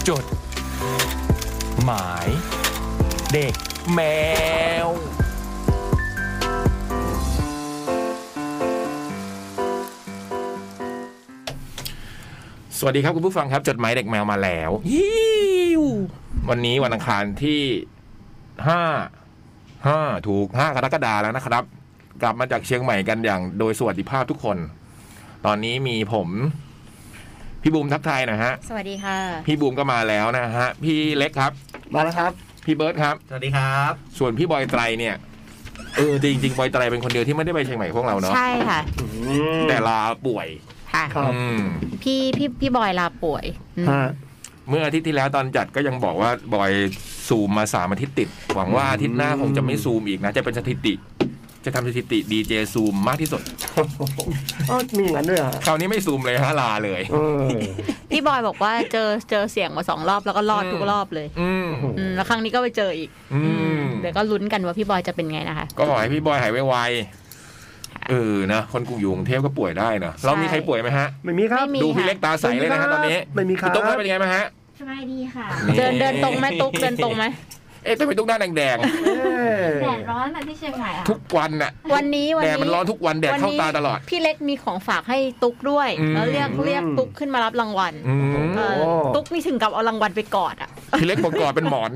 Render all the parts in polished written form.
จดหมายเด็กแมวสวัสดีครับคุณผู้ฟังครับจดหมายเด็กแมวมาแล้ววันนี้วันอังคารที่ถูก5 กรกฎาคมแล้วนะครับกลับมาจากเชียงใหม่กันอย่างโดยสวัสดิภาพทุกคนตอนนี้มีผมพี่บูมทักทายนะฮะสวัสดีค่ะพี่บูมก็มาแล้วนะฮะพี่เล็กครับมาแล้วครับพี่เบิร์ดครับสวัสดีครับส่วนพี่บอยไตรเนี่ยจริงๆบอยไตรเป็นคนเดียวที่ไม่ได้ไปเชียงใหม่พวกเราเนาะใช่ค่ะแต่ลาป่วยค่ะพี่บอยลาป่วยเมื่ออาทิตย์ที่แล้วตอนจัดก็ยังบอกว่าบอยซูมมา3 อาทิตย์ติดหวังว่าอาทิตย์หน้าคงจะไม่ซูมอีกนะจะเป็นสถิติจะทำสถิติดีเจซูมมากที่สุดมีอย่างนั้นด้วยอ่ะคราวนี้ไม่ซูมเลยฮะลาเลยพี่บอยบอกว่าเจอเสียงมา2 รอบแล้วก็รอดทุกรอบเลยแล้วครั้งนี้ก็ไปเจออีกเดี๋ยวก็ลุ้นกันว่าพี่บอยจะเป็นไงนะคะก็ขอให้พี่บอยหายไวๆนะคนกรุงอยู่กรุงเทพก็ป่วยได้เนอะเรามีใครป่วยไหมฮะไม่มีครับดูพี่เล็กตาใสเลยนะฮะตอนนี้ไม่มีครับตุ๊กเป็นไงไหมฮะสบายดีค่ะเดินตรงไหมตุ๊กเดินตรงไหมทำไมตุ๊กหน้าแดงแดดร้อนนะที่เชียงใหม่ทุกวันน่ะวันนี้แดดมันร้อนทุกวันแดดเข้าตาตลอดพี่เล็กมีของฝากให้ตุ๊กด้วยแล้วเรียกตุ๊กขึ้นมารับรางวัลตุ๊กนี่ถึงกับเอารางวัลไปกอดอ่ะพี่เล็กบอกกอดเป็นหมอน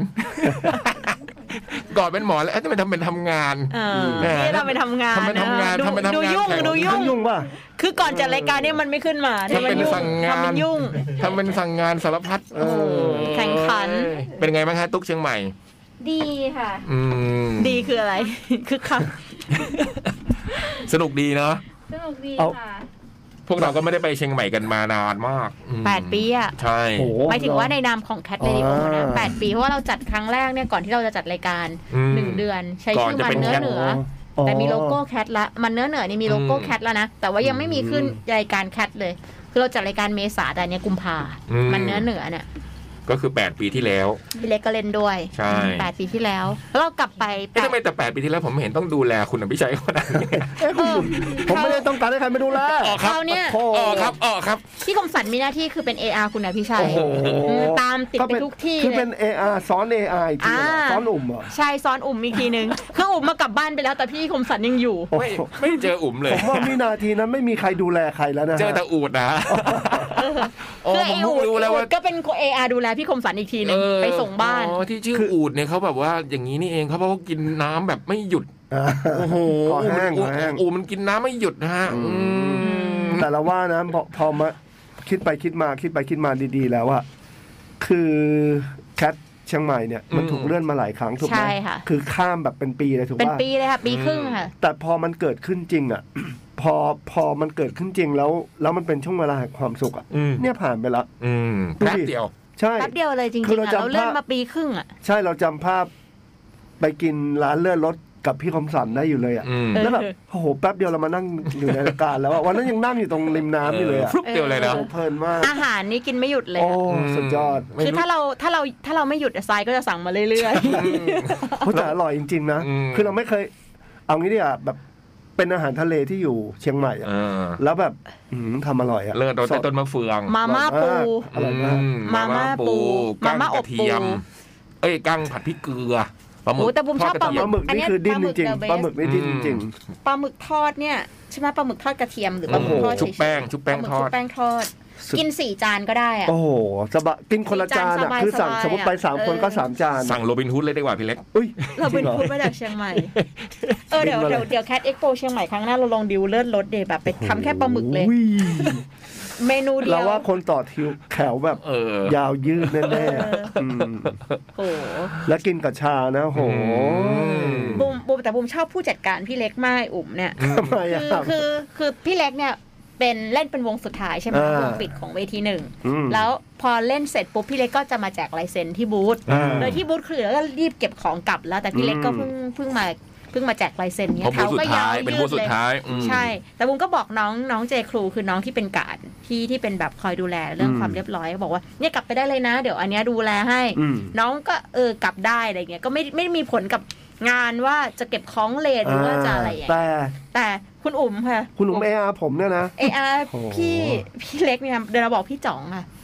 กอดเป็นหมอนแล้วจะไปทำเป็นทำงานนี่เราไปทำงานดูยุ่งป่ะคือก่อนจัดรายการเนี่ยมันไม่ขึ้นมาทำเป็นสั่งงานทำเป็นสั่งงานสารพัดแข่งขันเป็นไงบ้างฮะตุ๊กเชียงใหม่ดีค่ะดีคืออะไรคือค่ะสนุกดีเนาะสนุกดีค่ะพวกเราก็ไม่ได้ไปเชียงใหม่กันมานานมาก 8 ปีอ่ะใช่หมายถึงว่าในนามของแคทเรดิโอนะ8 ปีเพราะว่าเราจัดครั้งแรกเนี่ยก่อนที่เราจะจัดรายการ1 เดือนใช้ชื่อมันเนื้อเหนือแต่มีโลโก้แคทละมันเนื้อเหนือนี่มีโลโก้แคทแล้วนะแต่ว่ายังไม่มีขึ้นรายการแคทเลยคือเราจัดรายการเมษาแต่เนี้ยกุมภามันเนื้อเหนือเนี่ยก็คือ8 ปีที่แล้วพี่เล็กก็เล่นด้วยใช่ 8 ปีที่แล้วแล้วเรากลับไปทำไมแต่8 ปีที่แล้วผมไม่เห็นต้องดูแลคุณอภิชัยขนาดนี้ผมไม่ได้ต้องการให้ใครมาดูแลเขาเนี่ยครับพี่คมสันมีหน้าที่คือเป็น AR คุณอภิชัยตามติดไปทุกที่คือเป็น AR ซ้อน AI อีกทีซ้อนอุ่มอ่ะใช่ซ้อนอุ่มอีกทีนึงคืออุ่มมากลับบ้านไปแล้วแต่พี่คมสันยังอยู่ไม่เจออุ่มเลยผมว่าวินาทีนั้นไม่มีใครดูแลใครแล้วนะเจอแต่อูดนะคืออูดก็เป็น AR ดูแลพี่คมสันอีกทีนึงไปส่งบ้านที่ชื่ออูดเนี่ยเขาแบบว่าอย่างนี้นี่เองเขาเพราะว่ากินน้ำแบบไม่หยุดโอ้โหอูมันกินน้ำไม่หยุดนะฮะแต่ละว่านะพอมาคิดไปคิดมาดีๆแล้วอะคือแคทเชียงใหม่เนี่ยมันถูกเลื่อนมาหลายครั้งถูกไหมคือข้ามแบบเป็นปีเลยถูกป่ะเป็นปีเลยค่ะปีครึ่งค่ะแต่พอมันเกิดขึ้นจริงอะพอมันเกิดขึ้นจริงแล้วมันเป็นช่วงเวลาแห่งความสุขอะเนี่ยผ่านไปแล้วแป๊บเดียวใช่แป๊บเดียวเลยจริงๆเราเลื่อนมาปีครึ่งอ่ะใช่เราจำภาพไปกินร้านเลื่อนรถกับพี่คมสันได้อยู่เลยอ่ะแล้วแบบโอ้โหแป๊บเดียวเรามานั่งอยู่ในรายการแล้ววันนั้นยังนั่งอยู่ตรงริมน้ำอยู่เลยอ่ะฟลุ๊กเดียวเลยนะเพลินมากอาหารนี่กินไม่หยุดเลยโอ้สุดยอดคือถ้าเราไม่หยุดทรายก็จะสั่งมาเรื่อยๆแต่อร่อยจริงๆนะคือเราไม่เคยเอางี้ดิอ่ะแบบเป็นอาหารทะเลที่อยู่เชียงใหม่อ่ะแล้วแบบทำอร่อยอ่ะเลิศโดนต้นมะเฟืองมาม่าปูอร่อยมากมาม่าปูกั้งกระเทียมกั้งผัดพริกเกลือปลาหมึกแต่ผมชอบปลาหมึกนี่คือดิ้นจริงๆปลาหมึกนี่ดิ้นจริงปลาหมึกทอดเนี่ยใช่ไหมปลาหมึกทอดกระเทียมหรือปลาหมึกทอดชุบแป้งทอดกิน4 จานก็ได้อะโอ้โหสบายกินคนละจานอ่ะคือสั่งสมมติไป3 คนก็3 จานสั่งโรบินฮูดเลยดีกว่าพี่เล็กโรบินฮูดมาจากเชียงใหม่เดี๋ยวแคทเอ็กโปเชียงใหม่ครั้งหน้าเราลองดิวเลิศรสเดย์แบบไปทำแค่ปลาหมึกเลยเมนูเดียวเราว่าคนต่อคิวแถวแบบยาวยืดแน่ๆโอ้แล้วกินกับชานะโหบูมแต่บูมชอบผู้จัดการพี่เล็กมากอุ่มเนี่ยคือพี่เล็กเนี่ยเป็นเล่นเป็นวงสุดท้ายใช่ไหมวงปิดของเวที1แล้วพอเล่นเสร็จปุ๊บพี่เล็กก็จะมาแจกลายเซ็นที่บูธโดยที่บูธคือแล้วก็รีบเก็บของกลับแล้วแต่พี่เล็กก็เพิ่งมาแจกลายเซ็นเนี้ยเขาก็ยาวยืดเลยใช่แต่บุ้งก็บอกน้องเจครูคือน้องที่เป็นการ์ดที่เป็นแบบคอยดูแลเรื่องความเรียบร้อยบอกว่าเนี่ยกลับไปได้เลยนะเดี๋ยวอันนี้ดูแลให้น้องก็กลับได้อะไรเงี้ยก็ไม่มีผลกับงานว่าจะเก็บของเลทหรือว่าจะอะไรอย่างเงี้ยแต่คุณอุ๋มค่ะคุณอุ๋มARผมเนี่ยนะ AR พี่เล็กเนี่ยเดี๋ยวเราบอกพี่จ๋องค่ะ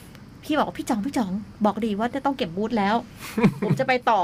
พี่บอกพี่จ๋องบอกดีว่าจะต้องเก็บบูธแล้ว ผมจะไปต่อ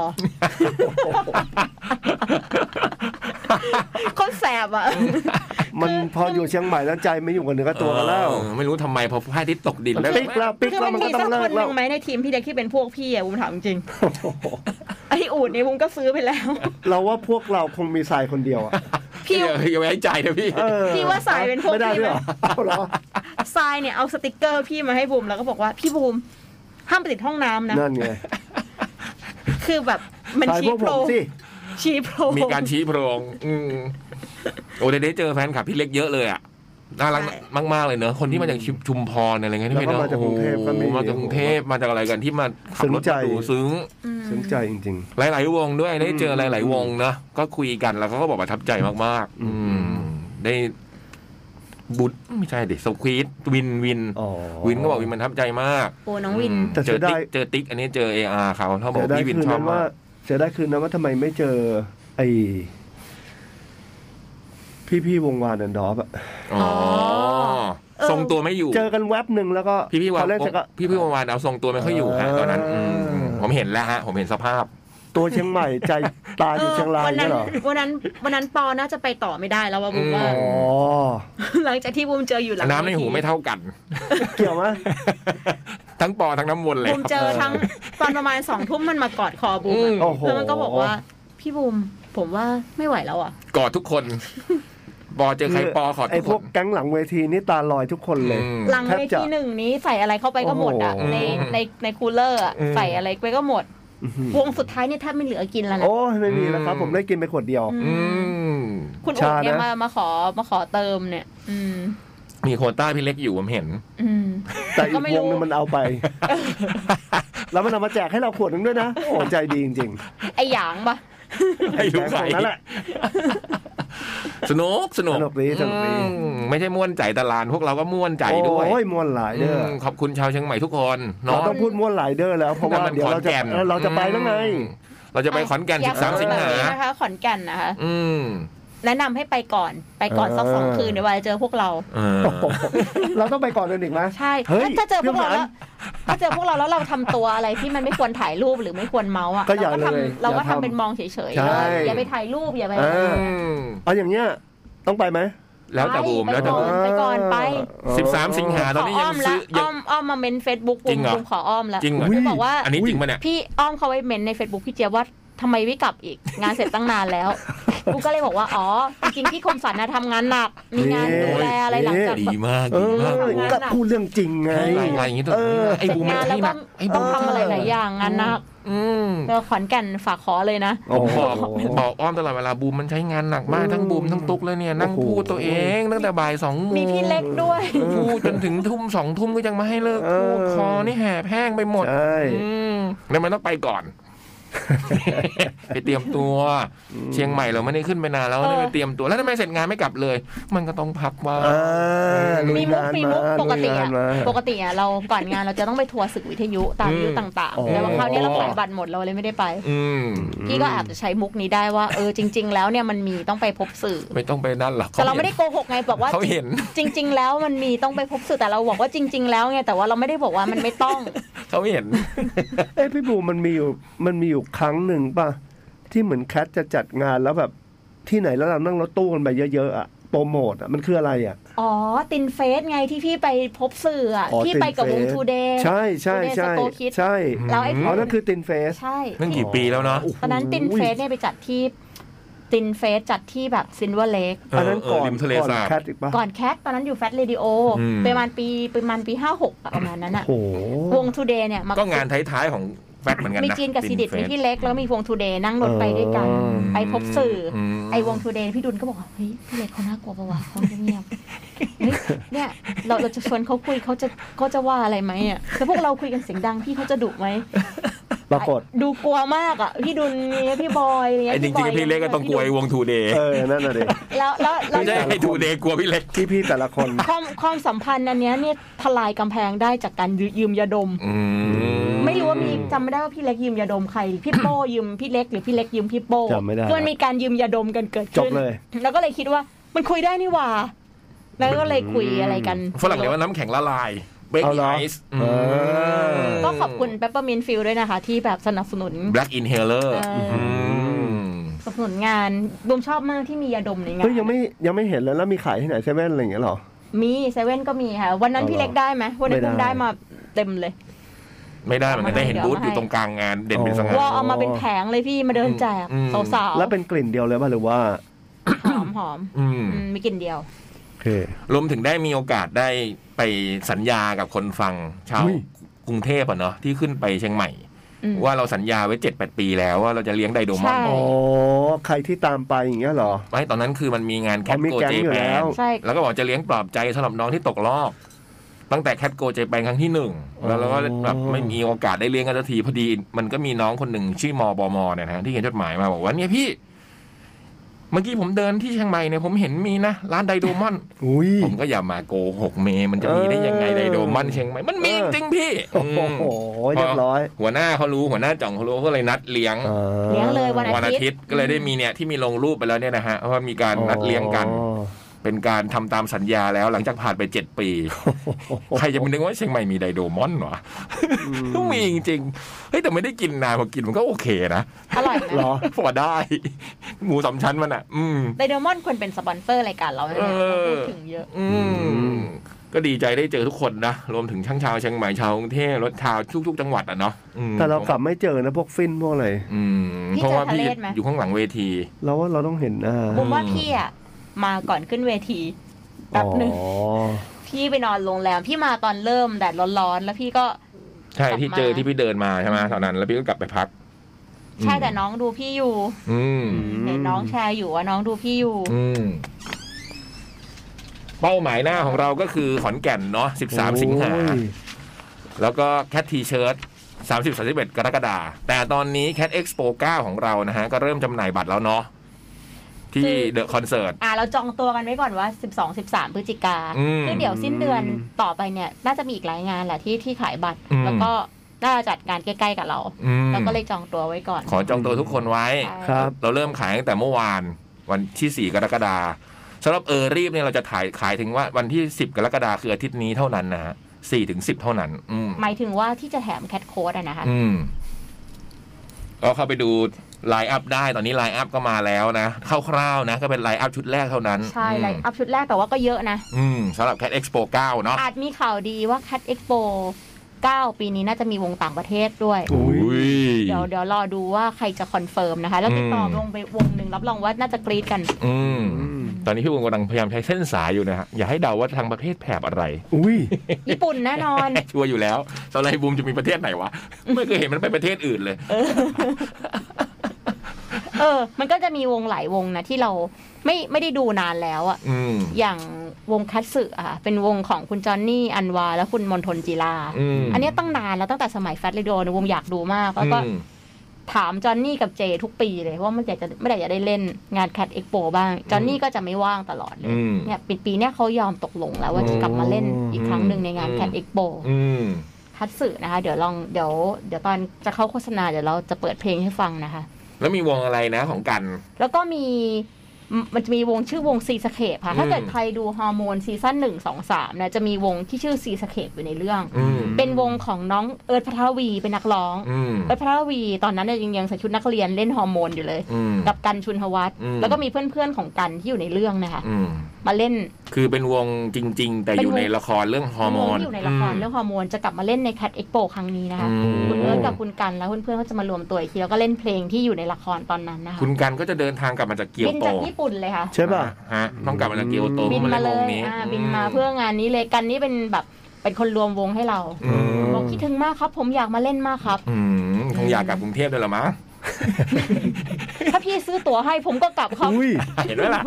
คนแสบอ่ะมันพออยู่เชียงใหม่แล้วใจไม่อยู่กับเนื้อตัวกันแล้วไม่รู้ทำไมพอพระอาทิตย์ตกดินแล้วปิ๊กแล้วมันก็ต้องเลิกแล้วไหมในทีมพี่เด็กที่เป็นพวกพี่อะผมถามจริงไอ้อูดนี่ผมก็ซื้อไปแล้วเราว่าพวกเราคงมีทรายคนเดียวอ่ะพี่อย่าไว้ใจนะพี่ว่าทรายเป็นพวกพี่ไหมเอาเหรอทรายเนี่ยเอาสติกเกอร์พี่มาให้บูมแล้วก็บอกว่าพี่บูมห้ามไปติดห้องน้ำนะนั่นไงคือแบบมันชี้โพรงมีการชี้โพรงโอ้ได้เจอแฟนคลับพี่เล็กเยอะเลยอ่ะน่ารักมากๆเลยเนอะคนที่มาจากชุมพรอะไรเงี้ยที่ไม่เนอะมาจากกรุงเทพก็มีมาจากกรุงเทพมาจากอะไรกันที่มาขับรถดูซึ้งใจจริงๆหลายๆวงด้วยได้เจอหลายๆวงนะก็คุยกันแล้วเขาก็บอกประทับใจมากๆได้บุญไม่ใช่เด็กสควีดวินก็บอกวินมันทับใจมากโอ้น้องวินเจอติ๊กอันนี้เจอ AR เขาบอกพี่วินชอบมากเสียได้คืนนะว่าทำไมไม่เจอไอพี่วงวานแอนด์ดอฟอ่ะทรงตัวไม่อยู่เจอกันแวบหนึ่งแล้วก็พี่วงวานเอาทรงตัวไม่ค่อยอยู่ฮะตอนนั้นผมเห็นแล้วฮะผมเห็นสภาพตัวเชียงใหม่ใจตาอยู่เชียงรายใช่หรอวันนั้นปอน่าจะไปต่อไม่ได้แล้วว่าบุ้มว่าหลังจากที่บุ้มเจออยู่หลังน้ำในหูไม่เท่ากันเกี่ยวไหมทั้งปอทั้งน้ำวนเลยบุ้มเจอทั้งตอนประมาณ2 ทุ่มมันมากอดคอบุ้มแล้วมันก็บอกว่าพี่บุ้มผมว่าไม่ไหวแล้วอ่ะกอดทุกคนปอเจอใครปอขอไอ้พวกแก๊งหลังเวทีนี่ตาลอยทุกคนเลยหลังเวที1นี้ใส่อะไรเข้าไปก็หมดอ่ะในคูลเลอร์ใส่อะไรไปก็หมดวงสุดท้ายนี่แทบไม่เหลือกินแล้วนะโอ้ไม่มีแล้วครับผมได้กินไปขวดเดียวคุณอุ๊ดเนี่ยมาขอเติมเนี่ยมีโควต้าพี่เล็กอยู่ผมเห็นแต่อีกวงนึงมันเอาไปแล้วมันเอามาแจกให้เราขวดนึงด้วยนะโอ้ใจดีจริงๆไอ้หยางปะไอ้ลูกไก่นั่นแหละสนุกดีไม่ใช่ม่วนใจตลาดพวกเราก็ม่วนใจด้วยโอ้ยม่วนหลายเด้อขอบคุณชาวเชียงใหม่ทุกคนเราต้องพูดม่วนหลายเด้อแล้วเพราะว่าเดี๋ยวเราจะไปแล้วไงเราจะไปขอนแก่น13 สิงหาคมนะคะขอนแก่นนะคะแนะนำให้ไปก่อนสัก2 คืนเดี๋ยวจะเจอพวกเราเราต้องไปก่อนเดินอีกไหมใช่ถ้าเจอพวกเราแล้วเราทำตัวอะไรที่มันไม่ควรถ่ายรูปหรือไม่ควรเมาส์อ่ะเราก็ทำเป็นมองเฉยๆอย่าไปถ่ายรูปอย่าไปเอาอย่างเงี้ยต้องไปไหมแล้วแต่บูมไปก่อนไป 13 สิงหาตอนนี้ยังซื้ออ้อมมาเมน Facebook บูมขออ้อมแล้วบอกว่าอันนี้จริงป่ะเนี่ยพี่อ้อมเขาไว้เมนใน Facebook พี่เจี๊ยบว่าทำไมไม่กลับอีกงานเสร็จตั้งนานแล้วกูก็เลยบอกว่าอ๋อจริงพี่คมสันนะทำงานหนักมีงานดูแลอะไรหลังจากดีมากก็พูดเรื่องจริงไงอะไรอย่างนี้ตัวไอ้บูมมันให้หนักต้องทำอะไรหลายอย่างงานหนักขอนแก่นฝากขอเลยนะบอกอ้อมตลอดเวลาบูมมันใช้งานหนักมากทั้งบูมทั้งตุ๊กเลยเนี่ยนั่งพูดตัวเองตั้งแต่บ่าย2 โมงมีพี่เล็กด้วยพูดจนถึงทุ่ม2 ทุ่มก็ยังไม่ให้เลิกพูดคอนี่แหบแห้งไปหมดแล้วมันต้องไปก่อนไปเตรียมตัวเชียงใหม่เราไม่ได้ขึ้นไปนานแล้วไปเตรียมตัวแล้วทำไมเสร็จงานไม่กลับเลยมันก็ต้องพักว่ามีมุกปกติเราก่อนงานเราจะต้องไปทัวร์ศึกวิทยุตามวิทยุต่างๆแต่ว่าคราวนี้เราขายบัตรหมดเราเลยไม่ได้ไปพี่ก็อาจจะใช้มุกนี้ได้ว่าจริงๆแล้วเนี่ยมันมีต้องไปพบสื่อไม่ต้องไปนั่นหรอกแต่เราไม่ได้โกหกไงบอกว่าเขาเห็นจริงๆแล้วมันมีต้องไปพบสื่อแต่เราบอกว่าจริงๆแล้วไงแต่ว่าเราไม่ได้บอกว่ามันไม่ต้องเขาเห็นพี่บูมันมีอยู่ครั้งหนึ่งป่ะที่เหมือนแคทจะจัดงานแล้วแบบที่ไหนแล้วเรานั่งรถตู้กันไปเยอะๆอ่ะโปรโมทอ่ะมันคืออะไรอ่ะตินเฟสไงที่พี่ไปพบสื่ออ่ะที่ไปกับวงทูเดย์ใช่แล้วนั่นคือตินเฟสใช่นั่นกี่ปีแล้วเนาะตอนนั้นตินเฟสเนี่ยไปจัดที่ตินเฟสจัดที่แบบซินเวอร์เลคอันนั้นก่อนแคทก่อนแคทตอนนั้นอยู่แฟตเรดิโอประมาณปี56ประมาณนั้นอ่ะวงทูเดย์เนี่ยก็งานท้ายๆของแฟตเหมือนกันนะมีจีนกับซีดิตมีพี่เล็กแล้วมีวงทูเดย์นั่งรถไปด้วยกันไปพบสื่อไอวงทูเดย์พี่ดุลก็บอกว่าเฮ้ยพี่เล็กเขาน่ากลัวปะวะเขาเงียบเนี่ยเราจะชวนเขาคุยเขาจะว่าอะไรไหมอ่ะแล้วพวกเราคุยกันเสียงดังพี่เขาจะดุไหมปรากฏดูกลัวมากอ่ะพี่ดุลเนี่ยพี่บอยเนี่ยจริงๆพี่เล็กก็ต้องกลัววงทูเดย์นั่นน่ะดิแล้วไม่ใช่ให้ทูเดย์กลัวพี่เล็กพี่แต่ละคนความสัมพันธ์อันเนี้ยเนี่ยทลายกำแพงได้จากการยืมยาดมไม่รู้ว่ามีจำไม่ได้ว่าพี่เล็กยืมยาดมใครพี่โป้ยืมพี่เล็กหรือพี่เล็กยืมพี่โป้คือมันมีการยืมยาดมกันเกิดขึ้นแล้วก็เลยคิดว่ามันคุยได้นี่หว่าแล้วก็เลยคุยอะไรกันฝรั่งเรียกว่าน้ำแข็งละลาย Break the Ice ก็ขอบคุณ Peppermint Field ด้วยนะคะที่แบบสนับสนุน Black Inhaler สนับสนุนงานบูมชอบมากที่มียาดมในงานยังไม่เห็นแล้วมีขายที่ไหนเซเว่นอะไรอย่างเงี้ยหรอมีเซเว่นก็มีค่ะวันนั้นพี่เล็กได้ไหมวันนี้บูมได้มาเต็มเลยไม่ได้มันได้เห็นบูธอยู่ตรงกลางงานเด่นเป็นสง่าว่าเอามาเป็นแผงเลยพี่มาเดินแจกสาวๆแล้วเป็นกลิ่นเดียวเลยป่ะหรือว่าหอมมีกลิ่นเดียวรวมถึงได้มีโอกาสได้ไปสัญญากับคนฟังชาวกรุงเทพอ่ะเนาะที่ขึ้นไปเชียงใหม่ว่าเราสัญญาไว้ 7-8 ปีแล้วว่าเราจะเลี้ยงไดโดมอนอ๋อใครที่ตามไปอย่างเงี้ยเหรอไม่ตอนนั้นคือมันมีงานแคทโกเจแปนแล้วก็บอกจะเลี้ยงปลอบใจสำหรับน้องที่ตกรอบตั้งแต่แคทโกเจแปนครั้งที่1แล้วเราก็แบบไม่มีโอกาสได้เลี้ยงกันสักทีพอดีมันก็มีน้องคนหนึ่งชื่อมบมเนี่ยนะที่เขียนจดหมายมาบอกว่าเนี่ยพี่เมื่อกี้ผมเดินที่เชียงใหม่เนี่ยผมเห็นมีนะร้านไดโดมอนผมก็อย่ามาโกหกเมย์มันจะมีได้ยังไงไดโดมอนเชียงใหม่มันมีจริงพี่โอ้โหเรียบร้อยหัวหน้าเขารู้หัวหน้าจ่องเขารู้ก็เลยนัดเลี้ยงเลยวันอาทิตย์ก็เลยได้มีเนี่ยที่มีลงรูปไปแล้วเนี่ยนะฮะว่ามีการนัดเลี้ยงกันเป็นการทำตามสัญญาแล้วหลังจากผ่านไป7 ปีใครจะไปนึกว่าเชียงใหม่มีไดโดมอนวะต้องมีจริงๆเฮ้ยแต่ไม่ได้กินนานพอกินมันก็โอเคนะอร่อยนะพอได้หมู3 ชั้นมันอ่ะไดโดมอนควรเป็นสปอนเซอร์รายการเราเนี่ยพูดถึงเยอะก็ดีใจได้เจอทุกคนนะรวมถึงช่างชาวเชียงใหม่ชาวกรุงเทพรถชาวทุกจังหวัดอ่ะเนาะแต่เรากลับไม่เจอนะพวกฟินพวกอะไรเพราะว่าพี่อยู่ข้างหลังเวทีเราว่าเราต้องเห็นผมว่าพี่อ่ะมาก่อนขึ้นเวทีแป๊บนึงพี่ไปนอนโรงแรมพี่มาตอนเริ่มแดดร้อนๆแล้วพี่ก็ใช่ที่เจอที่พี่เดินมาใช่ไหมตอนนั้นแล้วพี่ก็กลับไปพักใช่แต่น้องดูพี่อยู่เห็นน้องแชร์อยู่ว่าน้องดูพี่อยู่เป้าหมายหน้าของเราก็คือขอนแก่นเนาะ13 สิงหาแล้วก็แคททีเชิ้ต30-31 กรกฎาคมแต่ตอนนี้แคทเอ็กซ์โป9ของเรานะฮะก็เริ่มจำหน่ายบัตรแล้วเนาะที่เดอะคอนเสิร์ตเราจองตัวกันไว้ก่อนว่า12-13 พฤศจิกาคือเดี๋ยวสิ้นเดือนต่อไปเนี่ยน่าจะมีอีกหลายงานแหละที่ขายบัตรแล้วก็น่าจะจัดงานใกล้ๆกับเราแล้วก็เลยจองตัวไว้ก่อนขอจองตัวทุกคนไว้ครับเราเริ่มขายตั้งแต่เมื่อวานวันที่4 กรกฎาคมสำหรับรีบเนี่ยเราจะขายถึงว่าวันที่10 กรกฎาคมคืออาทิตย์นี้เท่านั้นนะฮะ4-10 เท่านั้นหมายถึงว่าที่จะแถมแคทโค้ดนะคะก็เข้าไปดูไลน์อัพได้ตอนนี้ไลน์อัพก็มาแล้วนะคร่าวๆนะก็เป็นไลน์อัพชุดแรกเท่านั้นใช่ไลน์อัพชุดแรกแต่ว่าก็เยอะนะสำหรับ Cat Expo 9เนาะอาจมีข่าวดีว่า Cat Expo 9ปีนี้น่าจะมีวงต่างประเทศด้วยเดี๋ยวรอดูว่าใครจะคอนเฟิร์มนะคะแล้วติดต่อวงไปวงนึงรับรองว่าน่าจะกรี๊ดกันตอนนี้พี่วงกำลังพยายามใช้เส้นสายอยู่นะฮะอย่าให้เดาว่าทางประเทศแถบอะไรญี่ปุ่นแน่นอนชัวร์อยู่แล้วสไลบูมจะมีประเทศไหนวะไม่เคยเห็นมันไปประเทศอื่นเลยมันก็จะมีวงหลายวงนะที่เราไม่ได้ดูนานแล้วอ่ะอย่างวงคัตสึอ่ะเป็นวงของคุณจอนนี่อันวาและคุณมนทนจิราอันนี้ตั้งนานแล้วตั้งแต่สมัยแฟตเรดิโอวงอยากดูมากแล้วก็ถามจอนนี่กับเจทุกปีเลยว่าไม่ได้จะได้เล่นงานแคทเอ็กโปบ้างจอนนี่ก็จะไม่ว่างตลอดเลยเนี่ยปีนี้เขายอมตกลงแล้วว่าจะกลับมาเล่นอีกครั้งนึงในงานแคทเอ็กโปคัตสึนะคะเดี๋ยวตอนจะเข้าโฆษณาเดี๋ยวเราจะเปิดเพลงให้ฟังนะคะแล้วมีวงอะไรนะของกันแล้วก็มันจะมีวงชื่อวงซีสเคปค่ะถ้าเกิดใครดูฮอร์โมนซีซั่น1-2-3เนี่ยจะมีวงที่ชื่อซีสเคปอยู่ในเรื่องเป็นวงของน้องเอิร์ธพัทรวีเป็นนักร้องเอิร์ธพัทรวีตอนนั้นเนี่ยยังใส่ชุดนักเรียนเล่นฮอร์โมนอยู่เลยกับกันชุนทวัฒน์แล้วก็มีเพื่อนๆของกันที่อยู่ในเรื่องนะคะมาเล่นคือเป็นวงจริงๆแต่อยู่ในละครเรื่องฮอร์โมนอยู่ในละครเรื่องฮอร์โมนจะกลับมาเล่นในแคทเอ็กโปครั้งนี้นะคะคุณเอิร์ธกับคุณกันแล้วเพื่อนๆเขาจะมารวมตัวอีกทีแล้วก็เล่นเพลงที่อยู่ในละครตอนนั้นนะคะคุณกันก็จะเดินทางกลับมาจากเกียวโตบินจากญี่ปุ่นเลยค่ะใช่ป่ะต้องกลับมาจากเกียวโตบินมาเลยบินมาเพื่องานนี้เลยกันนี่เป็นแบบเป็นคนรวมวงให้เราบอกคิดถึงมากครับผมอยากมาเล่นมากครับคงอยากกลับกรุงเทพด้วยหรอมั้งถ้าพี่ซื้อตั๋วให้ผมก็กลับครับเห็นไหมล่ะ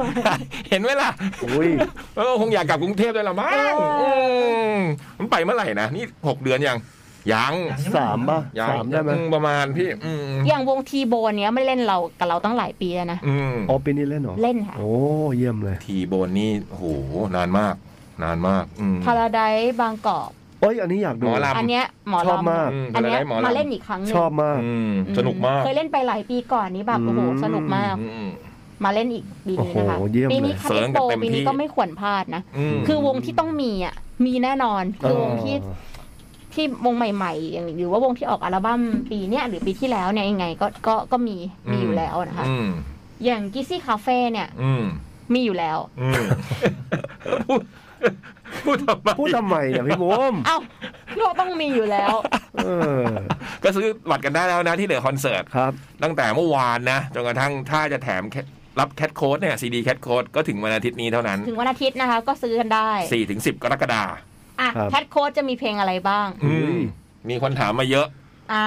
คงอยากกลับกรุงเทพด้วยหรอมั้งมันไปเมื่อไหร่นะนี่6 เดือนยัง 3ป่ะ3ได้ไหมประมาณพี่อย่างวงทีโบนเนี้ยไม่เล่นเรากับเราตั้งหลายปีแล้วนะปีนี้เล่นเหรอเล่นค่ะโอ้เยี่ยมเลยทีโบนนี่โหนานมากพาราไดซ์บางกอกอันนี้อยากดูอันเนี้ยหมอลำชอบมากอันเนี้ยมาเล่นอีกครั้งนึงชอบมากสนุกมากเคยเล่นไปหลายปีก่อนนี้แบบโอ้โหสนุกมากมาเล่นอีกปีนี้นะคะปีนี้คัทเอ็กโปปีนี้ก็ไม่ควรพลาดนะคือวงที่ต้องมีอ่ะมีแน่นอนคือวงที่วงใหม่ๆอย่างหรือว่าวงที่ออกอัลบั้มปีเนี้ยหรือปีที่แล้วเนี่ยยังไงก็มีอยู่แล้วนะคะอย่างกิซี่คาเฟ่เนี่ยมีอยู่แล้วพูดทำไมเนี่ยพี่บุ๋มเอ้าก็ต้องมีอยู่แล้วก็ซื้อบัตรกันได้แล้วนะที่เดอะคอนเสิร์ตครับตั้งแต่เมื่อวานนะจนกระทั่งถ้าจะแถมรับแคทโค้ดเนี่ยซีดีแคทโค้ดก็ถึงวันอาทิตย์นี้เท่านั้นถึงวันอาทิตย์นะคะก็ซื้อกันได้ 4-10 กรกฎาคมแคทโค้ดจะมีเพลงอะไรบ้างมีคนถามมาเยอะ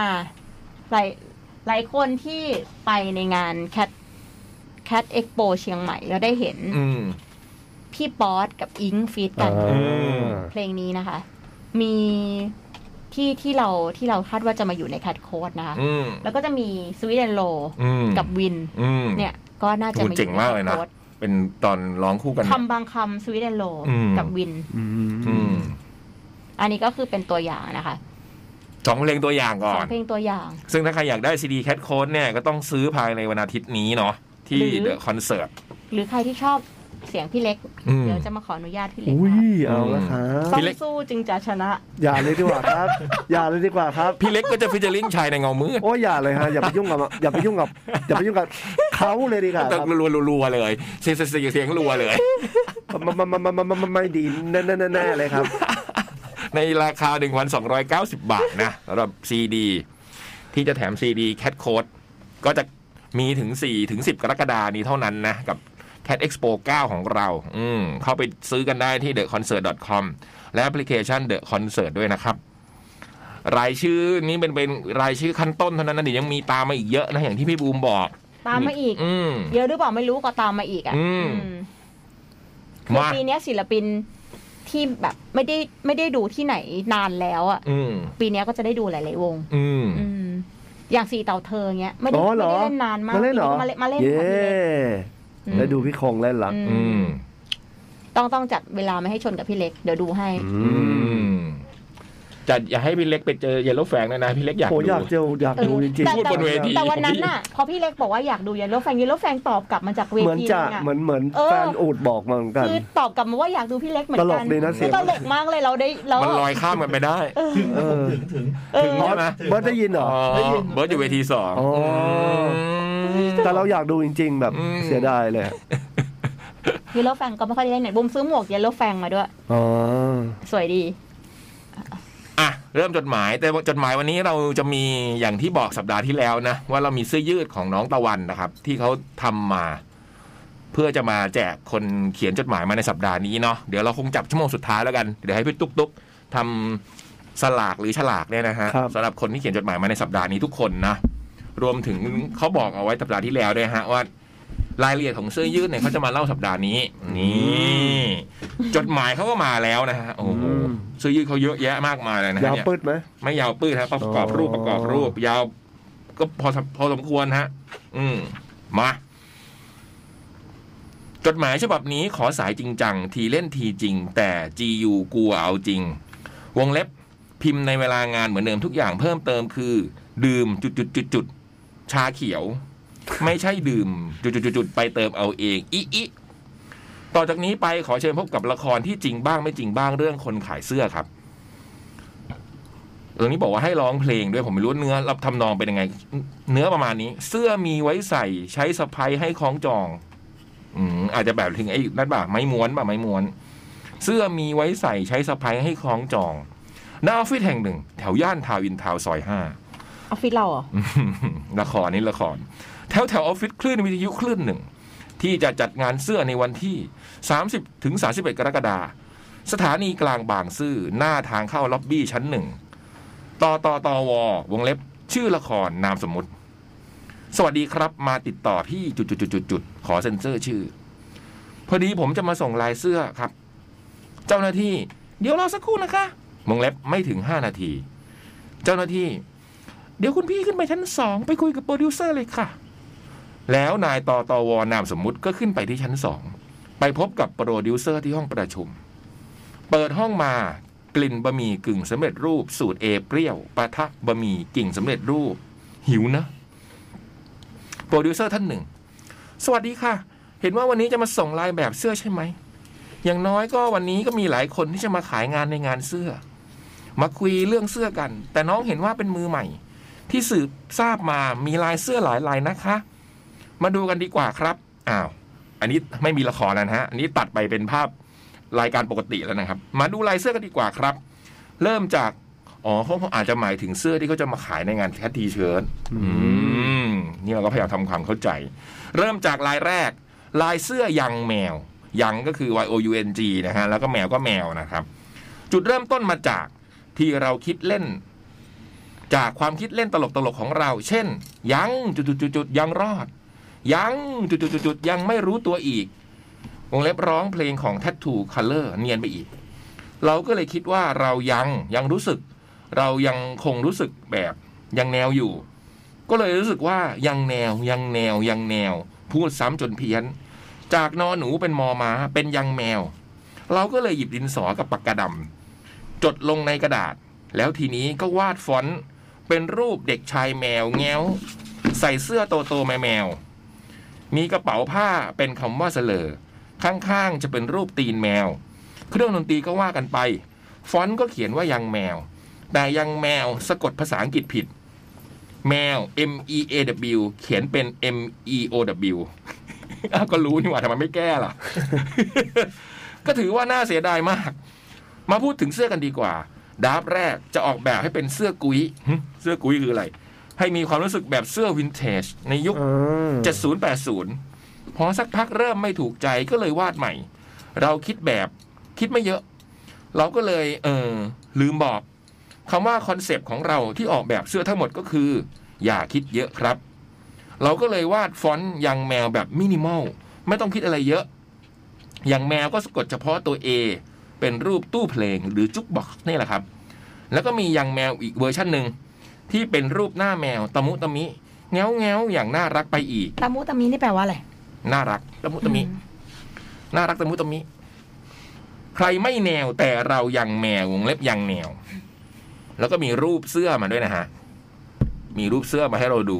หลายคนที่ไปในงานแคทเอ็กโปเชียงใหม่แล้วได้เห็นพี่ป๊อตกับอิงฟีดกันเพลงนี้นะคะมีที่เราคาดว่าจะมาอยู่ในแคทโค้ดนะคะแล้วก็จะมีสวีทแอนด์โลกับวินเนี่ยก็น่าจะมาอยู่ในแคทโค้ดเป็นตอนร้องคู่กันคำบางคำสวีทแอนด์โลกับวินอันนี้ก็คือเป็นตัวอย่างนะคะ 2 เพลงตัวอย่างก่อน 2 เพลงตัวอย่างซึ่งถ้าใครอยากได้ซีดีแคทโค้ดเนี่ยก็ต้องซื้อภายในวันอาทิตย์นี้เนาะที่เดอะคอนเสิร์ตหรือใครที่ชอบเสียงพี่เล็กเดี๋ยวจะมาขออนุญาตพี่เล็กเอาละครับต้องสู้จึงจะชนะอย่าเลยดีกว่าครับอย่าเลยดีกว่าครับพี่เล็กก็จะฟิชเชอร์ลิงชายในเงามืดโอ้อย่าเลยฮะอย่าไปยุ่งกับเขาเลยดีกว่าครับรัวเลยเสียงรัวเลยไม่ดีแน่เลยครับในราคา 1,290 บาทนะสำหรับซีดีที่จะแถมซีดีแคทโค้ดก็จะมีถึง 4-10 กรกฎาคมนี้เท่านั้นนะกับCat Expo 9 ของเราเข้าไปซื้อกันได้ที่ theconcert.com และแอปพลิเคชัน The Concert ด้วยนะครับรายชื่อนี้เป็นรายชื่อขั้นต้นเท่านั้นนะเดี๋ยวยังมีตามมาอีกเยอะนะอย่างที่พี่บูมบอกตามมาอีกเยอะหรือเปล่าไม่รู้ก็ตามมาอีกอ่ะคือปีนี้ศิลปินที่แบบไม่ได้ดูที่ไหนนานแล้วอ่ะปีนี้ก็จะได้ดูหลายๆวงอย่างสีเต่าเธอเงี้ยไม่ได้เล่นนานมากปีนี้มาเล่นแล้วดูพี่คงเล่นหลังต้องจัดเวลาไม่ให้ชนกับพี่เล็กเดี๋ยวดูให้จะอย่าให้พี่เล็กไปเจอเยลโล่แฟงนะพี่เล็กอยากดูจริงๆพูดบนเวทีแต่วันนั้นน่ะพอพี่เล็กบอกว่าอยากดูเยลโล่แฟงตอบกลับมาจากเวทีเหมือนแฟนอูดบอกมาเหมือนกันคือตอบกลับมาว่าอยากดูพี่เล็กเหมือนกันตลกมากเลยเรามันลอยข้ามกันไปได้ถึงใช่ไหมเบิร์ดได้ยินเหรอเบิร์ดอยู่เวที2 แต่เราอยากดูจริงๆแบบเสียดายเลยเยลโล่แฟงก็ไม่ค่อยได้เล่นไหนบุ้มซื้อหมวกเยลโล่แฟงมาด้วยสวยดีเริ่มจดหมายแต่จดหมายวันนี้เราจะมีอย่างที่บอกสัปดาห์ที่แล้วนะว่าเรามีเสื้อยืดของน้องตะวันนะครับที่เขาทำมาเพื่อจะมาแจกคนเขียนจดหมายมาในสัปดาห์นี้เนาะเดี๋ยวเราคงจับชั่วโมงสุดท้ายแล้วกันเดี๋ยวให้พี่ตุ๊กทำสลากหรือฉลากเนี่ยนะฮะสำหรับคนที่เขียนจดหมายมาในสัปดาห์นี้ทุกคนนะรวมถึงเขาบอกเอาไว้สัปดาห์ที่แล้วด้วยฮะว่ารายละเอียดของเสื้อยืดเนี่ยเขาจะมาเล่าสัปดาห์นี้นี่จดหมายเขาก็มาแล้วนะฮะโอ้โหเสื้อยืดเขาเยอะแยะมากมายเลยนะยาวปื้ดไหมไม่ยาวปื้ดครับประกอบรูปยาวก็พอสมควรฮะมาจดหมายฉบับนี้ขอสายจริงจังทีเล่นทีจริงแต่ GU กลัวเอาจริงวงเล็บพิมพ์ในเวลางานเหมือนเดิมทุกอย่างเพิ่มเติมคือดื่มจุดชาเขียวไม่ใช่ดื่มจุดไปเติมเอาเองอีต่อจากนี้ไปขอเชิญพบกับละครที่จริงบ้างไม่จริงบ้างเรื่องคนขายเสื้อครับตรงนี้บอกว่าให้ร้องเพลงด้วยผมไม่รู้เนื้อรับทำนองเป็นยังไงเนื้อประมาณนี้เสื้อมีไว้ใส่ใช้สะพายให้คล้องจองอาจจะแบบถึงไอ้นั่นบ่าไม้ม้วนเสื้อมีไว้ใส่ใช้สะพายให้คล้องจองหน้าออฟฟิศแห่งหนึ่งแถวย่านทาวน์อินทาวน์ซอย5ออฟฟิศเราเหรอละครแถวออฟฟิศคลื่นวิทยุคลื่นหนึ่งที่จะจัดงานเสื้อในวันที่30 ถึง 31 กรกฎาคมสถานีกลางบางซื่อหน้าทางเข้าล็อบบี้ชั้น1ตววงเล็บชื่อละครนามสมมุติสวัสดีครับมาติดต่อพี่จุดขอเซ็นเซอร์ชื่อพอดีผมจะมาส่งลายเสื้อครับเจ้าหน้าที่เดี๋ยวรอสักครู่นะคะวงเล็บไม่ถึง5 นาทีเจ้าหน้าที่เดี๋ยวคุณพี่ขึ้นไปชั้น2ไปคุยกับโปรดิวเซอร์เลยค่ะแล้วนายตวนามสมมุติก็ขึ้นไปที่ชั้น2ไปพบกับโปรดิวเซอร์ที่ห้องประชุมเปิดห้องมากลิ่นบะหมี่กึ่งสำเร็จรูปสูตรเปรี้ยวปะทะบะหมี่กึ่งสำเร็จรูปหิวนะโปรดิวเซอร์ท่านหนึ่งสวัสดีค่ะเห็นว่าวันนี้จะมาส่งลายแบบเสื้อใช่ไหมอย่างน้อยก็วันนี้ก็มีหลายคนที่จะมาขายงานในงานเสื้อมาคุยเรื่องเสื้อกันแต่น้องเห็นว่าเป็นมือใหม่ที่สืบทราบมามีลายเสื้อหลายลายนะคะมาดูกันดีกว่าครับอ้าวอันนี้ไม่มีละครนะฮะอันนี้ตัดไปเป็นภาพรายการปกติแล้วนะครับมาดูลายเสื้อกันดีกว่าครับเริ่มจากเขาอาจจะหมายถึงเสื้อที่เขาจะมาขายในงานแคททีเชิร์ตนี่เราก็พยายามทำความเข้าใจเริ่มจากลายแรกลายเสื้อยังแมวยังก็คือ YOUNG นะฮะแล้วก็แมวก็แมวนะครับจุดเริ่มต้นมาจากที่เราคิดเล่นจากความคิดเล่นตลกๆของเราเช่นยังจุดๆๆยังรอดยังจุดๆๆยังไม่รู้ตัวอีกวงเล็บร้องเพลงของ Tattoo Color เนียนไปอีกเราก็เลยคิดว่าเรายังรู้สึกเรายังคงรู้สึกแบบยังแนวอยู่ก็เลยรู้สึกว่ายังแนวพูดซ้ำจนเพี้ยนจากนอหนูเป็นมอม้าเป็นยังแมวเราก็เลยหยิบดินสอกับปากกาดำจดลงในกระดาษแล้วทีนี้ก็วาดฟอนต์เป็นรูปเด็กชายแมวแง้วใส่เสื้อโตแมวมีกระเป๋าผ้าเป็นคำว่าเสลอข้างๆจะเป็นรูปตีนแมวเครื่องดนตรีก็ว่ากันไปฟอนต์ก็เขียนว่ายังแมวแต่ยังแมวสะกดภาษาอังกฤษผิดแมว MEAW เขียนเป็น MEOW ก็รู้นี่หว่าทำไมไม่แก้ล่ะ ก็ถือว่าน่าเสียดายมากมาพูดถึงเสื้อกันดีกว่าดาบแรกจะออกแบบให้เป็นเสื้อกุ้ยเสื้อกุ้ยคืออะไรให้มีความรู้สึกแบบเสื้อวินเทจในยุค 70-80 พอสักพักเริ่มไม่ถูกใจก็เลยวาดใหม่เราคิดไม่เยอะเราก็เลยลืมบอกคำว่าคอนเซปต์ของเราที่ออกแบบเสื้อทั้งหมดก็คืออย่าคิดเยอะครับเราก็เลยวาดฟอนต์ยังแมวแบบมินิมอลไม่ต้องคิดอะไรเยอะอย่างแมวก็สะกดเฉพาะตัว A เป็นรูปตู้เพลงหรือจุ๊กบ็อกซ์นี่แหละครับแล้วก็มียังแมวอีกเวอร์ชันหนึ่งที่เป็นรูปหน้าแมวตะมุตะมิแง้วอย่างน่ารักไปอีกตะมุตะมินี่แปลว่าอะไรน่ารักตะมุตะมิน่ารักตะมุตะมิใครไม่แนวแต่เรายังแมววงเล็บยังแนวแล้วก็มีรูปเสื้อมาด้วยนะฮะมีรูปเสื้อมาให้เราดู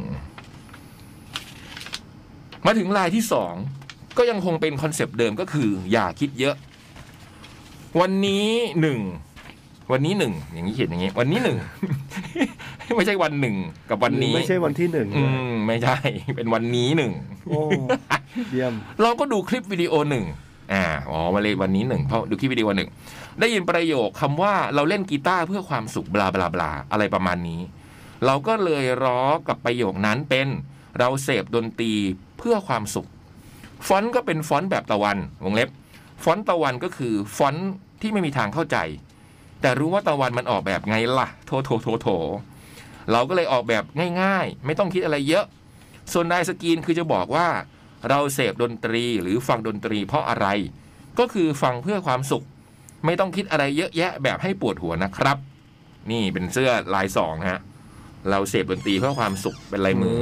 มาถึงลายที่2ก็ยังคงเป็นคอนเซปต์เดิมก็คืออย่าคิดเยอะวันนี้1อย่างนี้เขียนอย่างนี้วันนี้1 ไม่ใช่วัน1กับวันนี้ไม่ใช่วันที่1 ไม่ใช่เป็นวันนี้1โอ้เยี่ยมเราก็ดูคลิปวิดีโอ1มาเลยวันนี้1เพราะดูคลิปวิดีโอ1ได้ยินประโยคคำว่าเราเล่นกีตาร์เพื่อความสุขบลาบลาบลาอะไรประมาณนี้เราก็เลยร้อกับประโยคนั้นเป็นเราเสพดนตรีเพื่อความสุขฟอนต์ก็เป็นฟอนต์แบบตะวันวงเล็บฟอนต์ตะวันก็คือฟอนต์ที่ไม่มีทางเข้าใจแต่รู้ว่าตะวันมันออกแบบไงล่ะโถเราก็เลยออกแบบง่ายๆไม่ต้องคิดอะไรเยอะส่วนลายสกรีนคือจะบอกว่าเราเสพดนตรีหรือฟังดนตรีเพราะอะไรก็คือฟังเพื่อความสุขไม่ต้องคิดอะไรเยอะแยะแบบให้ปวดหัวนะครับนี่เป็นเสื้อลาย2ฮะเราเสพดนตรีเพื่อความสุขเป็นลายมือ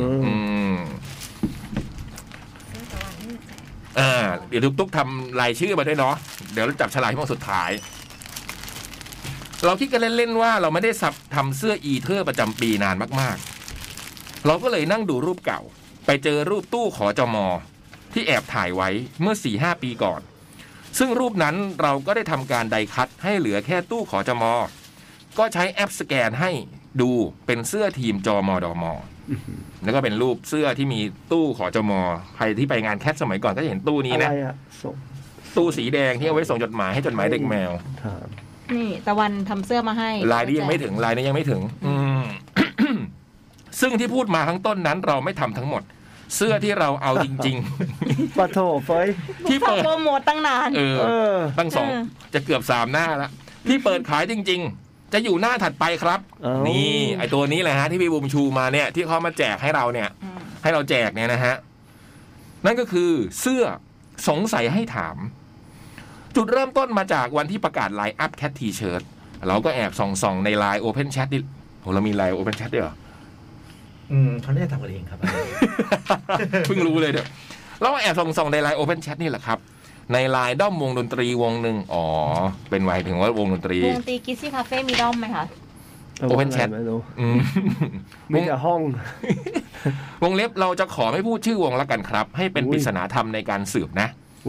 เดี๋ยวตุ๊กทำรายชื่อมาด้วยเนาะเดี๋ยวเราจับฉลากที่ห้องสุดท้ายเราคิดกันเล่นๆว่าเราไม่ได้ทำเสื้ออีเทอร์ประจำปีนานมากๆเราก็เลยนั่งดูรูปเก่าไปเจอรูปตู้ขจม.ที่แอบถ่ายไว้เมื่อ 4-5 ปีก่อนซึ่งรูปนั้นเราก็ได้ทำการไดคัทให้เหลือแค่ตู้ขจม.ก็ใช้แอปสแกนให้ดูเป็นเสื้อทีมจม.ดม.แล้วก็เป็นรูปเสื้อที่มีตู้ขจม.ใครที่ไปงานแคทสมัยก่อนก็จะเห็นตู้นี้นะตู้สีแดงที่เอาไว้ส่งจดหมายให้จดหมายเด็กแมวนี่ตะวันทำเสื้อมาให้ลายนี้ยังไม่ถึงลายนี้ยังไม่ถึงซึ่งที่พูดมาข้างต้นนั้นเราไม่ทำทั้งหมดเสื้อที่เราเอาจริงๆปะโถเฟยที่เปิดโปรโมทตั้งนานตั้ง2จะเกือบ3หน้าแล้วที่เปิดขายจริงๆจะอยู่หน้าถัดไปครับนี่ไอตัวนี้แหละฮะที่พี่บุมชูมาเนี่ยที่เขามาแจกให้เราเนี่ยให้เราแจกเนี่ยนะฮะนั่นก็คือเสื้อสงสัยให้ถามจุดเริ่มต้นมาจากวันที่ประกาศไลน์อัพแคททีเชิร์ตเราก็แอบส่องในไลน์ Open Chat นี่โหเรามีไลน์ Open Chat ด้วยเหรอเขาได้ทำกันเองครับเพิ่งรู้เลยเด้อเราแอบส่องในไลน์ Open Chat นี่แหละครับในไลน์ด้อมวงดนตรีวงหนึ่งเป็นไว้ถึงว่าวงดนตรีกิซซี่คาเฟ่มีด้อมไหมคะ Open Chat มีแต่ห้องวงเล็บเราจะขอไม่พูดชื่อวงแล้วกันครับให้เป็นปริศนาธรรมในการสืบนะ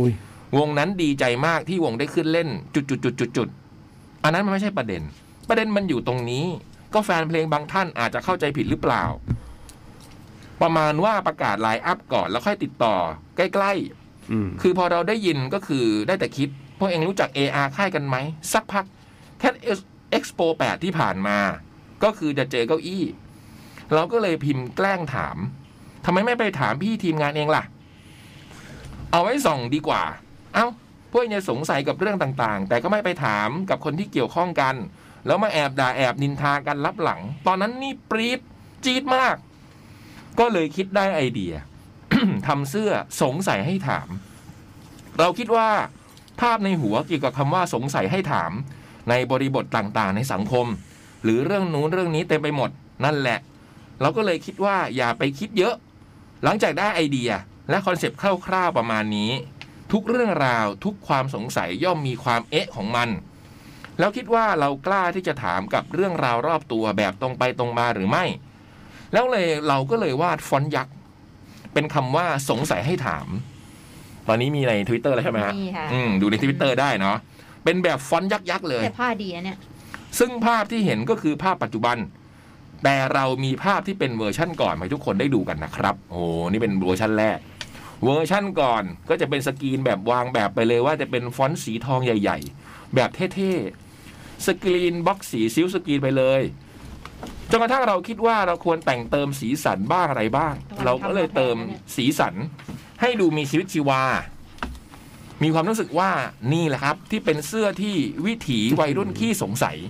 วงนั้นดีใจมากที่วงได้ขึ้นเล่นจุดๆอันนั้นมันไม่ใช่ประเด็นมันอยู่ตรงนี้ก็แฟนเพลงบางท่านอาจจะเข้าใจผิดหรือเปล่าประมาณว่าประกาศไลน์อัพก่อนแล้วค่อยติดต่อใกล้ๆคือพอเราได้ยินก็คือได้แต่คิดพวกเองรู้จัก AR ค่ายกันไหมสักพักแค่ Expo 8ที่ผ่านมาก็คือจะเจอเก้าอี้เราก็เลยพิมพ์แกล้งถามทำไมไม่ไปถามพี่ทีมงานเองล่ะเอาไว้ส่องดีกว่าเอ้าพวกเนี่ยสงสัยกับเรื่องต่างๆแต่ก็ไม่ไปถามกับคนที่เกี่ยวข้องกันแล้วมาแอบด่าแอบนินทากันลับหลังตอนนั้นนี่ปรี๊ดจี๊ดมากก็เลยคิดได้ไอเดีย ทำเสื้อสงสัยให้ถามเราคิดว่าภาพในหัวเกี่ยวกับคำว่าสงสัยให้ถามในบริบทต่างๆในสังคมหรือเรื่องนู้นเรื่องนี้เต็มไปหมดนั่นแหละเราก็เลยคิดว่าอย่าไปคิดเยอะหลังจากได้ไอเดียและคอนเซปต์คร่าวๆประมาณนี้ทุกเรื่องราวทุกความสงสัยย่อมมีความเอ๊ะของมันแล้วคิดว่าเรากล้าที่จะถามกับเรื่องราวรอบตัวแบบตรงไปตรงมาหรือไม่แล้วเราก็เลยวาดฟอนต์ยักษ์เป็นคำว่าสงสัยให้ถามตอนนี้มีใน Twitter แล้วใช่ไหมฮะดูใน Twitter ได้เนาะเป็นแบบฟอนต์ยักษ์เลยแต่ภาพดีนะเนี่ยซึ่งภาพที่เห็นก็คือภาพปัจจุบันแต่เรามีภาพที่เป็นเวอร์ชั่นก่อนให้ทุกคนได้ดูกันนะครับโอ้นี่เป็นเวอร์ชั่นแรกเวอร์ชั่นก่อนก็จะเป็นสกรีนแบบวางแบบไปเลยว่าจะเป็นฟอนต์สีทองใหญ่ๆแบบเท่ๆสกรีนบ็อกซ์สีซิลสกรีนไปเลยจนกระทั่งเราคิดว่าเราควรแต่งเติมสีสันบ้างอะไรบ้างเราก็เลยเติมสีสันให้ดูมีชีวิตชีวามีความรู้สึกว่านี่แหละครับที่เป็นเสื้อที่วิถีวัยรุ่นขี้สงสัย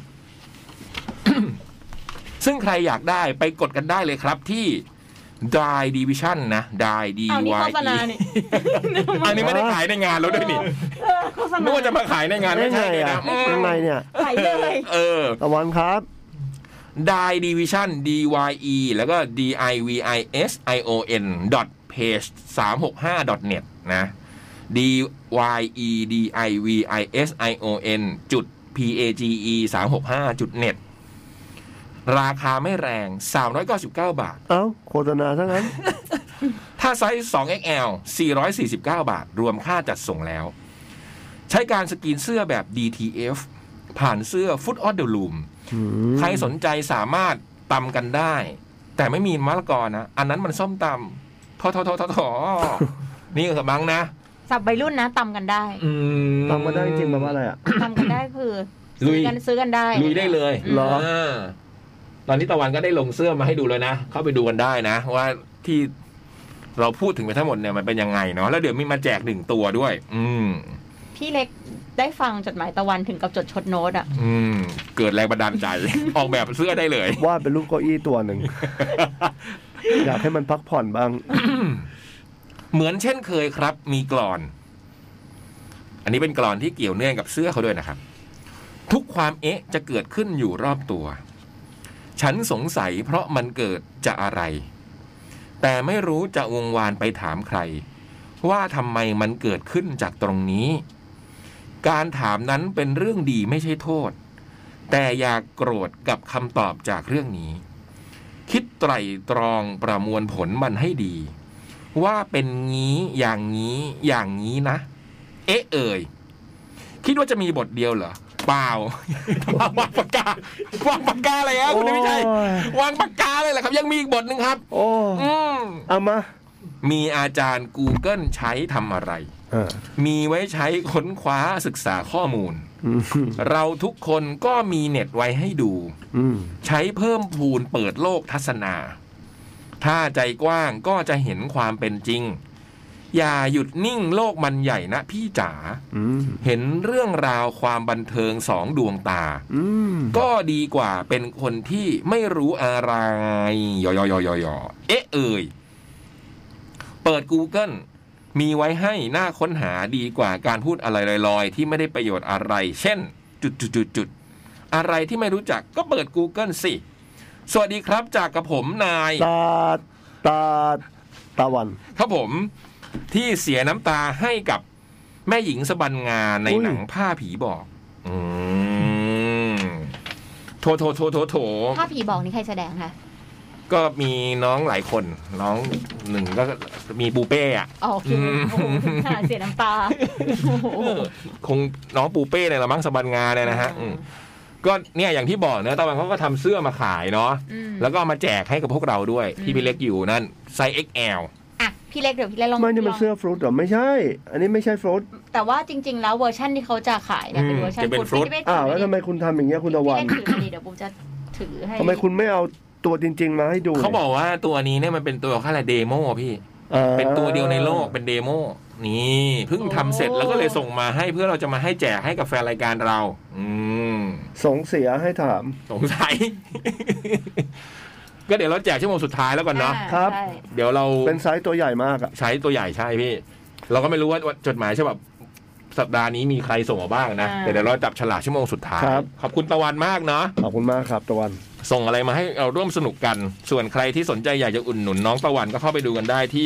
ซึ่งใครอยากได้ไปกดกันได้เลยครับที่ Dye Division นะ Dye DYE อันนี้ไม่ได้ขายในงานแล้วด้วยนี่นึกว่าจะมาขายในงานไม่ใช่นะยังไงเนี่ยขายเลยตะวันครับ Dye Division DYE แล้วก็ DIVISION page 365.net นะ DYEDIVISION .PAGE 365.net ราคาไม่แรง399 บาทเอ้าโฆษณาทั้งนั้นถ้าไซส์ 2XL 449 บาทรวมค่าจัดส่งแล้วใช้การสกรีนเสื้อแบบ DTF ผ่านเสื้อ Foot on the Loom ใครสนใจสามารถตำกันได้แต่ไม่มีมะละกอนะอันนั้นมันส้มตำทอนี่ก็มั้งนะสับใบรุ่นนะตำกันได้ตำกันได้จริงๆแบบว่าอะไรอะตำกันได้คือซื้อกันได้ลุยได้เลยเหรอตอนนี้ตะวันก็ได้ลงเสื้อมาให้ดูเลยนะเข้าไปดูกันได้นะว่าที่เราพูดถึงไปทั้งหมดเนี่ยมันเป็นยังไงเนาะแล้วเดี๋ยวมีมาแจก1 ตัวด้วยพี่เล็กได้ฟังจดหมายตะวันถึงกับจดชดโน้ตอ่ะเกิดแรงบันดาลใจ ออกแบบเสื้อได้เลยวาดเป็นรูปเก้าอี้ตัวหนึ่ง อยากให้มันพักผ่อนบ้างเหมือนเช่นเคยครับมีกลอนอันนี้เป็นกลอนที่เกี่ยวเนื่องกับเสื้อเขาด้วยนะครับทุกความเอ๊ะจะเกิดขึ้นอยู่รอบตัวฉันสงสัยเพราะมันเกิดจะอะไรแต่ไม่รู้จะวงวานไปถามใครว่าทำไมมันเกิดขึ้นจากตรงนี้การถามนั้นเป็นเรื่องดีไม่ใช่โทษแต่อย่าโกรธกับคำตอบจากเรื่องนี้คิดไตร่ตรองประมวลผลมันให้ดีว่าเป็นงี้อย่างนี้นะเอ๊ะเอ่ยคิดว่าจะมีบทเดียวเหรอเปล่าวางปากกาเลยครับคุณวิชัยวางปากกาเลยแหละครับยังมีอีกบทหนึ่งครับเอามามีอาจารย์ Google ใช้ทำอะไรมีไว้ใช้ค้นคว้าศึกษาข้อมูลเราทุกคนก็มีเน็ตไว้ให้ดูใช้เพิ่มพูนเปิดโลกทัศนาถ้าใจกว้างก็จะเห็นความเป็นจริงอย่าหยุดนิ่งโลกมันใหญ่นะพี่จ๋าเห็นเรื่องราวความบันเทิง2 ดวงตาก็ดีกว่าเป็นคนที่ไม่รู้อะไรยเอ๊ะเอ่ยเปิด Google มีไว้ให้หน้าค้นหาดีกว่าการพูดอะไรลอยๆที่ไม่ได้ประโยชน์อะไรเช่นจุดอะไรที่ไม่รู้จักก็เปิด Google สิสวัสดีครับจากกับผมนายตะวันครับผมที่เสียน้ำตาให้กับแม่หญิงสะบันงาในหนังผ้าผีบอกโถผ้าผีบอกนี่ใครแสดงคะก็มีน้องหลายคนน้องหนึ่งก็มีปูเป้อะโอเคโอ้โหเสียน้ำตาคงน้องปูเป้เนี่ยละมั้งสบันงาเนี่ยนะฮะก็เนี่ยอย่างที่บอกเนอะตะวันเขาก็ทำเสื้อมาขายเนาะแล้วก็มาแจกให้กับพวกเราด้วยที่พี่เล็กอยู่นั่นไซส์ XL อ่ะพี่เล็กเดี๋ยวพี่เล็กลองไม่นี่มันเสื้อฟรุตหรอไม่ใช่อันนี้ไม่ใช่ฟรุตแต่ว่าจริงๆแล้วเวอร์ชันที่เขาจะขายเนี่ยเป็นเวอร์ชันฟรุตแล้วทำไมคุณทำอย่างเงี้ยคุณตะวันเดี๋ยวผมจะถือให้ทำไมคุณไม่เอาตัวจริงๆมาให้ดูเขาบอกว่าตัวนี้เนี่ยมันเป็นตัวแค่เดโมพี่เป็นตัวเดียวในโลกเป็นเดโมนี่เพิ่งทำเสร็จแล้วก็เลยส่งมาให้เพื่อเราจะมาให้แจกให้กับแฟนรายการเราสงเสียให้ถามสงสัย ก็เดี๋ยวเราแจกชั่วโมงสุดท้ายแล้วกันเนาะครับเดี๋ยวเราเป็นไซส์ตัวใหญ่มากอะไซส์ตัวใหญ่ใช่พี่เราก็ไม่รู้ว่าจดหมายฉบับสัปดาห์นี้มีใครส่งมาบ้างนะเดี๋ยวเราจับฉลากชั่วโมงสุดท้ายขอบคุณตะวันมากเนาะขอบคุณมากครับตะวันส่งอะไรมาให้เราร่วมสนุกกันส่วนใครที่สนใจอยากจะอุดหนุนน้องตะวันก็เข้าไปดูกันได้ที่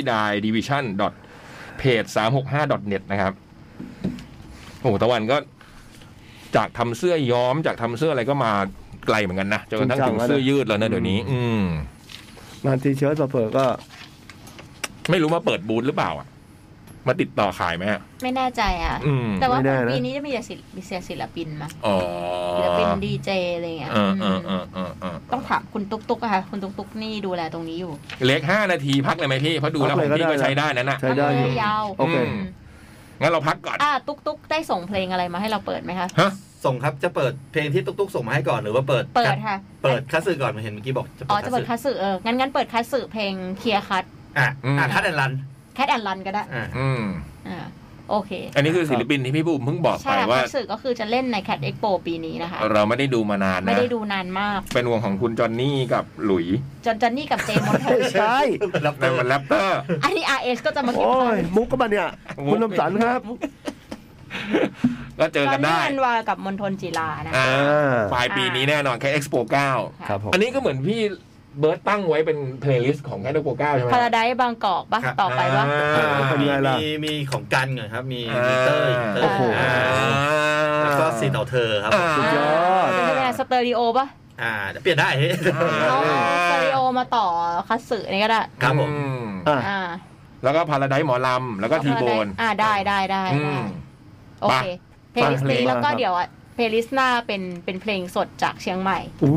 daidivision.page365.net นะครับโอ้ตะวันก็จากทำเสื้อย้อมจากทำเสื้ออะไรก็มาไกลเหมือนกันนะจนกระทั่งถึงเสื้อยืดแล้วนะเดี๋ยวนี้งานทีเชิ้ตเปิดก็ไม่รู้มาเปิดบูธหรือเปล่าอ่ะมาติดต่อขายไหมไม่แน่ใจอ่ะแต่ว่าปีนี้จะมีศิลปินมาศิลปินดีเจอะไรเงี้ยต้องถามคุณตุ๊กอะค่ะคุณตุ๊กนี่ดูแลตรงนี้อยู่เล็ก5 นาทีพักเลยไหมพี่เพราะดูแล้วของพี่ก็ใช้ได้นั่นน่ะใช้ได้ยาวโอเคงั้นเราพักก่อนตุ๊กได้ส่งเพลงอะไรมาให้เราเปิดไหมคะส่งครับจะเปิดเพลงที่ตุ๊กส่งมาให้ก่อนหรือว่าเปิดค่ะเปิดคัสสึก่อนเห็นเมื่อกี้บอกจะเปิดคัสสึงั้นเปิดคัสสึเพลงเคลียร์คัทคัทแอนด์รันแคทแอนด์รันก็ได้โอเคอันนี้คือศิลปินที่พี่บุ๋มเพิ่งบอกไปว่าคัสสึก็คือจะเล่นใน Cat Expo ปีนี้นะคะเราไม่ได้ดูมานานนะไม่ได้ดูนานมากเป็นวงของคุณจอนนี่กับหลุยจอนนี่กับเจมส์ใช่ในวันแรปเตอร์อันนี้ RS ก็จะมาโอ้ยมุกก็มาเนี่ยคุณนำสันครับก็เจอกันได้กันว่ากับมณฑลจิรานะปลายปีนี้แน่นอนแค่ Expo 9 ครับผมอันนี้ก็เหมือนพี่เบิร์ตตั้งไว้เป็นเพลย์ลิสต์ของแคทโปร9ใช่ไหม Paradise บางกอกป่ะต่อไปว่ามีของกันเหรอครับมีเตอร์โอ้โหแล้วก็ซีต่อเธอครับสุดยอดเป็นไงสเตอริโอป่ะเปลี่ยนได้เอาสเตอริโอมาต่อคัสสึนี่ก็ได้ครับผมแล้วก็ Paradise หมอลำแล้วก็ทีโบนได้โอเคเพลย์ลิสต์นี้แล้วก็เดี๋ยวเพลย์ลิสต์หน้าเป็นเพลงสดจากเชียงใหม่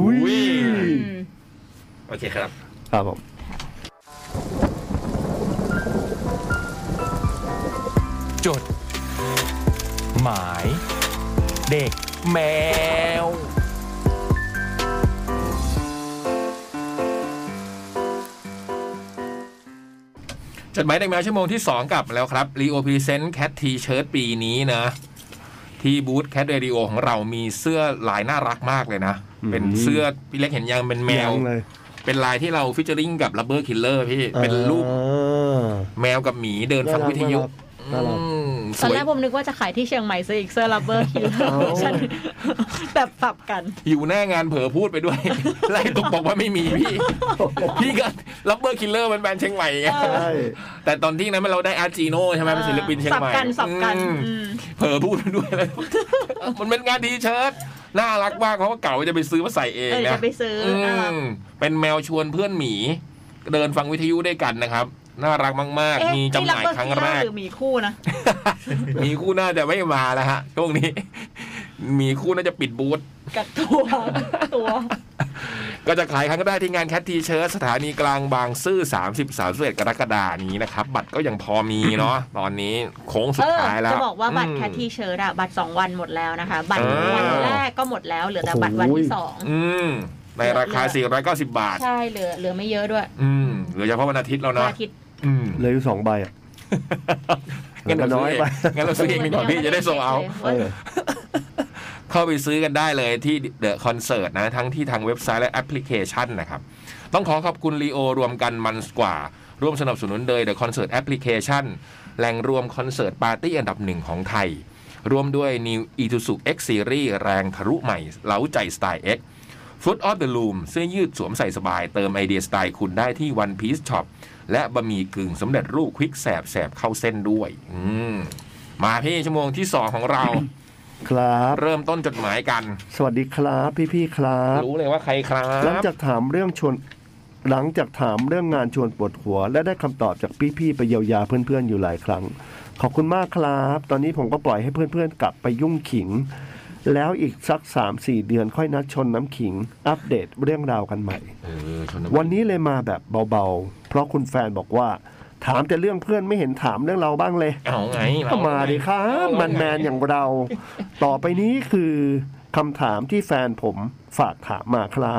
โอเคครับครับผมจดหมายเด็กแมวจดหมายเด็กแมวชั่วโมงที่2กลับแล้วครับ Leo Present Cat T-shirt ปีนี้นะที่บูธ Cat Radio ของเรามีเสื้อลายน่ารักมากเลยนะเป็นเสื้อพี่เล็กเห็นยังเป็นแมวเป็นลายที่เราฟิชเจอริงกับ Rubber Killer พี่เป็นรูปแมวกับหมีเดินฟังวิทยุตอนแรกผมนึกว่าจะขายที่เชียงใหม่ซื้ออีกเสื้อ Rubber Killer แบบสับกันอยู่หน้างานเผลอพูดไปด้วยไล่ตุ๊กบอกว่าไม่มีพี่ก็ Rubber Killer มันแบรนด์เชียงใหม่ไงแต่ตอนที่นั้นเราได้อาร์จีโน่ใช่ไหมเป็นศิลปินเชียงใหม่สับกันเผลอพูดไปด้วยมันเป็นงานทีเชิ้ตน่ารักมากเพราะว่าเก่าจะไปซื้อมาใส่เองนะจะไปซื้อเป็นแมวชวนเพื่อนหมีเดินฟังวิทยุด้วยกันนะครับน่ารักมากๆมีจำหน่ายครั้งแรกหรือมีคู่นะมีคู่น่าจะไม่มาแล้วฮะช่วงนี้มีคู่น่าจะปิดบูธกับตัวก็จะขายครั้งแรกที่งานแคททีเชิร์ตสถานีกลางบางซื่อ30-31 กรกฎาคมนี้นะครับบัตรก็ยังพอมีเนาะตอนนี้โค้งสุดท้ายแล้วจะบอกว่าบัตรแคททีเชิร์ตบัตร2วันหมดแล้วนะคะบัตรวันแรกก็หมดแล้วเหลือแต่บัตรวันที่2 ในราคา490 บาทใช่เหลือไม่เยอะด้วยเหลือเฉพาะวันอาทิตย์แล้วนะเหลืออยู่2 ใบอ่ะงั้นเราน้อยไปงั้นเราซื้อเองดีกว่าพี่จะได้ส่งเอาเข้าไปซื้อกันได้เลยที่ The Concert นะทั้งที่ทางเว็บไซต์และแอปพลิเคชันนะครับต้องขอขอบคุณลีโอรวมกันมันกว่าร่วมสนับสนุนโดย The Concert Application แหล่งรวมคอนเสิร์ตปาร์ตี้อันดับ1ของไทยรวมด้วย New Isuzu X Series แรงทะลุใหม่เล้าใจสไตล์ X Foot of the Loom เสื้อยืดสวมใส่สบายเติมไอเดียสไตล์คุณได้ที่ One Piece Shop และบะหมี่กึ่งสำเร็จรูปควิกแสบเข้าเส้นด้วยมาพี่ชั่วโมงที่2ของเราครับเริ่มต้นจดหมายกันสวัสดีครับพี่ๆครับรู้เลยว่าใครครับหลังจากถามเรื่องชวนหลังจากถามเรื่องงานชวนปวดหัวและได้คำตอบจากพี่ๆไปเยียวยาเพื่อนๆอยู่หลายครั้งขอบคุณมากครับตอนนี้ผมก็ปล่อยให้เพื่อนๆกลับไปยุ่งขิงแล้วอีกสัก 3-4 เดือนค่อยนัดชนน้ำขิงอัปเดตเรื่องราวกันใหม่วันนี้เลยมาแบบเบาๆเพราะคุณแฟนบอกว่าถามแต่เรื่องเพื่อนไม่เห็นถามเรื่องเราบ้างเลยเอาไงก็มาดิครับแมนอย่างเราต่อไปนี้คือคำถามที่แฟนผมฝากถามมาครับ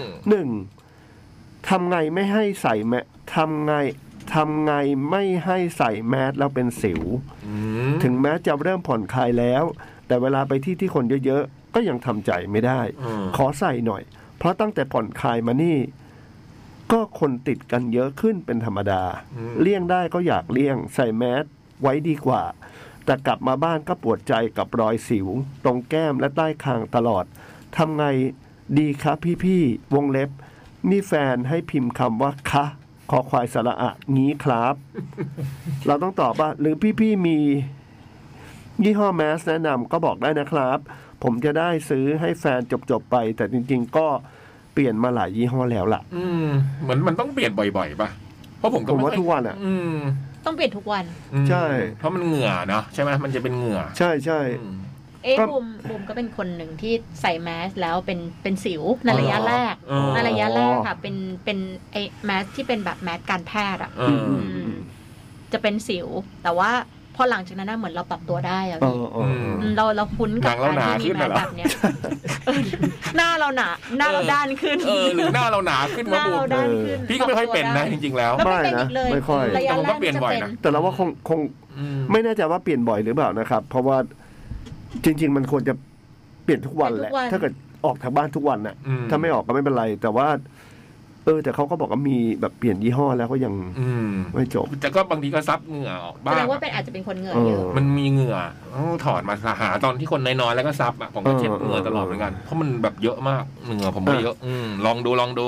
1. ทำไงไม่ให้ใส่แมสทำไงไม่ให้ใส่แมสแล้วเป็นสิวถึงแม้จะเริ่มผ่อนคลายแล้วแต่เวลาไปที่คนเยอะๆก็ยังทำใจไม่ได้ขอใส่หน่อยเพราะตั้งแต่ผ่อนคลายมานี่ก็คนติดกันเยอะขึ้นเป็นธรรมดาเลี่ยงได้ก็อยากเลี่ยงใส่แมสไว้ดีกว่าแต่กลับมาบ้านก็ปวดใจกับรอยสิวตรงแก้มและใต้คางตลอดทำไงดีครับพี่ๆวงเล็บนี่แฟนให้พิมพ์คำว่าคะขอควายสระอะงี้ครับ เราต้องตอบว่าหรือพี่ๆมียี่ห้อแมสแนะนำก็บอกได้นะครับผมจะได้ซื้อให้แฟนจบไปแต่จริงๆก็เปลี่ยนมาหลายยี่ห้อแล้วล่ะเหมือนมันต้องเปลี่ยนบ่อยๆป่ะเพราะผมว่าทุกวันอ่ะต้องเปลี่ยนทุกวันใช่เพราะมันเหงื่อเนาะใช่ไหมมันจะเป็นเหงื่อใช่ใช่บูมก็เป็นคนหนึ่งที่ใส่แมสแล้วเป็นสิวในระยะแรกค่ะเป็นไอ้แมสที่เป็นแบบแมสการแพทย์อ่ะจะเป็นสิวแต่ว่าพอหลังจากนั้นเหมือนเราปรับตัวได้อะพี่เราคุ้นกับการที่มีแมสแบบเนี้ยหน้าเราหนาหน้าเราด้านขึ้นหรือหน้าเราหนาขึ้นมาบูมพี่ก็ไม่ค่อยเป็นนะจริงๆแล้วไม่นะไม่ค่อยระยะแรกเปลี่ยนบ่อยนะแต่เราว่าคงไม่แน่ใจว่าเปลี่ยนบ่อยหรือเปล่านะครับเพราะว่าจริงๆมันควรจะเปลี่ยนทุกวันแหละถ้าเกิดออกจากบ้านทุกวันน่ะถ้าไม่ออกก็ไม่เป็นไรแต่ว่าแต่เขาก็บอกว่ามีแบบเปลี่ยนยี่ห้อแล้วก็ยังไม่จบแต่ก็บางทีก็ซับเหงื่อออกบ้างแสดงว่าเป็นอาจจะเป็นคนเหงื่อเยอะมันมีเหงื่อถอดมาหาตอนที่คนน้อยๆแล้วก็ซับอ่ะผมก็เช็ดเหงื่อตลอดเหมือนกันเพราะมันแบบเยอะมากเหงื่อผมเยอะลองดู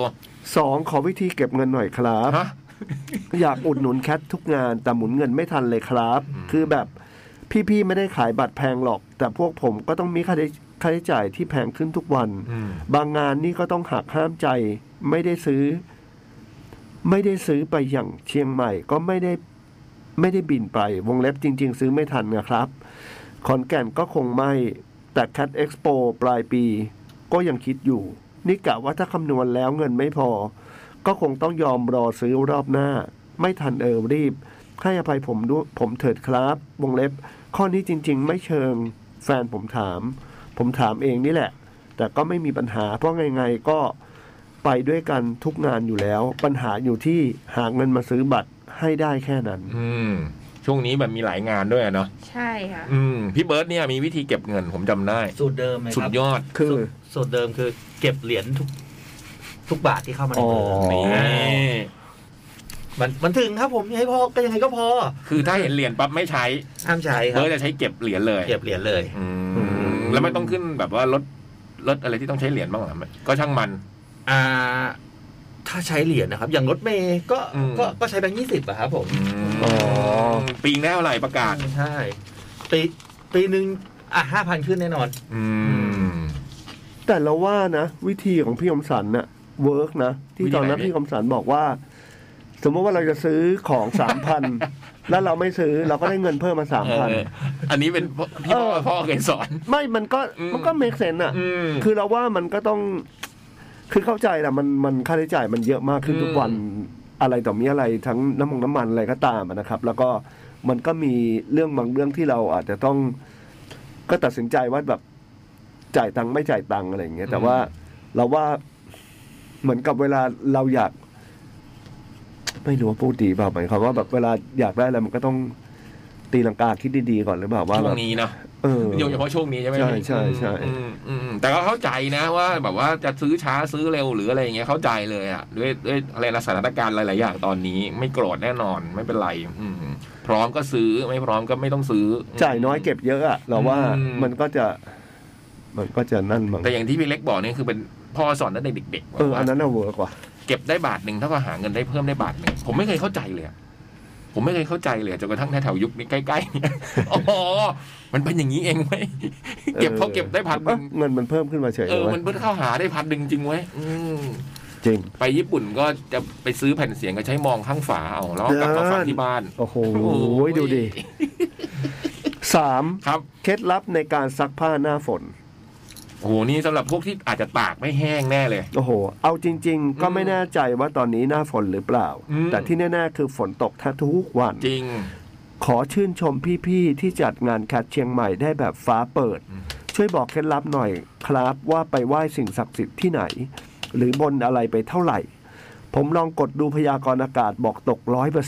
2 ขอวิธีเก็บเงินหน่อยครับอยากอุดหนุนแคททุกงานแต่หมุนเงินไม่ทันเลยครับคือแบบพี่ๆไม่ได้ขายบัตรแพงหรอกแต่พวกผมก็ต้องมีค่าใช้จ่ายที่แพงขึ้นทุกวันบางงานนี่ก็ต้องหักห้ามใจไม่ได้ซื้อไปอย่างเชียงใหม่ก็ไม่ได้บินไปวงเล็บจริงๆซื้อไม่ทันนะครับขอนแก่นก็คงไม่แต่แคทเอ็กซ์โปปลายปีก็ยังคิดอยู่นี่กะว่าถ้าคำนวณแล้วเงินไม่พอก็คงต้องยอมรอซื้อรอบหน้าไม่ทันรีบให้อภัยผมเถิดครับวงเล็บข้อนี้จริงๆไม่เชิงแฟนผมถามเองนี่แหละแต่ก็ไม่มีปัญหาเพราะไงๆก็ไปด้วยกันทุกงานอยู่แล้วปัญหาอยู่ที่หาเงินมาซื้อบัตรให้ได้แค่นั้นช่วงนี้แบบมีหลายงานด้วยเนาะใช่ค่ะพี่เบิร์ดเนี่ยมีวิธีเก็บเงินผมจำได้สูตรเดิมไหมครับสุดยอดคือสูตรเดิมคือเก็บเหรียญทุกบาทที่เข้ามาในมือมันถึงครับผมให้พอก็ยังไงก็พอคือถ้าเห็นเหรียญปั๊บไม่ใช้ห้ามใช้ครับเบิร์ดจะใช้เก็บเหรียญเลยแล้วไม่ต้องขึ้นแบบว่ารถอะไรที่ต้องใช้เหรียญบ้างหรอก็ช่างมันถ้าใช้เหรียญนะครับอย่างรถเมย์ก็ใช้แบงค์20อะครับผมปีแน่อะไรประกาศใช่ปีนึง5,000ขึ้นแน่นอนแต่เราว่านะวิธีของพี่คมสันน่ะเวิร์กนะที่ตอนนั้นพี่คมสันบอกว่าสมมติว่าเราจะซื้อของ 3,000 แล้วเราไม่ซื้อเราก็ได้เงินเพิ่มมา 3,000 อันนี้เป็นพี่พ่อเคยสอนไม่มันก็เมคเซนส์อ่ะคือเราว่ามันก็ต้องคือเข้าใจแหละมันค่าใช้จ่ายมันเยอะมากขึ้นทุกวันอะไรต่อมีอะไรทั้งน้ำมันอะไรก็ตามนะครับแล้วก็มันก็มีเรื่องบางเรื่องที่เราอาจจะต้องก็ตัดสินใจว่าแบบจ่ายตังค์ไม่จ่ายตังค์อะไรอย่างเงี้ยแต่ว่าเราว่าเหมือนกับเวลาเราอยากไม่รู้ว่าพูดดีเปล่าหมายความว่าแบบเวลาอยากได้อะไรมันก็ต้องตีลังกาคิดดีๆก่อนหรือเปล่าว่าช่วงนี้เนาะโดยเฉพาะช่วงนี้ใช่ไหมใช่แต่ก็เข้าใจนะว่าแบบว่าจะซื้อช้าซื้อเร็วหรืออะไรอย่างเงี้ยเข้าใจเลยอ่ะด้วยอะไรสถานการณ์หลายๆอย่างตอนนี้ไม่โกรธแน่นอนไม่เป็นไรพร้อมก็ซื้อไม่พร้อมก็ไม่ต้องซื้อจ่ายน้อยเก็บเยอะอ่ะเราว่ามันก็จะนั่นมั้งแต่อย่างที่พี่เล็กบอกนี่คือเป็นพ่อสอนตั้งแต่เด็กๆอันนั้นน่ะเวิร์กกว่าเก็บได้บาทนึงเท่ากับหาเงินได้เพิ่มได้บาทนึงผมไม่เคยเข้าใจเลยผมไม่เคยเข้าใจเลยจนกระทั่งแถวยุคนี้ใกล้ๆเนี่ยอ๋อมันเป็นอย่างนี้เองไหมเก็บได้1,000 เงินมันเพิ่มขึ้นมาเฉยมันเพิ่มเข้าหาได้1,000จริงไว้จริงไปญี่ปุ่นก็จะไปซื้อแผ่นเสียงก็ใช้มองข้างฝาเอาแล้วกลับมาฟังที่บ้านโอ้โหดูดิ3 ครับเคล็ดลับในการซักผ้าหน้าฝนโอ้โหนี่สำหรับพวกที่อาจจะตากไม่แห้งแน่เลยโอ้โหเอาจริงๆก็ไม่แน่ใจว่าตอนนี้หน้าฝนหรือเปล่าแต่ที่แน่ๆคือฝนตกทุกวันจริงขอชื่นชมพี่ๆที่จัดงานแคทเชียงใหม่ได้แบบฟ้าเปิดช่วยบอกเคล็ดลับหน่อยครับว่าไปไหว้สิ่งศักดิ์สิทธิ์ที่ไหนหรือบนอะไรไปเท่าไหร่ผมลองกดดูพยากรณ์อากาศบอกตก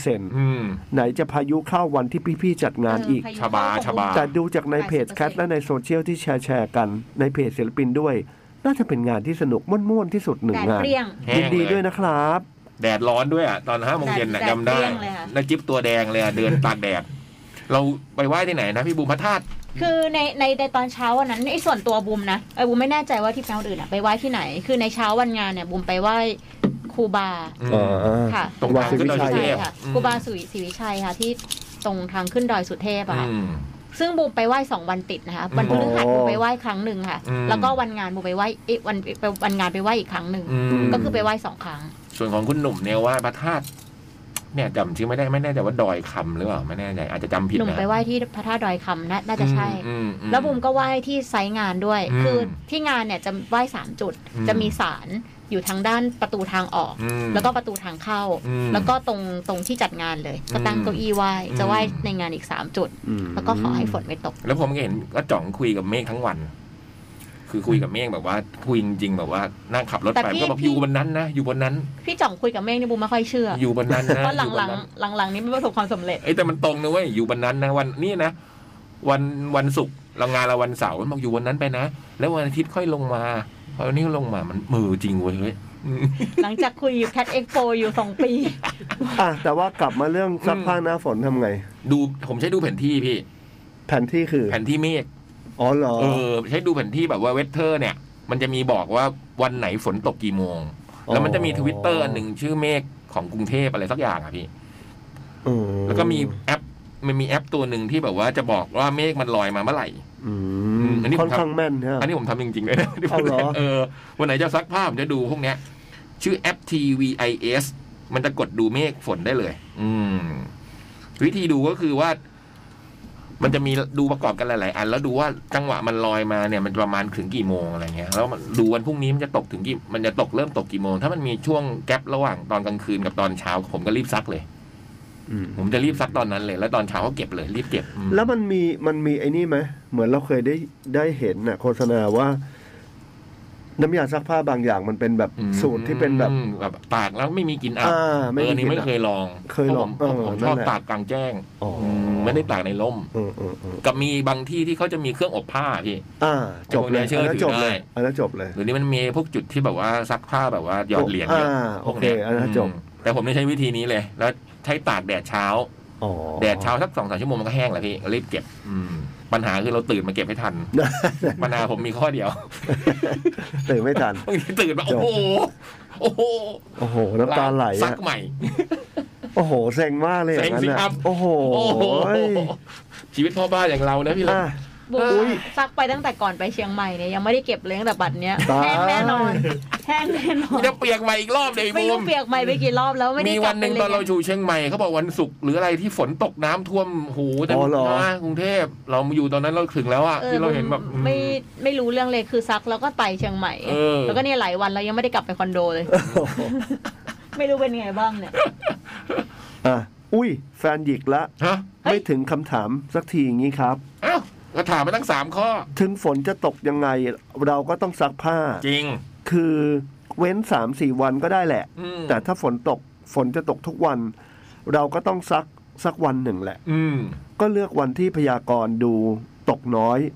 100% ไหนจะพายุเข้าวันที่พี่ๆจัดงานอีกชบาแต่ดูจากในเพจแคทและในโซเชียลที่แชร์กันในเพจศิลปินด้วยน่าจะเป็นงานที่สนุกม่วนๆที่สุดหนึ่งงานยินดีด้วยนะครับแดดร้อนด้วยอ่ะตอน 5 โมงเย็นน่ะจำได้แล้วจิ๊บตัวแดงเลยเดินตากแดดเราไปไหว้ที่ไหนนะพี่บูมพระธาตุคือในตอนเช้าวันนั้นไอ้ส่วนตัวบูมนะบูมไม่แน่ใจว่าที่แปลงอื่นไปไหว้ที่ไหนคือในเช้าวันงานเนี่ยบูมไปไหว้ครูบาค่ะตรงทางขึ้นดอยสุเทพค่ะครูบาศรีวิชัยค่ะที่ตรงทางขึ้นดอยสุเทพอะค่ะซึ่งบูมไปไหว้2 วันติดนะคะวันพฤหัสบูมไปไหว้ครั้งหนึ่งค่ะแล้วก็วันงานบูมไปไหว้วันงานไปไหว้อีกครั้งหนึ่งก็คือไปไหว้2 ครั้งส่วนของคุณหนุ่มเนี่ยว่าพระธาตุเนี่ยจำชื่อไม่ได้ไม่แน่ใจว่าดอยคำหรือเปล่าไม่แน่ใจอาจจะจำผิดนะหนุ่มไปไหว้ที่พระธาตุดอยคำน่าจะใช่แล้วบูมก็ไหว้ที่ไซต์งานด้วยคือที่งานเนี่ยจะไหว้3 จุดจะมีศาลอยู่ทางด้านประตูทางออกแล้วก็ประตูทางเข้าแล้วก็ตรงที่จัดงานเลยก็ตั้งเก้าอี้ไหว้จะไหว้ในงานอีก3 จุดแล้วก็ขอให้ฝนไม่ตกแล้วผมก็เห็นก็จ่องคุยกับเมฆทั้งวันคือคุยกับเมฆแบบว่าคุยจริงๆแบบว่านั่งขับรถไปก็บอกอยู่บนนั้นนะอยู่บนนั้นพี่จ่องคุยกับเมฆนี่บูมไม่ค่อยเชื่ออยู่บนนั้นนะเพราะหลังๆนี้ไม่ประสบความสำเร็จแต่มันตรงนะเว้ยอยู่บนนั้นนะวันนี้นะวันศุกร์เรางานเราวันเสาร์บอกอยู่บนนั้นไปนะแล้ววันอาทิตย์ค่อยลงมาพอวันนี้ลงมามันมือจริงเว้ยหลังจากคุยอยู่แคทเอ็กโปอยู่2 ปีแต่ว่ากลับมาเรื่องซักผ้าหน้าฝนทำไงดูผมใช้ดูแผนที่พี่แผนที่คือแผนที่เมฆอ๋อเหรอใช้ดูแผนที่แบบว่าเวเทอร์เนี่ยมันจะมีบอกว่าวันไหนฝนตกกี่โมงแล้วมันจะมี Twitter อันนึงชื่อเมฆของกรุงเทพอะไรสักอย่างอ่ะพี่แล้วก็มีแอปมันมีแอปตัวหนึ่งที่แบบว่าจะบอกว่าเมฆมันลอยมาเมื่อไหร่อันนี้ค่อนข้างแม่นนะอันนี้ผมทำจริงๆเลยนะวันไหนจะซักผ้าผมจะดูพวกเนี้ยชื่อแอป TVIS มันจะกดดูเมฆฝนได้เลยวิธีดูก็คือว่ามันจะมีดูประกอบกันหลายๆอันแล้วดูว่าจังหวะมันลอยมาเนี่ยมันประมาณถึงกี่โมงอะไรเงี้ยแล้วดูวันพรุ่งนี้มันจะตกถึงกี่มันจะตกเริ่มตกกี่โมงถ้ามันมีช่วงแกประหว่างตอนกลางคืนกับตอนเช้าผมก็รีบซักเลยผมจะรีบซักตอนนั้นเลยแล้วตอนเช้าก็เก็บเลยรีบเก็บแล้วมันมีไอ้นี่ไหมเหมือนเราเคยได้เห็นน่ะโฆษณาว่าน้ำยาซักผ้าบางอย่างมันเป็นแบบสูตรที่เป็นแบบตากแล้วไม่มีกลิ่นอับนี่ไม่เคยลองผมชอบตากกลางแจ้งไม่ได้ตากในร่มกับมีบางที่ที่เขาจะมีเครื่องอบผ้าพี่จบเลยเชื่อถือได้อันนั้นจบเลยหรือนี่มันมีพวกจุดที่แบบว่าซักผ้าแบบว่าหยอดเหรียญโอเคอันนั้นจบแต่ผมไม่ใช้วิธีนี้เลยแล้วใช้ตากแดดเช้าแดดเช้าสัก 2-3 ชั่วโมงมันก็แห้งแล้วพี่รีบเก็บปัญหาคือเราตื่นมาเก็บไม่ทันปัญหาผมมีข้อเดียวตื่นไม่ทันตื่นมาโอ้โหน้ำตาไหลซักใหม่โอ้โหเซ็งมากเลยอย่างนั้นนะโอ้โหชีวิตพ่อบ้านอย่างเรานะพี่เล็กซักไปตั้งแต่ก่อนไปเชียงใหม่เนี่ยยังไม่ได้เก็บเลยตั้งแต่บัดเนี้ยแห้งแน่นอนแห้งแน่นอนจะเปียกใหม่อีกรอบเลยไม่รู้เปียกใหม่ไปกี่รอบแล้วไม่ได้มีวันหนึ่งตอนเราอยู่เชียงใหม่เขาบอกวันศุกร์หรืออะไรที่ฝนตกน้ำท่วมหูแต่กรุงเทพเราอยู่ตอนนั้นเราถึงแล้วอ่ะที่เราเห็นแบบไม่รู้เรื่องเลยคือซักแล้วก็ไปเชียงใหม่แล้วก็เนี่ยหลายวันเรายังไม่ได้กลับไปคอนโดเลยไม่รู้เป็นไงบ้างเนี่ยอุ้ยแฟนหยิกละไม่ถึงคำถามสักทีอย่างนี้ครับก็ถามมาตั้ง3 ข้อถึงฝนจะตกยังไงเราก็ต้องซักผ้าจริงคือเว้น 3-4 วันก็ได้แหละแต่ถ้าฝนจะตกทุกวันเราก็ต้องซักวันหนึ่งแหละก็เลือกวันที่พยากรณ์ดูตกน้อย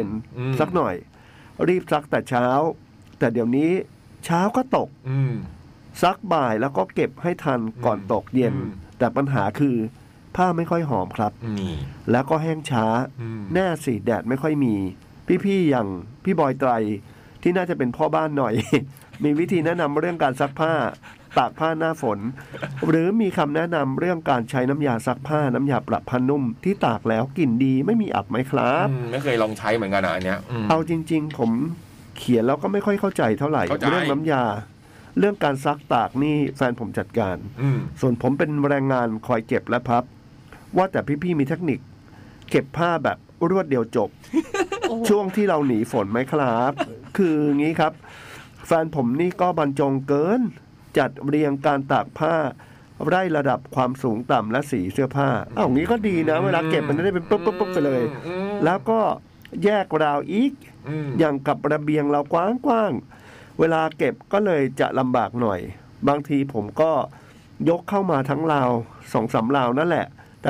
%สักหน่อยรีบซักแต่เช้าแต่เดี๋ยวนี้เช้าก็ตกซักบ่ายแล้วก็เก็บให้ทันก่อนตกเย็นแต่ปัญหาคือผ้าไม่ค่อยหอมครับแล้วก็แห้งช้าแน่สิแดดไม่ค่อยมีพี่ๆอย่างพี่บอยไตรที่น่าจะเป็นพ่อบ้านหน่อย มีวิธีแนะนำเรื่องการซักผ้าตากผ้าหน้าฝนหรือมีคำแนะนำเรื่องการใช้น้ำยาซักผ้าน้ำยาปรับผ้านุ่มที่ตากแล้วกลิ่นดีไม่มีอับไหมครับไม่เคยลองใช้เหมือนกันอันเนี้ยเอาจริงๆผมเขียนแล้วก็ไม่ค่อยเข้าใจเท่าไหร่เรื่องน้ำยาเรื่องการซักตากนี่แฟนผมจัดการส่วนผมเป็นแรงงานคอยเก็บและพับว่าแต่พี่ๆมีเทคนิคเก็บผ้าแบบรวดเดียวจบ ช่วงที่เราหนีฝนไหมครับ คืองี้ครับแฟนผมนี่ก็บรรจงเกินจัดเรียงการตากผ้าไล่ระดับความสูงต่ำและสีเสื้อผ้าอย่างนี้ก็ดีนะเวลาเก็บมันจะได้เป็นปุ๊บๆไปเลยแล้วก็แยกราวอีกอย่างกับระเบียงเรากว้างๆเวลาเก็บก็เลยจะลำบากหน่อยบางทีผมก็ยกเข้ามาทั้งราว 2-3 ราวนั่นแหละแต่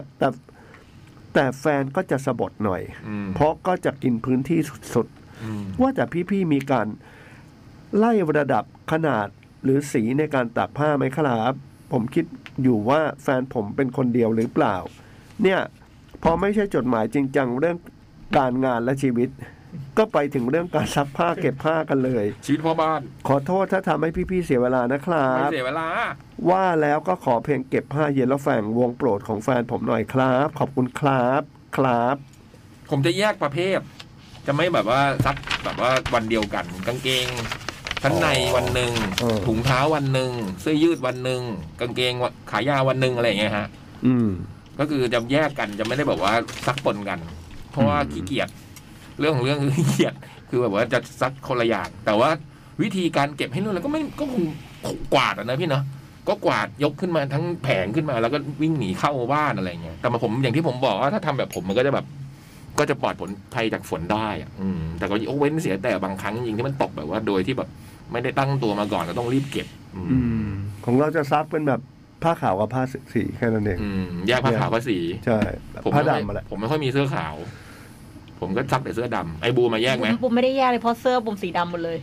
แฟนก็จะสะบัดหน่อยเพราะก็จะกินพื้นที่สุดๆว่าแต่พี่ๆมีการไล่ระดับขนาดหรือสีในการตากผ้าไหมครับผมคิดอยู่ว่าแฟนผมเป็นคนเดียวหรือเปล่าเนี่ยพอไม่ใช่จดหมายจริงจังเรื่องการงานและชีวิตก็ไปถึงเรื่องการซักผ้าเก็บผ้ากันเลยชีวิตพ่อบ้านขอโทษถ้าทำให้พี่ๆเสียเวลานะครับไม่เสียเวลาว่าแล้วก็ขอเพลงเก็บผ้าเย็นแล้วแฝงวงโปรดของแฟนผมหน่อยครับขอบคุณครับผมจะแยกประเภทจะไม่แบบว่าซักแบบว่าวันเดียวกันกางเกงชั้นในวันหนึ่งถุงเท้าวันหนึ่งเสื้อยืดวันหนึ่งกางเกงขายาววันหนึ่งอะไรอย่างเงี้ยฮะก็คือจะแยกกันจะไม่ได้แบบว่าซักปนกันเพราะว่าขี้เกียจเรื่องของเรื่องคือขี้เกียจคือแบบว่าจะซักคนละอย่างแต่ว่าวิธีการเก็บให้นู่นแล้วก็คงกวาดนะพี่เนาะก็กวาดยกขึ้นมาทั้งแผงขึ้นมาแล้วก็วิ่งหนีเข้าบ้านอะไรเงี้ยแต่มาผมอย่างที่ผมบอกว่าถ้าทำแบบผมมันก็จะแบบก็จะปลอดผลภัยจากฝนได้แต่ก็ยกเว้นเสียแต่บางครั้งจริงที่มันตกแบบว่าโดยที่แบบไม่ได้ตั้งตัวมาก่อนก็ต้องรีบเก็บของเราจะซักเป็นแบบผ้าขาวกับผ้าสีแค่นั้นเองแยกผ้าขาวกับสีใช่ผ้าดำมาแหละผมไม่ค่อยมีเสื้อขาวผมก็ซักแต่เสื้อดำไอ้บูมาแยกไหมบูมไม่ได้แยกเลยเพราะเสื้อบูมสีดำหมดเลย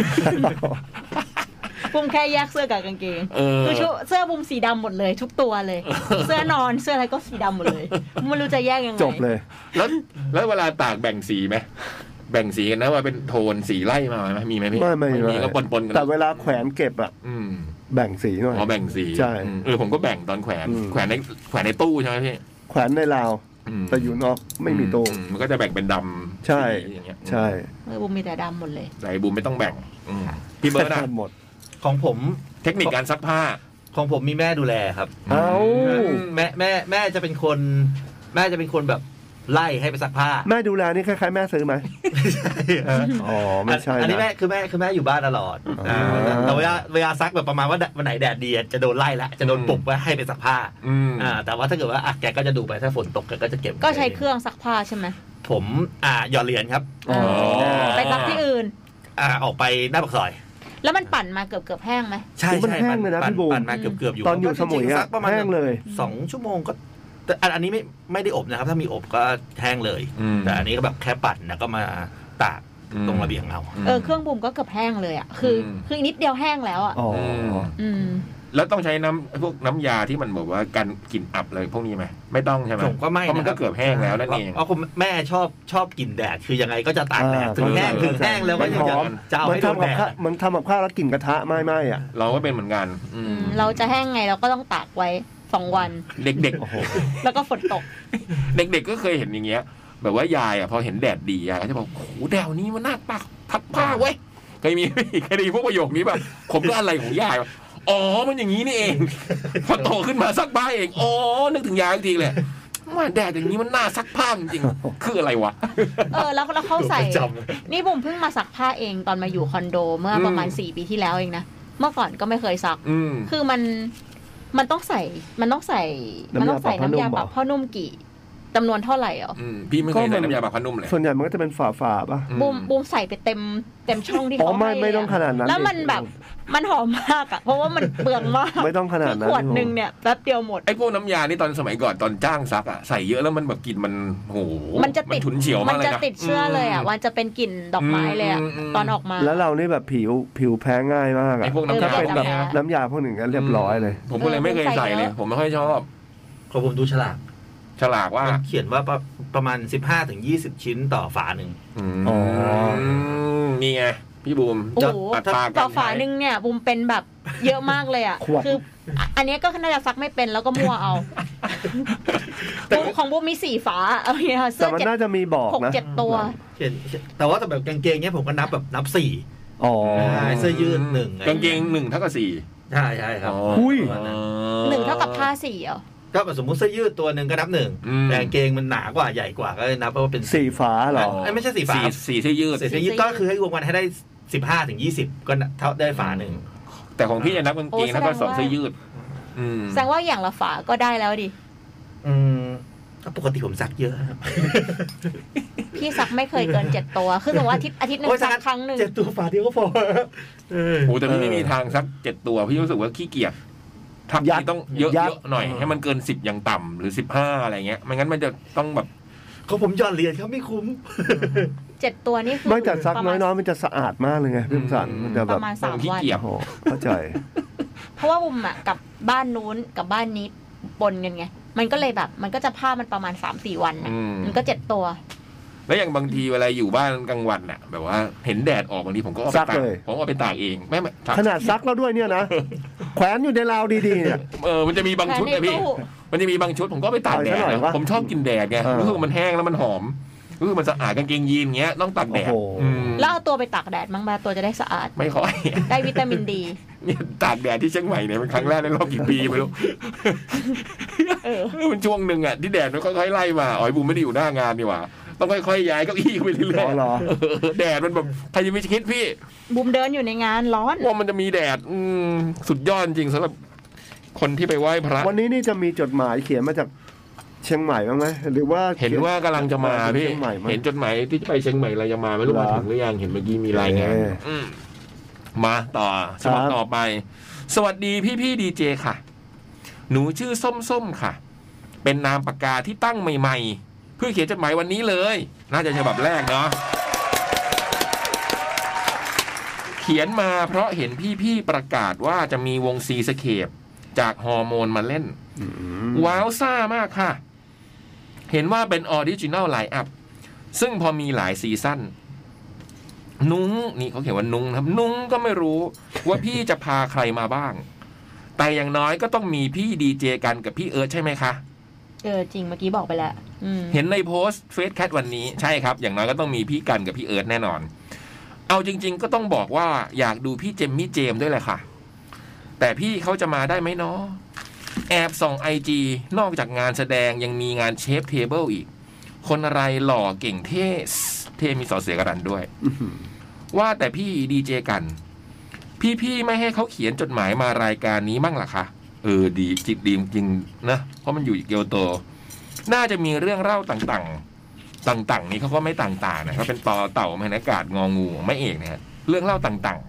บูมแค่แยกเสื้อกับกางเกงคือเสื้อบูมสีดำหมดเลยทุกตัวเลยเสื้อนอนเสื้ออะไรก็สีดำหมดเลยไม่รู้จะแยกยังไงจบเลยแล้วเวลาตากแบ่งสีไหมแบ่งสีกันนะว่าเป็นโทนสีไล่มาไหมมีไหมพี่ไม่มีก็ปนกันแต่เวลาแขวนเก็บอ่ะแบ่งสีหน่อยแบ่งสีใช่ผมก็แบ่งตอนแขวนในตู้ใช่ไหมพี่แขวนในราวแต่อยู่นอกไม่มีตู้มันก็จะแบ่งเป็นดำใช่ใช่บูมมีแต่ดำหมดเลยแต่บูมไม่ต้องแบ่งพี่เบิร์ดนะหมดของผมเทคนิคการซักผ้าของผมมีแม่ดูแลครับแม่จะเป็นคนแบบไล่ให้ไปซักผ้าแม่ดูแลนี่คล้ายๆแม่ซื้อไหมไม่ใช่อ๋อไม่ใช่อันนี้แม่คือแม่อยู่บ้านตลอดแต่เวลาซักแบบประมาณว่าวันไหนแดดดีจะโดนไล่ละจะโดนปลุกว่าให้ไปซักผ้าแต่ว่าถ้าเกิดว่าแกก็จะดูไปถ้าฝนตกแกก็จะเก็บก็ใช้เครื่องซักผ้าใช่ไหมผมหยอดเหรียญครับไปซักที่อื่นออกไปหน้าปากซอยแล้วมันปั่นมาเกือบแห้งไหมใช่มันแห้งเลยนะพี่บูมปั่นมาเกือบอยู่ตอนอยู่สมุยอะแห้งเลย 2 ชั่วโมงก็แต่อันนี้ไม่ได้อบนะครับถ้ามีอบก็แห้งเลยแต่อันนี้ก็แบบแค่ปั่นแล้วก็มาตากตรงระเบียงเอาเครื่องบูมก็เกือบแห้งเลยอ่ะคือนิดเดียวแห้งแล้วอ่ะแล้วต้องใช้พวกน้ำยาที่มันบอกว่ากันกลิ่นอับเลยพวกนี้ไหมไม่ต้องใช่ไหมผมก็ไม่เพราะมันก็เกือบแห้งแล้วนั่นเองแม่ชอบกลิ่นแดดคือยังไงก็จะตากแดดถึงแห้งแล้วก็ยังจะเอาให้โดนแดดมันทำกับข้าวแล้วกลิ่นกระทะไม่อ่ะเราก็เป็นเหมือนกันเราจะแห้งไงเราก็ต้องตากไว้2 วันเด็กๆแล้วก็ฝนตกเด็กๆก็เคยเห็นอย่างเงี้ยแบบว่ายายพอเห็นแดดดียายก็จะบอกโอ้โหแดดนี้มันน่าตากทับผ้าเว้ยเคยมีพวกประโยคนี้แบบผมก็อะไรของยายอ๋อมันอย่างนี้นี่เองพอโตขึ้นมาซักผ้าเองอ๋อนึกถึงยายทีเลยว่าแดดอย่างนี้มันน่าซักผ้าจริงๆคืออะไรวะแล้วเขาใส่นี่ผมเพิ่งมาซักผ้าเองตอนมาอยู่คอนโดเมื่อประมาณ4 ปีที่แล้วเองนะเมื่อก่อนก็ไม่เคยซักคือมันต้องใส่น้ำยาปรับผ้านุ่มกี่จำนวนเท่าไหร่อ่ะพี่ไม่เคยใส่น้ำยาปรับผ้านุ่มเลยส่วนใหญ่มันก็จะเป็นฝาป่ะบูมใส่ไปเต็มช่องที่เขาให้ไม่ต้องขนาดนั้นแล้วมันแบบมันหอมมากอ่ะเพราะว่ามันเปลืองมากไม่ต้องขนาดนั้นขวดนึงเนี่ยแป๊บเดียวหมดไอ้พวกน้ำยานี่ตอนสมัยก่อนตอนจ้างซักอ่ะใส่เยอะแล้วมันแบบกลิ่นมันโหมันจะติดฉุนเฉียวมากเลยนะมันจะติดเชื้อเลยอ่ะมันจะเป็นกลิ่นดอกไม้เลยอ่ะตอนออกมาแล้วเรานี่แบบผิวแพ้ง่ายมากอ่ะไอ้พวกน้ำยาเป็นแบบน้ำยาพวกหนึ่งก็เรียบร้อยเลยผมก็เลยไม่เคยใส่เลยผมไม่ค่อยชอบพอผมดูฉลากว่าเขียนว่าประมาณ 15-20 ชิ้นต่อฝาหนึ่งนี่ไงพี่บูมต่อฝาหนึ่งเนี่ยบูมเป็นแบบเยอะมากเลยอ่ะคืออันนี้ก็น่าจะซักไม่เป็นแล้วก็มั่วเอาของบูมมี4 ฝาเอาเสื้อแต่มันน่าจะมีบอกนะ 6-7 ตัวแต่ว่าแต่แบบกางเกงเนี้ยผมก็นับ4 อ๋อเสื้อยืด1 กางเกง1เท่ากับ4 ใช่ใช่ครับอุ้ย 1เท่ากับผ้า4เหรอก็สมมุติเสื้อยืดตัวนึงก็นับ1แต่กางเกงมันหนากว่าใหญ่กว่าก็นับว่าเป็นสีฟ้าเหรอไม่ใช่สีฟ้าสีเสื้อยืดก็คือให้รวมกันให้ได้15ถึง20ก็เท่าได้ฝานึงแต่ของพี่จะนับกางเกงแล้วก็2เสื้อยืดแสดงว่าอย่างละฝาก็ได้แล้วดิปกติผมซักเยอะครับพี่ซักไม่เคยเกิน7ตัวคือสมมติว่าอาทิตย์นึงซักครั้งนึง 7ตัวฝาเดียวก็พอโอ้แต่พี่ไม่มีทางซัก7ตัวพี่รู้สึกว่าขี้เกียจทับที่ต้องเยอะๆหน่อยให้มันเกิน10อย่างต่ำหรือ15อะไรเงี้ยไม่งั้นมันจะต้องแบบเขาผมย้อนเรียนเขาไม่คุ้ม 7ตัวนี่คือไม่แต่ซักน้อยๆมันจะสะอาดมากเลยไงพี่สันมันจะแบบประมาณ3 วันเข้าใจเพราะว่าบุมอ่ะกับบ้านนู้นกับบ้านนี้ปนกันไงมันก็เลยแบบมันก็จะผ้ามันประมาณ 3-4 วันน่ะมันก็7ตัวแล้วอย่างบางทีเวลาอยู่บ้านกลางวันน่ะแบบว่าเห็นแดดออกบางทีผมก็เอาไปตากผมเอาไปตากเองไม่ขนาดซักแล้วด้วยเนี่ยนะแขวนอยู่ในราวดีๆเนี่ยมันจะมีบางชุดนะพี่มันจะมีบางชุดผมก็ไปตากแดดผมชอบกินแดดไงรู้สึกมันแห้งแล้วมันหอมรู้สึกมันสะอาดกางเกงยีนเงี้ยต้องตากแดดแล้วเอาตัวไปตากแดดมั้งตัวจะได้สะอาดไม่ค่อยได้วิตามินดีเนี่ยตากแดดที่เชียงใหม่เนี่ยเป็นครั้งแรกในรอบกี่ปีไม่รู้มันช่วงนึงอ่ะที่แดดมันค่อยๆไล่มาอ๋อบุมไม่ได้อยู่หน้างานนี่หว่าต้องค่อยๆย้ายเก้าอี้ไปเรื่อยๆแดดมันแบบใครจะไม่คิดพี่บุมเดินอยู่ในงานร้อนว่ามันจะมีแดดสุดยอดจริงสำหรับคนที่ไปไหว้พระวันนี้นี่จะมีจดหมายเขียนมาจากเชียงใหม่บ้างไหมหรือว่าเห็นว่ากำลังจะมาพี่เห็นจดหมายที่จะไปเชียงใหม่อะไรจะมาไม่รู้มาถึงหรือยังเห็นเมื่อกี้มีรายงานมาต่อฉบับต่อไปสวัสดีพี่ดีเจค่ะหนูชื่อส้มค่ะเป็นนามปากกาที่ตั้งใหม่ๆเพื่อเขียนจดหมายวันนี้เลยน่าจะฉบับแรกเนาะเขียนมาเพราะเห็นพี่ประกาศว่าจะมีวงซีสเคปจากฮอร์โมนมาเล่นว้าวซ่ามากค่ะเห็นว่าเป็นออริจินัลไลน์อัพซึ่งพอมีหลายซีซั่นนุ้งนี่เขาเขียนว่านุ้งครับนุ้งก็ไม่รู้ว่าพี่จะพาใครมาบ้างแต่อย่างน้อยก็ต้องมีพี่ดีเจกันกับพี่เอิร์ธใช่ไหมคะจริงเมื่อกี้บอกไปแล้วเห็นในโพสต์เฟซแคทวันนี้ใช่ครับอย่างน้อยก็ต้องมีพี่กันกับพี่เอิร์ธแน่นอนเอาจริงๆก็ต้องบอกว่าอยากดูพี่เจมมี่เจมด้วยแหละค่ะแต่พี่เขาจะมาได้ไหมเนาะแอบส่อง IG นอกจากงานแสดงยังมีงานเชฟเทเบิลอีกคนอะไรหล่อเก่งเท่มีสอเสือกรันด้วย ว่าแต่พี่ดีเจกันพี่ไม่ให้เขาเขียนจดหมายมารายการนี้มั่งล่ะคะดีจิตดีจริงนะเพราะมันอยู่เกียวโตน่าจะมีเรื่องเล่าต่างๆนี้เขาก็ไม่ต่างๆนะเขาเป็นต่อเต่าแมนอากาศงองูไม่เอกนะเรื่องเล่าต่าง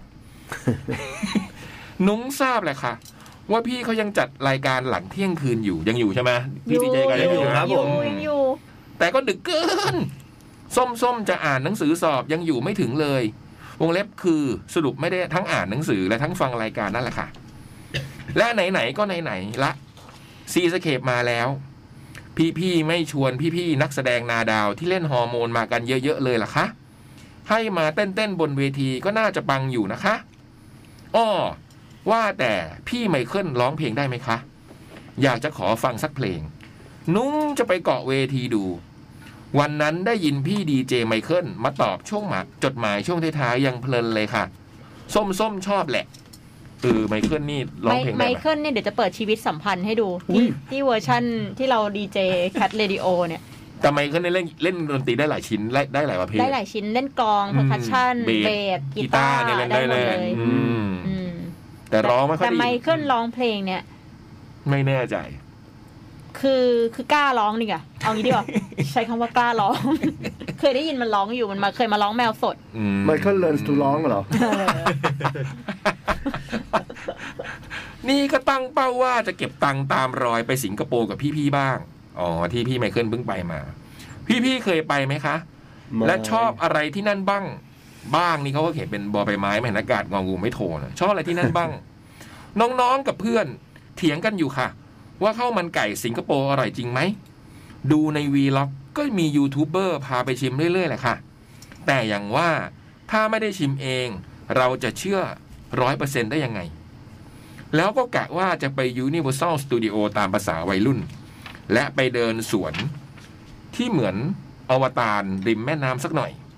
ๆนุ้งทราบแหละค่ะว่าพี่เขายังจัดรายการหลังเที่ยงคืนอยู่ยังอยู่ใช่ไหมพี่ดีเจกันยังอยู่ครับผมอยู่แต่ก็ดึกเกินส้มจะอ่านหนังสือสอบยังอยู่ไม่ถึงเลยวงเล็บคือสรุปไม่ได้ทั้งอ่านหนังสือและทั้งฟังรายการนั่นแหละค่ะและไหนๆก็ไหนๆละซีสเคปมาแล้วพี่ไม่ชวนพี่นักแสดงนาดาวที่เล่นฮอร์โมนมากันเยอะๆเลยล่ะคะให้มาเต้นบนเวทีก็น่าจะปังอยู่นะคะอ้อว่าแต่พี่ไมเคิลร้องเพลงได้ไหมคะอยากจะขอฟังสักเพลงนุ้งจะไปเกาะเวทีดูวันนั้นได้ยินพี่ดีเจไมเคิลมาตอบช่วงจดหมายช่วงท้ายๆยังเพลินเลยค่ะส้มชอบแหละไมเคิลนี่ร้องเพลงได้ไหมไมเคิลเนี่ยเดี๋ยวจะเปิดชีวิตสัมพันธ์ให้ดูที่เวอร์ชั่นที่เราดีเจแคทเรดิโอเนี่ยแต่ไมเคิลเล่นดนตรีได้หลายชิ้นได้หลายประเภทได้หลายชิ้นเล่นกลองเพอร์คัชชั่นเบสกีตาร์เนี่ยเล่นได้เลยแต่ร้องไม่ค่อยดีแต่ไมเคิลร้องเพลงเนี่ยไม่แน่ใจคือกล้าร้องนี่อ่ะเอางี้ดีกว่าใช้คำว่ากล้าร้องเคยได้ยินมันร้องอยู่มันเคยมาร้องแมวสดไมเคิลเลิร์นส์ทูร้องเหรอนี่ก็ตั้งเป้าว่าจะเก็บตังค์ตามรอยไปสิงคโปร์กับพี่บ้างที่พี่ไมเคิลเพิ่งไปมาพี่เคยไปไหมคะและชอบอะไรที่นั่นบ้างนี่เขาก็เขียนเป็นบอใบไม้แมนอากาศงองูไม่โทนะชอบอะไรที่นั่นบ้างน้องๆกับเพื่อนเถียงกันอยู่ค่ะว่าข้าวมันไก่สิงคโปร์อร่อยจริงไหมดูในวีล็อกก็มียูทูบเบอร์พาไปชิมเรื่อยๆแหละค่ะแต่อย่างว่าถ้าไม่ได้ชิมเองเราจะเชื่อ 100% ได้ยังไงแล้วก็กะว่าจะไป Universal Studio ตามภาษาวัยรุ่นและไปเดินสวนที่เหมือนอวตารริมแม่น้ำสักหน่อย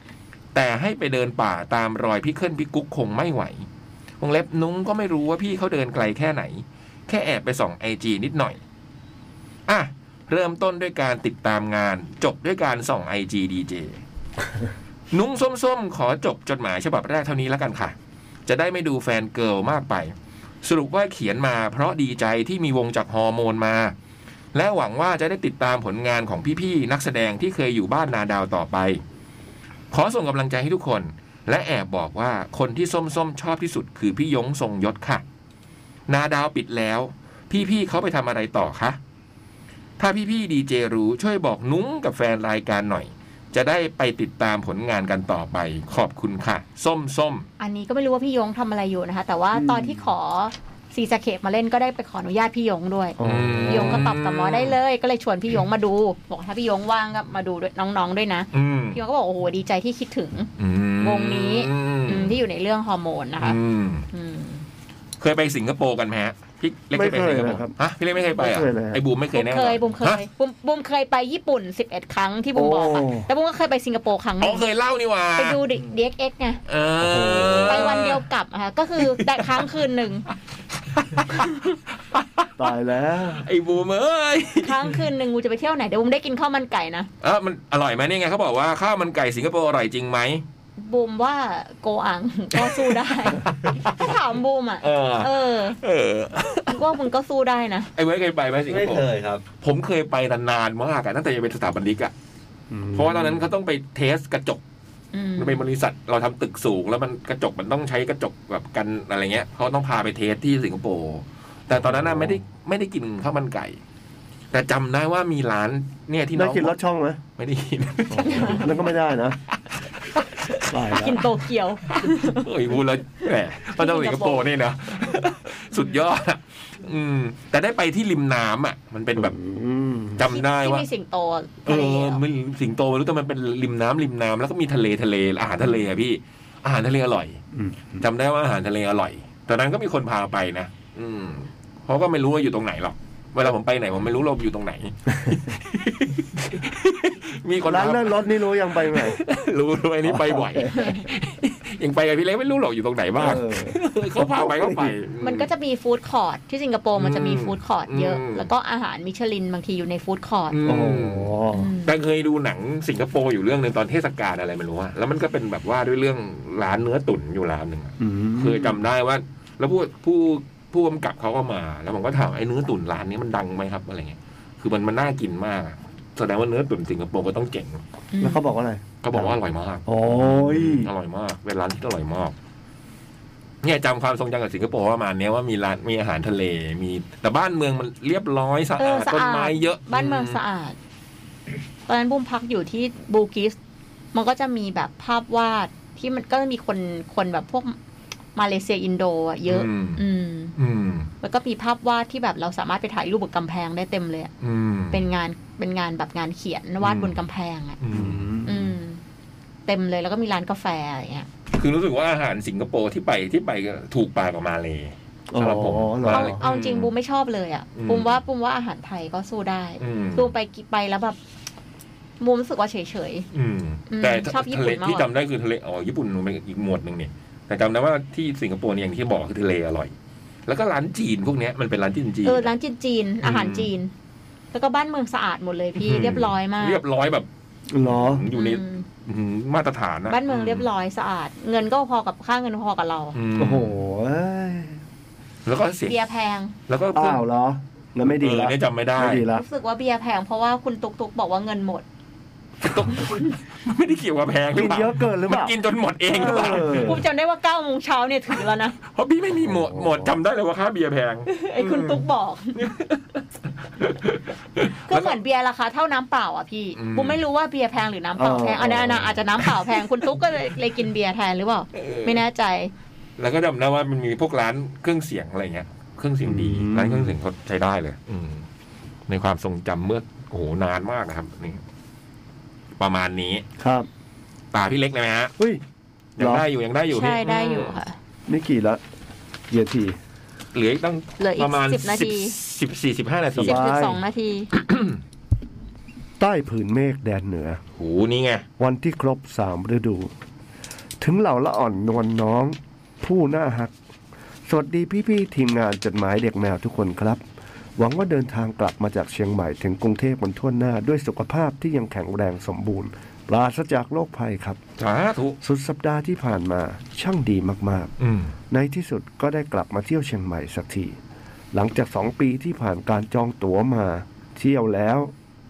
แต่ให้ไปเดินป่าตามรอยพี่เคิลพี่กุ๊กคงไม่ไหววงเล็บนุ้งก็ไม่รู้ว่าพี่เขาเดินไกลแค่ไหนแค่แอบไปส่อง IG นิดหน่อยอ่ะเริ่มต้นด้วยการติดตามงานจบด้วยการส่อง IG DJ นุ้งส้มๆขอจบจดหมายฉบับแรกเท่านี้แล้วกันค่ะจะได้ไม่ดูแฟนเกิร์ลมากไปสรุปว่าเขียนมาเพราะดีใจที่มีวงจากฮอร์โมนมาและหวังว่าจะได้ติดตามผลงานของพี่ๆนักแสดงที่เคยอยู่บ้านนาดาวต่อไปขอส่งกำลังใจให้ทุกคนและแอบบอกว่าคนที่ส้มๆชอบที่สุดคือพี่ยงทรงยศค่ะนาดาวปิดแล้วพี่ๆเขาไปทำอะไรต่อคะถ้าพี่ๆดีเจรู้ช่วยบอกนุ้งกับแฟนรายการหน่อยจะได้ไปติดตามผลงานกันต่อไปขอบคุณค่ะส้มอันนี้ก็ไม่รู้ว่าพี่ยงทำอะไรอยู่นะคะแต่ว่าตอนที่ขอซีซาเคปมาเล่นก็ได้ไปขออนุญาตพี่ยงด้วยพี่ยงก็ตอบกลับมาได้เลยก็เลยชวนพี่ยงมาดูบอกถ้าพี่ยงว่างก็มาดูด้วยน้องๆด้วยนะพี่ยงก็บอกโอ้โหดีใจที่คิดถึงวงนี้ที่อยู่ในเรื่องฮอร์โมนนะคะเคยไปสิงคโปร์กันไหมฮะพี่เล็กเคยไปสิงคโปร์ฮะพี่เล็กไม่เคยไปอ่ะไอ้บูมไม่เคยแน่บูมเคยไปญี่ปุ่น11 ครั้งที่บูมบอกค่ะแต่บูมก็เคยไปสิงคโปร์ครั้งนึงเคยเล่านี่ว่าไปดู DXX ไงไปวันเดียวกลับค่ะก็คือแต่ค้างคืนนึงตายแล้วไอ้บูมเอ้ยค้างคืนนึงบูจะไปเที่ยวไหนเดี๋ยวบูมได้กินข้าวมันไก่นะมันอร่อยไหมนี่ไงเขาบอกว่าข้าวมันไก่สิงคโปร์อร่อยจริงไหมบูมว่าโกอังก็สู้ได้ถ้าถามบูมอ่ะว่ามึงก็สู้ได้นะไอ้เว้ยเคยไปไหมสิงคโปร์ไม่เคยครับผมเคยไปนานมากตั้งแต่ยังเป็นสถาปนิกอ่ะเพราะว่าตอนนั้นเขาต้องไปเทสกระจกมันเป็นบริษัทเราทำตึกสูงแล้วมันกระจกมันต้องใช้กระจกแบบกันอะไรเงี้ยเขาต้องพาไปเทสที่สิงคโปร์แต่ตอนนั้นไม่ได้กินข้าวมันไก่แต่จำได้ว่ามีร้านเนี่ยที่น้องได้กินรสช่องไหมไม่ได้กินนั่นก็ไม่ได้นะกินโตเกียวเฮ้ยพูดแล้วแหมมาจากสิงคโปร์นี่นะสุดยอดแต่ได้ไปที่ริมน้ำอ่ะมันเป็นแบบจำได้ว่าที่มีสิงโตมันสิงโตไม่รู้แต่มันเป็นริมน้ำแล้วก็มีทะเลอาหารทะเลอ่ะพี่อาหารทะเลอร่อยจำได้ว่าอาหารทะเลอร่อยตอนนั้นก็มีคนพาไปนะเพราะก็ไม่รู้ว่าอยู่ตรงไหนหรอกเวลาผมไปไหนผมไม่รู้เราอยู่ตรงไหนมีคนร้านเลื่อนรถนี่รู้ยังไปไหนรู้อันนี้ไปบ่อยยังไปกับพี่เล็กไม่รู้หรอกอยู่ตรงไหนบ้างเขาพาไปก็ไปมันก็จะมีฟู้ดคอร์ทที่สิงคโปร์มันจะมีฟู้ดคอร์ทเยอะแล้วก็อาหารมิชลินบางทีอยู่ในฟู้ดคอร์ทแต่เคยดูหนังสิงคโปร์อยู่เรื่องนึงตอนเทศกาลอะไรไม่รู้อะแล้วมันก็เป็นแบบว่าด้วยเรื่องร้านเนื้อตุ๋นอยู่ร้านนึงเคยจำได้ว่าแล้วผู้กำกับเขาก็มาแล้วผมก็ถามไอ้เนื้อตุ๋นร้านนี้มันดังไหมครับอะไรเงี้ยคือมันน่ากินมากแสดงว่าเนื้อตุ๋นสิงคโปร์ก็ต้องเจ๋งแล้วเขาบอกว่าอะไรเขาบอกว่าอร่อยมากโอ้ยอร่อยมากเป็นร้านที่อร่อยมากเนี่ยจำความทรงจำกับสิงคโปร์ประมาณนี้ว่ามีร้านมีอาหารทะเลมีแต่บ้านเมืองมันเรียบร้อยสะอาดต้นไม้เยอะบ้านเมืองสะอาดตอนนั้นบุ้มพักอยู่ที่บูกิสมันก็จะมีแบบภาพวาดที่มันก็มีคนแบบพวกมาเลเซียอินโดเยอะแล้วก็มีภาพวาดที่แบบเราสามารถไปถ่ายรูปบนกำแพงได้เต็มเลยเป็นงานแบบงานเขียนวาดบนกำแพงอ่ะเต็มเลยแล้วก็มีร้านกาแฟอะไรเงี้ยคือรู้สึกว่าอาหารสิงคโปร์ที่ไปก็ถูกปากกว่ามาเลยสำหรับผมเอาจริงบูมไม่ชอบเลยอ่ะบูมว่าอาหารไทยก็สู้ได้บูมไปแล้วแบบบูมรู้สึกว่าเฉยๆแต่ชอบญี่ปุ่นมากที่จำได้คือทะเลญี่ปุ่นมันเป็นอีกหมวดนึงเนี่ยแต่จำได้ว่าที่สิงคโปร์เนี่ยอย่างที่บอกคือทะเลอร่อยแล้วก็ร้านจีนพวกนี้มันเป็นร้านจีนร้านจีนอาหารจีนแล้วก็บ้านเมืองสะอาดหมดเลยพี่เรียบร้อยมากเรียบร้อยแบบหรออยู่ในมาตรฐานนะบ้านเมืองเรียบร้อยสะอาดเงินก็พอกับค่าเงินพอกับเราโอ้โหแล้วก็เสียเบียร์แพงแล้วก็อ้าวเหรองั้นไม่ดีแล้วจำไม่ได้รู้สึกว่าเบียร์แพงเพราะว่าคุณตุ๊กบอกว่าเงินหมดไม่ได้เกี่ยวกับแพงหรือเปล่ากินเยอะเกินหรือเปล่ากินจนหมดเองหรือเปล่าผมจำได้ว่า9 โมงเช้าเนี่ยถึงแล้วนะเพราะพี่ไม่มีหมดจำได้เลยว่าค่าเบียร์แพงไอ้คุณตุ๊กบอกก็เหมือนเบียร์ราคาเท่าน้ำเปล่าอ่ะพี่ผมไม่รู้ว่าเบียร์แพงหรือน้ำเปล่าแพงอันนั้นอาจจะน้ำเปล่าแพงคุณตุ๊กก็เลยกินเบียร์แทนหรือเปล่าไม่แน่ใจแล้วก็จำได้ว่ามันมีพวกร้านเครื่องเสียงอะไรเงี้ยเครื่องเสียงดีร้านเครื่องเสียงเขาใช้ได้เลยในความทรงจำเมื่อโอ้โหนานมากนะครับนี่ประมาณนี้ครับตาพี่เล็กเลยไหมฮะยังได้อยู่ใช่ได้อยู่ค่ะไม่กี่ละเยียทีเหลือต้องประมาณ 10 นาที 15 นาที 12 นาทีใต้ผืนเมฆแดนเหนือโหนี่ไงวันที่ครบ3 ฤดูถึงเหล่าละอ่อนนวลน้องผู้น่าฮักสวัสดีพี่ๆทีมงานจดหมายเด็กแมวทุกคนครับหวังว่าเดินทางกลับมาจากเชียงใหม่ถึงกรุงเทพบนทั่วหน้าด้วยสุขภาพที่ยังแข็งแรงสมบูรณ์ปราศจากโรคภัยครับสาธุสุดสัปดาห์ที่ผ่านมาช่างดีมากๆในที่สุดก็ได้กลับมาเที่ยวเชียงใหม่สักทีหลังจาก2 ปีที่ผ่านการจองตั๋วมาเที่ยวแล้ว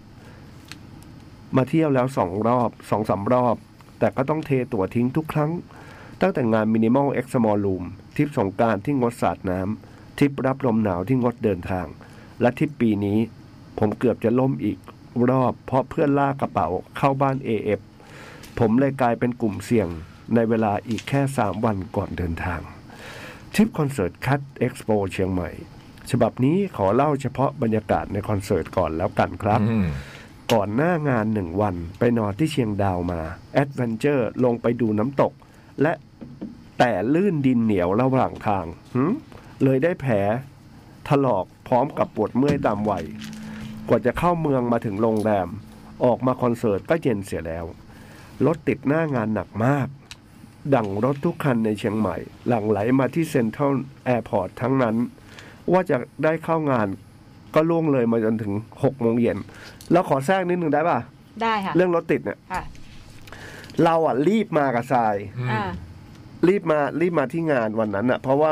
2 รอบ 2-3 รอบแต่ก็ต้องเทตั๋วทิ้งทุกครั้งตั้งแต่งาน Minimal X Small Room ทริปสงกรานต์ที่งดสาดน้ำทริปรับลมหนาวที่งดเดินทางและทริปปีนี้ผมเกือบจะล่มอีกรอบเพราะเพื่อนลากกระเป๋าเข้าบ้าน AF ผมเลยกลายเป็นกลุ่มเสี่ยงในเวลาอีกแค่3 วันก่อนเดินทางทริปคอนเสิร์ต Cut Expo เชียงใหม่ฉบับนี้ขอเล่าเฉพาะบรรยากาศในคอนเสิร์ตก่อนแล้วกันครับก่อนหน้างาน1 วันไปนอนที่เชียงดาวมาแอดเวนเจอร์ลงไปดูน้ำตกและแต่ลื่นดินเหนียวระหว่างทางเลยได้แผลถลอกพร้อมกับปวดเมื่อยตามวัยกว่าจะเข้าเมืองมาถึงโรงแรมออกมาคอนเสิร์ตก็เย็นเสียแล้วรถติดหน้างานหนักมากดั่งรถทุกคันในเชียงใหม่หลั่งไหลมาที่เซ็นทรัลแอร์พอร์ตทั้งนั้นว่าจะได้เข้างานก็ล่วงเลยมาจนถึง6 โมงเย็นแล้วขอแทรกนิดนึงได้ป่ะได้ค่ะเรื่องรถติดเนี่ยเรารีบมากับทรายรีบมาที่งานวันนั้นเพราะว่า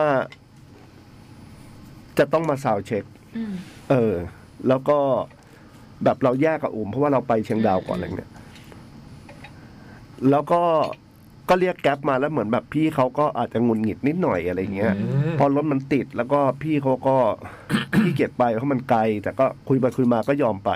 จะต้องมาซาวด์เช็คแล้วก็แบบเราแยกกับเพราะว่าเราไปเชียงดาวก่อนอะไรเงี้ยแล้วก็เรียกแก๊ปมาแล้วเหมือนแบบพี่เขาก็อาจจะงุนหงิดนิดหน่อยอะไรเงี้ยพอรถมันติดแล้วก็พี่เขาก็ พี่เกียจไปเพราะมันไกลแต่ก็คุยไปคุยมาก็ยอมไป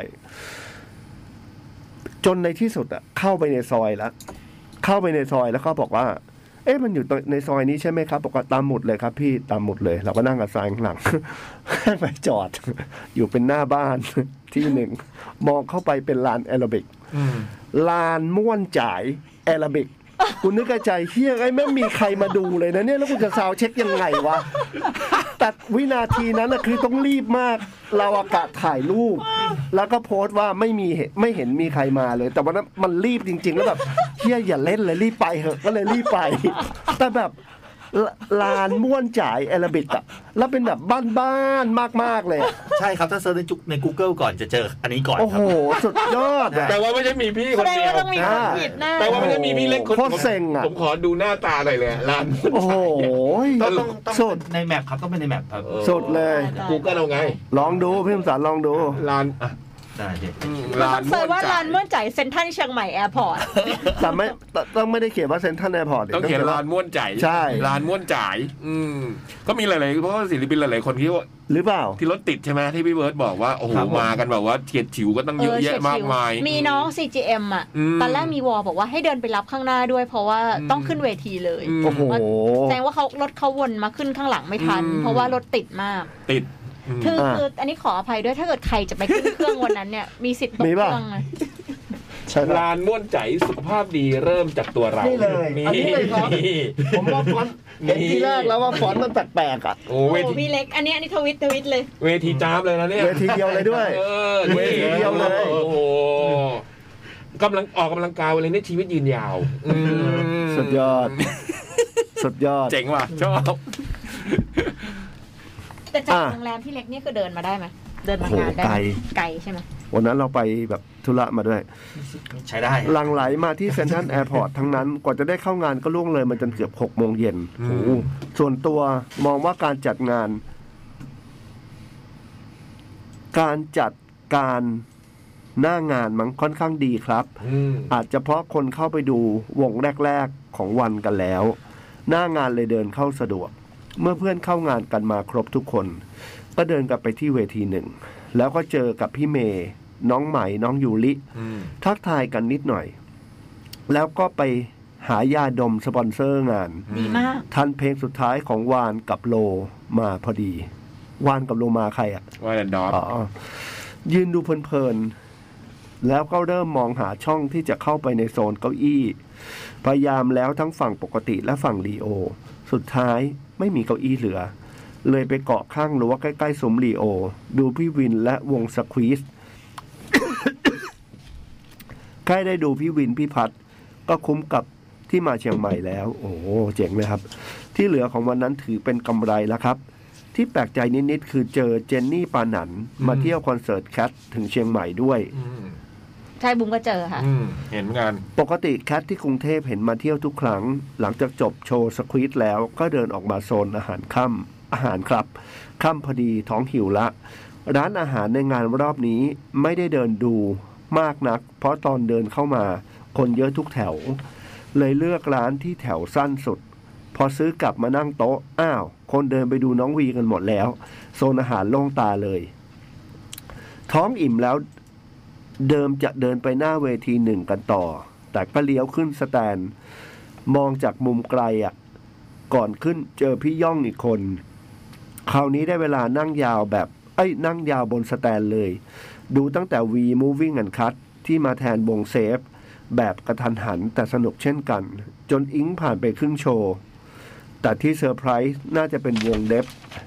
จนในที่สุดเข้าไปในซอยแล้วแล้วเขาบอกว่ามันอยู่ในซอยนี้ใช่ไหมครับบอกว่าตามหมุดเลยครับพี่ตามหมุดเลยเราก็นั่งกับทรายข้างหลัง ไปจอดอยู่เป็นหน้าบ้านที่หนึ่งมองเข้าไปเป็นลานแอโรบิกลานม่วนจ่ายแอโรบิกกูนึกในใจเฮียไม่มีใครมาดูเลยนะเนี่ยแล้วกูจะซาวเช็คยังไงวะแต่วินาทีนั้นคือต้องรีบมากเราอากาศถ่ายรูปแล้วก็โพสต์ว่าไม่เห็นมีใครมาเลยแต่วันนั้นมันรีบจริงๆแล้วแบบเฮียอย่าเล่นเลยรีบไปเหอะก็เลยรีบไปแต่แบบลานม่วนจ่ายแอโรบิกแล้วเป็นแบบบ้านๆมากๆเลยใช่ครับถ้าเซิร์ชใน Google ก่อนจะเจออันนี้ก่อนครับโอ้โหสุดยอดแต่ว่าไม่ใช่มีพี่คนเดียวต้องมีคนผิดนะแต่ว่าไม่ใช่มีพี่เล็กคนโคตรเซ็งผมขอดูหน้าตาหน่อยเลยลานโอ้โหต้องสุดในแมปครับต้องเป็นในแมปครับสุดเลย Google เอาไงลองดูพี่สมสารลองดูลานร้านม่วนว่าร้านม่วนใจเซ็นทรัลเชียงใหม่แอร์พอร์ตแต่ไม่ต้องไม่ได้เขียนว่าเซ็นทรัลแอร์พอร์ตต้องเขียนร้านม่วนใจใช่ร้านม่วนจ่ายก็มีหลายๆเพราะว่าศิลปินหลายๆคนที่ว่าหรือเปล่าที่รถติดใช่ไหมที่พี่เบิร์ดบอกว่าโอ้โหมากันแบบว่าเฉียดฉิวก็ต้องเยอะแยะมากมายมีน้อง CGM ตอนแรกมีวอลบอกว่าให้เดินไปรับข้างหน้าด้วยเพราะว่าต้องขึ้นเวทีเลยโอ้โหแสดงว่าเขารถเขาวนมาขึ้นข้างหลังไม่ทันเพราะว่ารถติดมากติดคืออันนี้ขออภัยด้วยถ้าเกิดใครจะไปขึ้นเครื่องวันนั้นเนี่ยมีสิทธิ์ตกเครื่องเลยลานม่วนใจสุขภาพดีเริ่มจากตัวเรานี่เลยอันนี้เลยครับผมว่าฟอนต์เห็นทีแรกแล้วว่าฟอนต์มันแปลกๆโอ้พี่เล็กอันนี้ทวิตเลยเวทีจ้าบเลยนะเนี่ยเวทีเดียวเลยด้วยเวทีเดียวเลยโอ้โหกำลังออกกำลังกายเลยในชีวิตยืนยาวสุดยอดเจ๋งว่ะชอบแต่จากโรงแรมพี่เล็กนี่คือเดินมาได้ไหมเดินมางานได้ไกลใช่ไหมวันนั้นเราไปแบบธุระมาด้วยใช้ได้หลั่งไหลมาที่เซ็นทรัลแอร์พอร์ตทั้งนั้นกว่าจะได้เข้างานก็ล่วงเลยมันจนเกือบ6 โมงเย็นส่วนตัวมองว่าการจัดการหน้างานมันค่อนข้างดีครับอาจจะเพราะคนเข้าไปดูวงแรกๆของวันกันแล้วหน้างานเลยเดินเข้าสะดวกเมื่อเพื่อนเข้างานกันมาครบทุกคนก็เดินกลับไปที่เวทีหนึ่งแล้วก็เจอกับพี่เมย์น้องใหม่น้องยูริทักทายกันนิดหน่อยแล้วก็ไปหายาดมสปอนเซอร์งานดีมากทันเพลงสุดท้ายของวานกับโลมาพอดีวานกับโลมาใครวานดอทยืนดูเพลินๆแล้วก็เริ่มมองหาช่องที่จะเข้าไปในโซนเก้าอี้พยายามแล้วทั้งฝั่งปกติและฝั่งลีโอสุดท้ายไม่มีเก้าอี้เหลือเลยไปเกาะข้างรั้วใกล้ๆซุ้มลีโอดูพี่วินและวงสควีซ ใกล้ได้ดูพี่วินพี่พัดก็คุ้มกับที่มาเชียงใหม่แล้วโอ้เจ๋งเลยครับที่เหลือของวันนั้นถือเป็นกำไรแล้วครับที่แปลกใจนิดๆคือเจอเจนนี่ปาหนันมาเที่ยวคอนเสิร์ตแคทถึงเชียงใหม่ด้วยใช่บุ้มก็เจอค่ะเห็นงานปกติแคทที่กรุงเทพเห็นมาเที่ยวทุกครั้งหลังจากจบโชว์สควีทแล้วก็เดินออกมาโซนอาหารครับค่ำพอดีท้องหิวละร้านอาหารในงานรอบนี้ไม่ได้เดินดูมากนักเพราะตอนเดินเข้ามาคนเยอะทุกแถวเลยเลือกร้านที่แถวสั้นสุดพอซื้อกลับมานั่งโต๊ะอ้าวคนเดินไปดูน้องวีกันหมดแล้วโซนอาหารโล่งตาเลยท้องอิ่มแล้วเดิมจะเดินไปหน้าเวทีหนึ่งกันต่อแต่ก็เลี้ยวขึ้นสแตนมองจากมุมไกลก่อนขึ้นเจอพี่ย่องอีกคนคราวนี้ได้เวลานั่งยาวนั่งยาวบนสแตนเลยดูตั้งแต่ V Moving and Cut ที่มาแทนวงเซฟแบบกระทันหันแต่สนุกเช่นกันจนอิงผ่านไปครึ่งโชว์แต่ที่เซอร์ไพรส์น่าจะเป็นวงเดฟ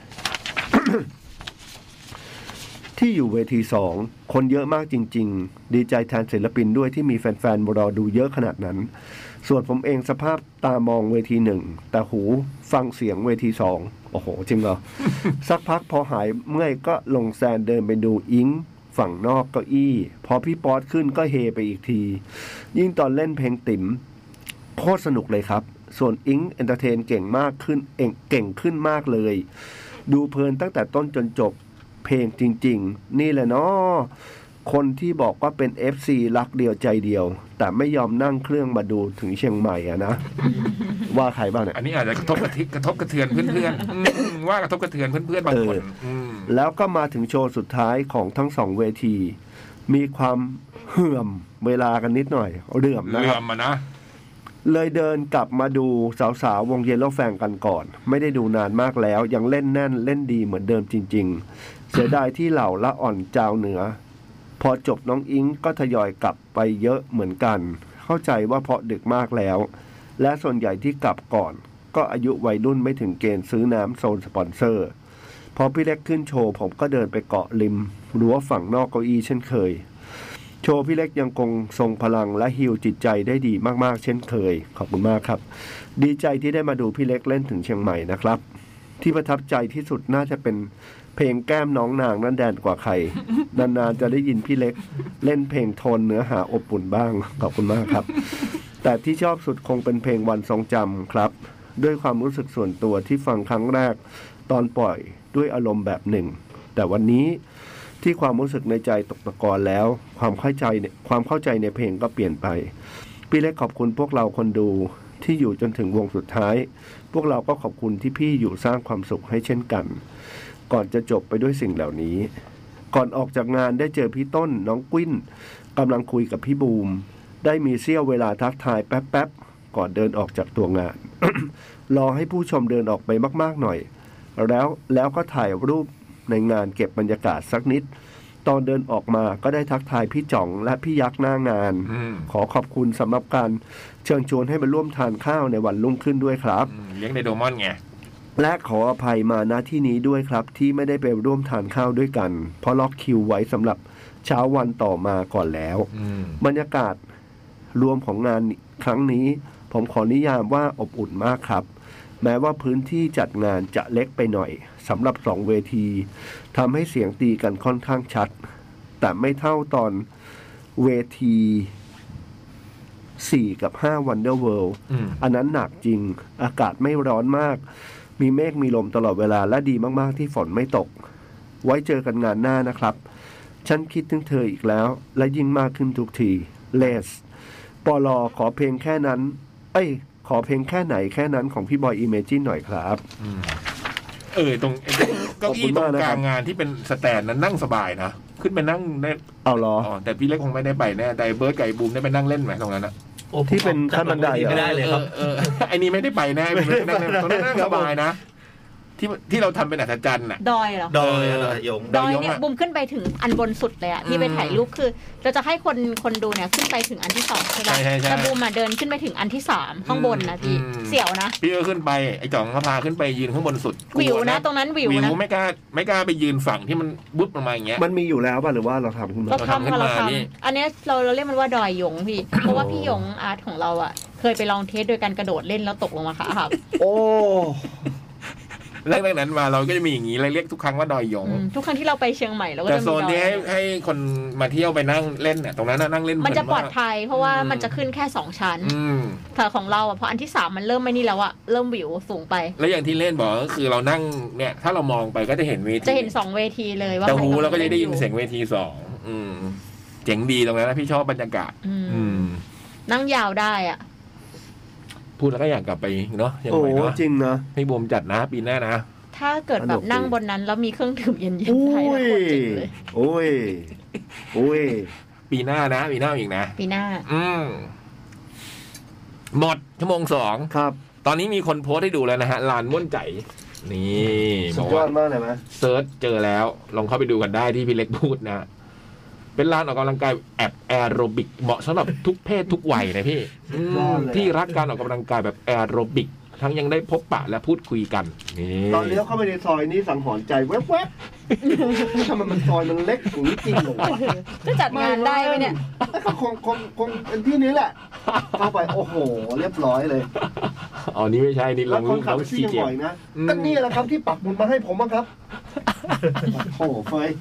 ที่อยู่เวที2คนเยอะมากจริงๆดีใจแทนศิลปินด้วยที่มีแฟนๆรอดูเยอะขนาดนั้นส่วนผมเองสภาพตามองเวที1แต่หูฟังเสียงเวที2โอ้โหจริงเหรอ สักพักพอหายเมื่อยก็ลงแซนเดินไปดูอิงฝั่งนอกเก้าอี้พอพี่ป๊อตขึ้นก็เฮไปอีกทียิ่งตอนเล่นเพลงติ๋มโคตรสนุกเลยครับส่วนอิงเอนเตอร์เทนเก่งขึ้นมากเลยดูเพลินตั้งแต่ต้นจนจบเพลงจริงๆนี่แหละเนาะคนที่บอกว่าเป็น FC รักเดียวใจเดียวแต่ไม่ยอมนั่งเครื่องมาดูถึงเชียงใหม่นะ ว่าใครบ้างเนี่ยอันนี้อาจจะกระทบกระเทือนเพื่อนๆว่ากระทบกระเทือนเพื่อนๆบางคนแล้วก็มาถึงโชว์สุดท้ายของทั้งสองเวทีมีความเหื่อมเวลากันนิดหน่อยเรื่อมนะเลยเดินกลับมาดูสาวๆวงเยลโล่แฟงกันก่อนไม่ได้ดูนานมากแล้วยังเล่นแน่นเล่นดีเหมือนเดิมจริงๆเสียดายที่เหล่าละอ่อนเจ้าเหนือพอจบน้องอิงก็ทยอยกลับไปเยอะเหมือนกันเข้าใจว่าเพราะดึกมากแล้วและส่วนใหญ่ที่กลับก่อนก็อายุวัยรุ่นไม่ถึงเกณฑ์ซื้อน้ำโซนสปอนเซอร์พอพี่เล็กขึ้นโชว์ผมก็เดินไปเกาะริมรั้วฝั่งนอกเก้าอี้เช่นเคยโชว์พี่เล็กยังคงทรงพลังและฮีลจิตใจได้ดีมากๆเช่นเคยขอบคุณมากครับดีใจที่ได้มาดูพี่เล็กเล่นถึงเชียงใหม่นะครับที่ประทับใจที่สุดน่าจะเป็นเพลงแก้มน้องนางนั่นแดนกว่าใครนานๆจะได้ยินพี่เล็กเล่นเพลงโทนเนื้อหาอบอุ่นบ้างขอบคุณมากครับแต่ที่ชอบสุดคงเป็นเพลงวันทรงจำครับด้วยความรู้สึกส่วนตัวที่ฟังครั้งแรกตอนปล่อยด้วยอารมณ์แบบหนึ่งแต่วันนี้ที่ความรู้สึกในใจตกตะกอนแล้วความเข้าใจในเพลงก็เปลี่ยนไปพี่เล็กขอบคุณพวกเราคนดูที่อยู่จนถึงวงสุดท้ายพวกเราก็ขอบคุณที่พี่อยู่สร้างความสุขให้เช่นกันก่อนจะจบไปด้วยสิ่งเหล่านี้ก่อนออกจากงานได้เจอพี่ต้นน้องกุ้นกำลังคุยกับพี่บูมได้มีเสี้ยวเวลาทักทายแป๊บๆก่อนเดินออกจากตัวงาน รอให้ผู้ชมเดินออกไปมากๆหน่อยแล้วก็ถ่ายรูปในงานเก็บบรรยากาศสักนิดตอนเดินออกมาก็ได้ทักทายพี่จ่องและพี่ยักษ์หน้างานขอขอบคุณสำหรับการเชิญชวนให้มาร่วมทานข้าวในวันรุ่งขึ้นด้วยครับเลี้ยงในโดมอนไงและขออภัยมาณที่นี้ด้วยครับที่ไม่ได้ไปร่วมทานข้าวด้วยกันเพราะล็อกคิวไว้สำหรับเช้าวันต่อมาก่อนแล้วบรรยากาศรวมของงานครั้งนี้ผมขอนิยามว่าอบอุ่นมากครับแม้ว่าพื้นที่จัดงานจะเล็กไปหน่อยสำหรับ2เวทีทำให้เสียงตีกันค่อนข้างชัดแต่ไม่เท่าตอนเวที4กับ5 Wonder World อันนั้นหนักจริงอากาศไม่ร้อนมากมีเมฆมีลมตลอดเวลาและดีมากๆที่ฝนไม่ตกไว้เจอกันงานหน้านะครับฉันคิดถึงเธออีกแล้วและยิ่งมากขึ้นทุกทีเลสปลอขอเพลงแค่นั้นขอเพลงแค่ไหนแค่นั้นของพี่บอยอิเมจินหน่อยครับตรงเก้าอี้ตรงกลางงานที่เป็นสแตนนั้นนั่งสบายนะขึ้นไปนั่งได้เอาหรอแต่พี่เล็กคงไม่ได้ไปแน่แต่เบิร์ดไก่บูมได้ไปนั่งเล่นไหมตรงนั้นนะที่เป็นขั้นบันไดไม่ได้เลยครับไอ้นี่ไม่ได้ไปแน่ตรงนั้นนั่งสบายนะที่เราทำเป็นอัศจรรย์น่ะดอยเหรอดอยยงดอยเนี่ยบุมขึ้นไปถึงอันบนสุดเลยอะที่ไปถ่ายรูปคือเราจะให้คนดูเนี่ยขึ้นไปถึงอันที่2ใช่ไหมแต่บุมเดินขึ้นไปถึงอันที่3ข้างบนนะพี่เสี่ยวนะพี่ก็ขึ้นไปไอ้จ่องก็พาขึ้นไปยืนข้างบนสุดวิวนะตรงนั้นวิวนะไม่กล้าไปยืนฝั่งที่มันบุ๊บลงมาอย่างเงี้ยมันมีอยู่แล้วป่ะหรือว่าเราทำขึ้นมาเราทำอันนี้เราเรียกมันว่าดอยยงพี่เพราะว่าพี่ยงอาร์ตของเราอะเคยไปลองเทสโดยการกระโดดเล่นแล้วตกลงมาค่ะครับโอ้แรกๆนั้นมาเราก็จะมีอย่างนี้เรียกทุกครั้งว่าดอยยงทุกครั้งที่เราไปเชียงใหม่เราก็จะมีแต่โซนที่ให้คนมาเที่ยวไปนั่งเล่นเนี่ยตรงนั้นนั่งเล่นมันจะปลอดภัยเพราะว่ามันจะขึ้นแค่2ชั้นแต่ของเราอ่ะพออันที่3มันเริ่มไม่นี่แล้วอ่ะเริ่มวิวสูงไปแล้วอย่างที่เล่นบอกก็คือเรานั่งเนี่ยถ้าเรามองไปก็จะเห็นเวทีจะเห็น2เวทีเลยว่าแต่หูเราก็จะได้ยินเสียงเวที2เจ๋งดีตรงนั้นนะพี่ชอบบรรยากาศนั่งยาวได้อ่ะพูดแล้วก็อยากกลับไปเนาะยังไงเนาะจริงนะพี่บูมจัดนะปีหน้านะถ้าเกิดแบบนั่งบนนั้นแล้วมีเครื่องดื่มเย็นๆได้แล้วโคตรจริงเลยโอ้ยปีหน้านะปีหน้าอีกนะปีหน้าหมดชั่วโมง2 ครับตอนนี้มีคนโพสต์ให้ดูแล้วนะฮะลานม่วนใจนี่สุดยอดมากเลยไหมเซิร์ชเจอแล้วลองเข้าไปดูกันได้ที่พี่เล็กพูดนะเป็นลานออกกำลังกายแอโรบิกเหมาะสำหรับทุกเพศทุกวัยนะพี่ที่รักการออกกำลังกายแบบแอโรบิกทั้งยังได้พบปะและพูดคุยกันนี่ตอนนี้เข้าไปในซอยนี้สังหรณ์ใจแวบๆทำไมมันซอยมันเล็กอย่างนี้จริงเหรอจะจัดงานได้ไหมเนี่ยคงเป็นที่นี้แหละเข้าไปโอ้โหเรียบร้อยเลยอ๋อนี่ไม่ใช่นี่ลงรูปน้องซีเจมนะก็นี่แหละครับที่ปักหมุดมาให้ผมครับโอ้โหเฟย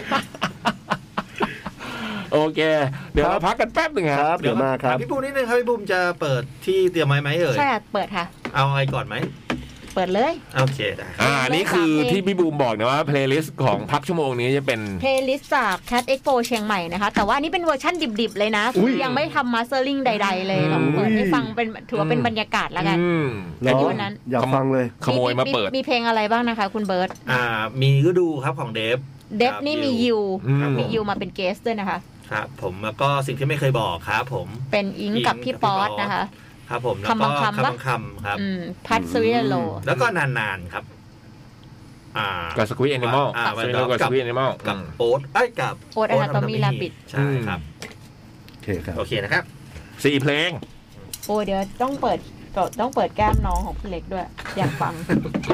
โอเคเดี๋ยวเราพักกันแป๊บหนึ่งครับเดี๋ยวมาครับพี่บูมนิดนึงครับพี่บูมจะเปิดที่เตรียมไว้ไหมเอ่ยใช่เปิดค่ะเอาอะไรก่อนไหมเปิดเลยโอเคได้นี่คือที่พี่บูมบอกนะว่าเพลย์ลิสต์ของพักชั่วโมงนี้จะเป็นเพลย์ลิสต์จาก Cat Expo เชียงใหม่นะคะแต่ว่านี่เป็นเวอร์ชั่นดิบๆเลยนะคือยังไม่ทำมาสเตอร์ลิงใดๆเลยเราเปิดให้ฟังเป็นถือว่าเป็นบรรยากาศแล้วกันแล้ววันนั้นอยากฟังเลยขโมยมาเปิดมีเพลงอะไรบ้างนะคะคุณเบิร์ตมีฤดูครับของเดฟนี่มียูมาเป็นเกสด้วยนะคะครับผมแล้วก็สิ่งที่ไม่เคยบอกครับผมเป็นอิงกับพี่ป๊อตนะคะครับผมแล้วก็คำครับพัดสวิตโลแล้วก็นานๆครับกับสควีแอนิมอลกับสควีแอนิมอลกับโอ๊ตกับโอ๊ตอนาโตมีลาปิดใช่ครับโอเคนะครับ 4เพลงโอ้เดี๋ยวต้องเปิดแก้มน้องของพี่เล็กด้วยอยากฟัง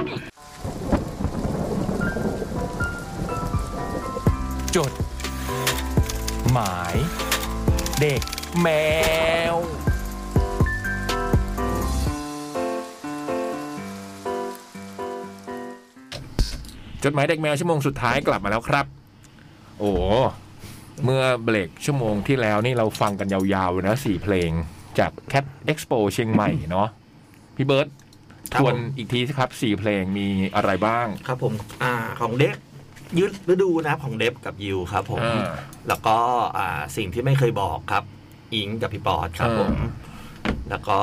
จดหมายเด็กแมวจดหมายเด็กแมวชั่วโมงสุดท้ายกลับมาแล้วครับโอ้เมื่อเบรกชั่วโมงที่แล้วนี่เราฟังกันยาวๆนะ4เพลงจาก Cat Expo เชียงใหม่เนาะพี่เบิร์ตทวนอีกทีครับ4เพลงมีอะไรบ้างครับผมของเด็กยืดฤดูนะของเดฟกับยูครับผมแล้วก็สิ่งที่ไม่เคยบอกครับอิงกับพี่ปอดครับผมแล้วก็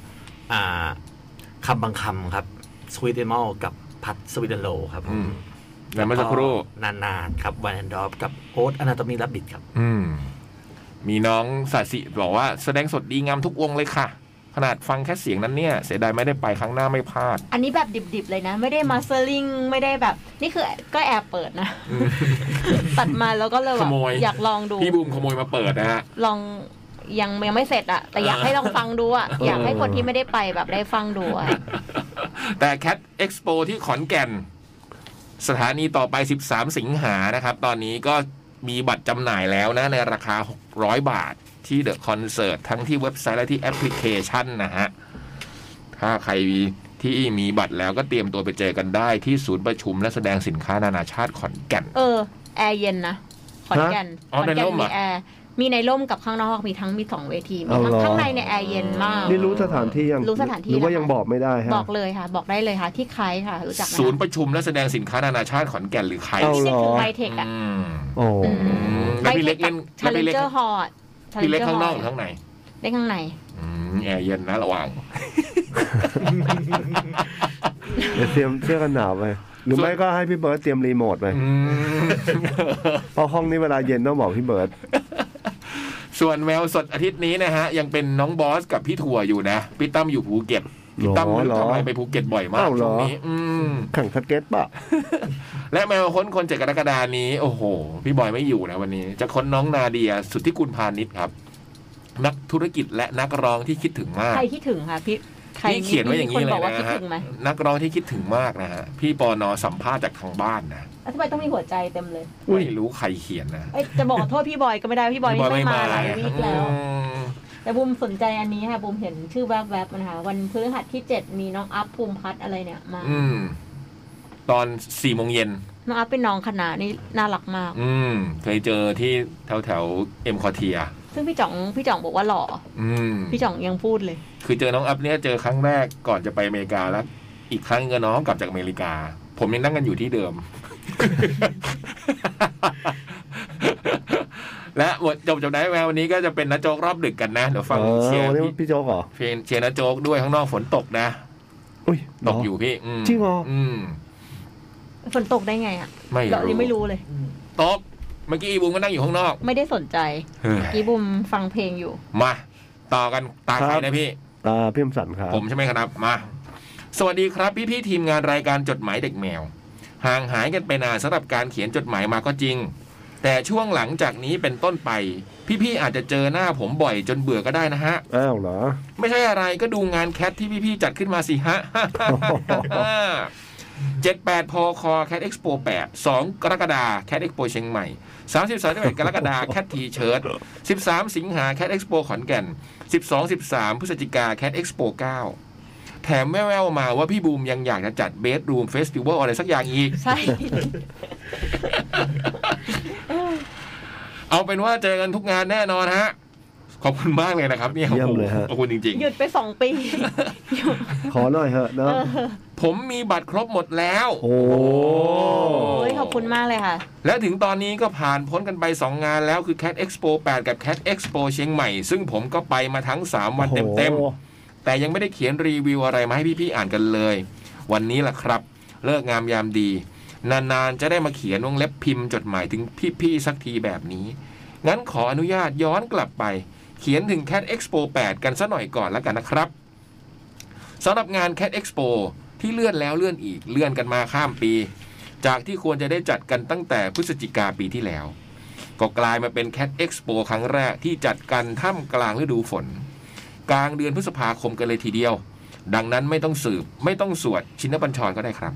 คำบางคำครับสวีเดนมอลกับพัดสวีเดนโลครับผมแล้วเมื่อสักครู่นานๆครับวันแอนดอฟกับโอ๊ตอนาโตมีรับบิดครับมีน้องสัสิบอกว่าแสดงสดดีงามทุกวงเลยค่ะขนาดฟังแค่เสียงนั้นเนี่ยเสียดายไม่ได้ไปครั้งหน้าไม่พลาดอันนี้แบบดิบๆเลยนะไม่ได้มาสเตอร์ลิงไม่ได้แบบนี่คือก็แอบเปิดนะตัดมาแล้วก็เลยแบบอยากลองดูพี่บูมขโมยมาเปิดนะฮะลองยังไม่เสร็จอะแต่อยากให้ลองฟังดูอะอยากให้คนที่ไม่ได้ไปแบบได้ฟังดูแต่ Cat Expo ที่ขอนแก่นสถานีต่อไป13สิงหานะครับตอนนี้ก็มีบัตรจำหน่ายแล้วนะในราคา600 บาทที่เดอะคอนเสิร์ตทั้งที่เว็บไซต์และที่แอปพลิเคชันนะฮะถ้าใครที่มีบัตรแล้วก็เตรียมตัวไปเจอกันได้ที่ศูนย์ประชุมและแสดงสินค้านานาชาติขอนแก่นแอร์เย็นนะขอนแก่นมีแอร์มีในร่มกับข้างนอกมี2เวทีมีข้างในในแอร์เย็นมากนี่รู้สถานที่ยังรู้สถานที่หรือว่ายังบอกไม่ได้ฮะบอกเลยค่ะบอกได้เลยค่ะที่ใครค่ะรู้จักศูนย์ประชุมและแสดงสินค้านานาชาติขอนแก่นหรือใครนี่คือไบเทคอ่ะแล้วพี่เล็กเล่นชาเลนเจอร์ฮอลล์พี่เล็กข้างนอกหรือข้างในได้ข้างในแอร์เย็นนะระวังเตรียมเสื้อกันหนาวไปหรือไม่ก็ให้พี่เบิร์ดเตรียมรีโมทไปเพราะห้องนี้เวลาเย็นต้องบอกพี่เบิร์ดส่วนแววสดอาทิตย์นี้นะฮะยังเป็นน้องบอสกับพี่ถั่วอยู่นะพี่ตั้มอยู่ภูเก็ตพี่ตั้มไม่รู้ทำไมไปภูเก็ตบ่อยมากช่วงนี้แข่งสเก็ตป่ะและแมวค้นคน7 กรกฎาคมนี้โอ้โหพี่บอยไม่อยู่นะวันนี้จะค้นน้องนาเดียสุทธิกุลพาณิชย์ครับนักธุรกิจและนักร้องที่คิดถึงมากใครคิดถึงคะพี่เขียนไว้อย่างนี้เลยนะฮะนักร้องที่คิดถึงมากนะฮะพี่ปน.สัมภาษณ์จากทางบ้านนะทำไมต้องมีหัวใจเต็มเลยไม่รู้ใครเขียนนะจะบอกโทษพี่บอยก็ไม่ได้พี่บอยไม่มาหลายวีคแล้วแต่บูมสนใจอันนี้ค่ะบูมเห็นชื่อแวบๆนะคะวันพฤหัสที่7มีน้องอัพภูมิพัฒน์อะไรเนี่ยมาตอน 4 โมงเย็นน้องอัพเป็นน้องคณะนี่น่ารักมากเคยเจอที่แถวเอ็มคอเทียซึ่งพี่จ่องบอกว่าหล่อพี่จ่องยังพูดเลยคือเจอน้องอัพเนี่ยเจอครั้งแรกก่อนจะไปอเมริกาแล้วอีกครั้งก็น้องกลับจากอเมริกาผมยังนั่งกันอยู่ที่เดิม และจบได้แวววันนี้ก็จะเป็นน้าโจ๊กรอบดึกกันนะเดี๋ยวฟังเชียร์พี่โจ๊กเหรอเชียร์น้าโจ๊กด้วยข้างนอกฝนตกนะตกอยู่พี่จริงเหรอฝนตกได้ไงอ่ะไม่รู้เลยตกเมื่อกี้อีบุ้มก็นั่งอยู่ข้างนอกไม่ได้สนใจอีบุ้มฟังเพลงอยู่มาต่อกันตาใครนะพี่ตาพี่สันครับผมใช่ไหมครับมาสวัสดีครับพี่ทีมงานรายการจดหมายเด็กแมวห่างหายกันไปนานสำหรับการเขียนจดหมายมาก็จริงแต่ช่วงหลังจากนี้เป็นต้นไปพี่อาจจะเจอหน้าผมบ่อยจนเบื่อก็ได้นะฮะอ้าวเหรอไม่ใช่อะไรก็ดูงานแคทที่พี่จัดขึ้นมาสิฮะ 78 พคแคทเอ็กซ์โป8 2 กรกฎาคมแคทเอ็กซ์โปเชียงใหม่31 กรกฎาคมแคททีเชิร์ต13 สิงหาแคทเอ็กซ์โปขอนแก่น12-13 พฤศจิกาแคทเอ็กซ์โป9แถมแว่วๆมาว่าพี่บูมยังอยากจะจัดเบสรูมเฟสติวัลอะไรสักอย่างอีกใช่เอาเป็นว่าเจอกันทุกงานแน่นอนฮะขอบคุณมากเลยนะครับเนี่ยขอบคุณจริงๆหยุดไป2 ปีขอหน่อยเถอะนะผมมีบัตรครบหมดแล้วโอ้ยขอบคุณมากเลยค่ะและถึงตอนนี้ก็ผ่านพ้นกันไป2งานแล้วคือ Cat Expo 8 กับ Cat Expo เชียงใหม่ซึ่งผมก็ไปมาทั้ง3วันเต็มๆแต่ยังไม่ได้เขียนรีวิวอะไรมาให้พี่ๆอ่านกันเลยวันนี้ล่ะครับเลิกงามยามดีนานๆจะได้มาเขียนวงเล็บพิมพ์จดหมายถึงพี่ๆสักทีแบบนี้งั้นขออนุญาตย้อนกลับไปเขียนถึง Cat Expo 8 กันซะหน่อยก่อนแล้วกันนะครับสำหรับงาน Cat Expo ที่เลื่อนแล้วเลื่อนอีกเลื่อนกันมาข้ามปีจากที่ควรจะได้จัดกันตั้งแต่พฤศจิกาปีที่แล้วก็กลายมาเป็น Cat Expo ครั้งแรกที่จัดกันท่ามกลางฤดูฝนกลางเดือนพฤษภาคมกันเลยทีเดียวดังนั้นไม่ต้องสืบไม่ต้องสวดชินบัญชรก็ได้ครับ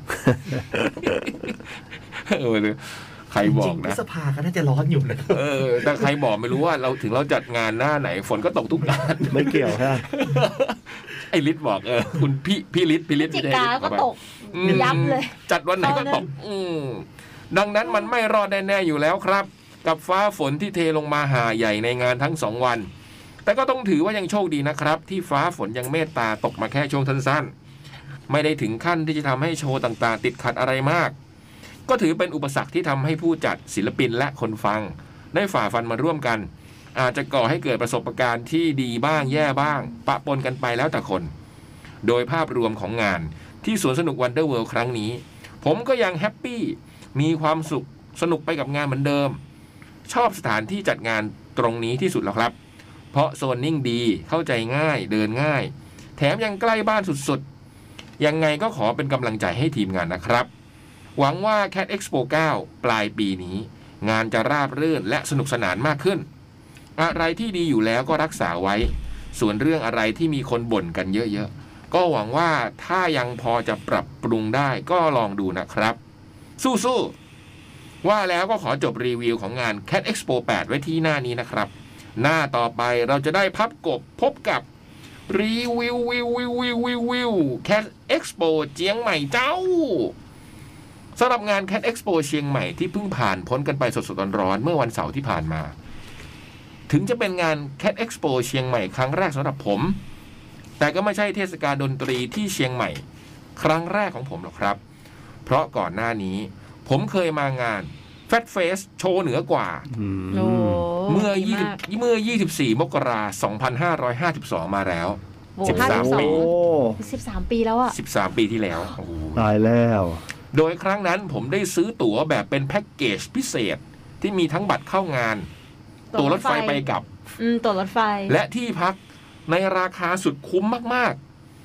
ใครบอกนะพฤษภาก็น่าจะร้อนอยู่นะแต่ใครบอกไม่รู้ว่าเราถึงเราจัดงานหน้าไหนฝนก็ตกทุกงานไม่เกี่ยวครับไอ้ฤทธิ์บอกคุณพี่ฤทธิ์จิกาก็ตกยับเลยจัดวันไหนก็ตกดังนั้นมันไม่รอดแน่ๆอยู่แล้วครับกับฟ้าฝนที่เทลงมาหาใหญ่ในงานทั้ง2วันแต่ก็ต้องถือว่ายังโชคดีนะครับที่ฟ้าฝนยังเมตตาตกมาแค่ช่วงสั้นๆไม่ได้ถึงขั้นที่จะทำให้โชว์ต่างๆติดขัดอะไรมากก็ถือเป็นอุปสรรคที่ทำให้ผู้จัดศิลปินและคนฟังได้ฝ่าฟันมาร่วมกันอาจจะก่อให้เกิดประสบการณ์ที่ดีบ้างแย่บ้างปะปนกันไปแล้วแต่คนโดยภาพรวมของงานที่สวนสนุก Wonder World ครั้งนี้ผมก็ยังแฮปปี้มีความสุขสนุกไปกับงานเหมือนเดิมชอบสถานที่จัดงานตรงนี้ที่สุดแล้วครับเพราะโซนนิ่งดีเข้าใจง่ายเดินง่ายแถมยังใกล้บ้านสุดๆยังไงก็ขอเป็นกำลังใจให้ทีมงานนะครับหวังว่า Cat Expo 9 ปลายปีนี้งานจะราบรื่นและสนุกสนานมากขึ้นอะไรที่ดีอยู่แล้วก็รักษาไว้ส่วนเรื่องอะไรที่มีคนบ่นกันเยอะๆก็หวังว่าถ้ายังพอจะปรับปรุงได้ก็ลองดูนะครับสู้ๆว่าแล้วก็ขอจบรีวิวของงาน Cat Expo 8 ไว้ที่หน้านี้นะครับหน้าต่อไปเราจะได้พับกบพบกับรีวิว Cat Expo เชียงใหม่เจ้าสำหรับงาน Cat Expo เชียงใหม่ที่เพิ่งผ่านพ้นกันไปสดๆร้อนๆเมื่อวันเสาร์ที่ผ่านมาถึงจะเป็นงาน Cat Expo เชียงใหม่ครั้งแรกสำหรับผมแต่ก็ไม่ใช่เทศกาลดนตรีที่เชียงใหม่ครั้งแรกของผมหรอกครับเพราะก่อนหน้านี้ผมเคยมางาน Fat Fest โชว์เหนือกว่าเมื่อ24 มกราคม 2552 มาแล้ว13 ปี 13 ปีแล้วอ่ะ 13 ปีที่แล้วตายแล้วโดยครั้งนั้นผมได้ซื้อตั๋วแบบเป็นแพ็กเกจพิเศษที่มีทั้งบัตรเข้างานตั๋วรถไฟไปกับตั๋วรถไฟและที่พักในราคาสุดคุ้มมากๆ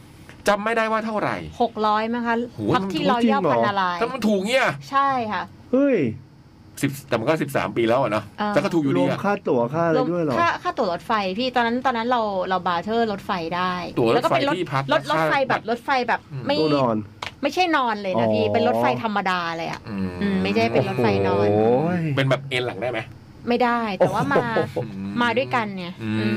จำไม่ได้ว่าเท่าไหร่ 600มั้งคะพักที่รอยัลพันนารายณ์ถ้ามันถูกเงี้ยใช่ค่ะเฮ้ยแต่มันก็13 ปีแล้วอ่ะเนาะแต่ก็ถูกอยู่ดีรวมค่าตั๋วค่าอะไรด้วยหรอค่าตั๋วรถไฟพี่ตอนนั้นเราบาร์เทอร์รถไฟได้ตั๋วรถไฟที่พักรถไฟแบบไม่ใช่นอนเลยนะพี่เป็นรถไฟธรรมดาเลยอ่ะไม่ใช่เป็นรถไฟนอนเป็นแบบเอ็นหลังได้ไหมไม่ได้แต่ว่ามาด้วยกันเนี่ย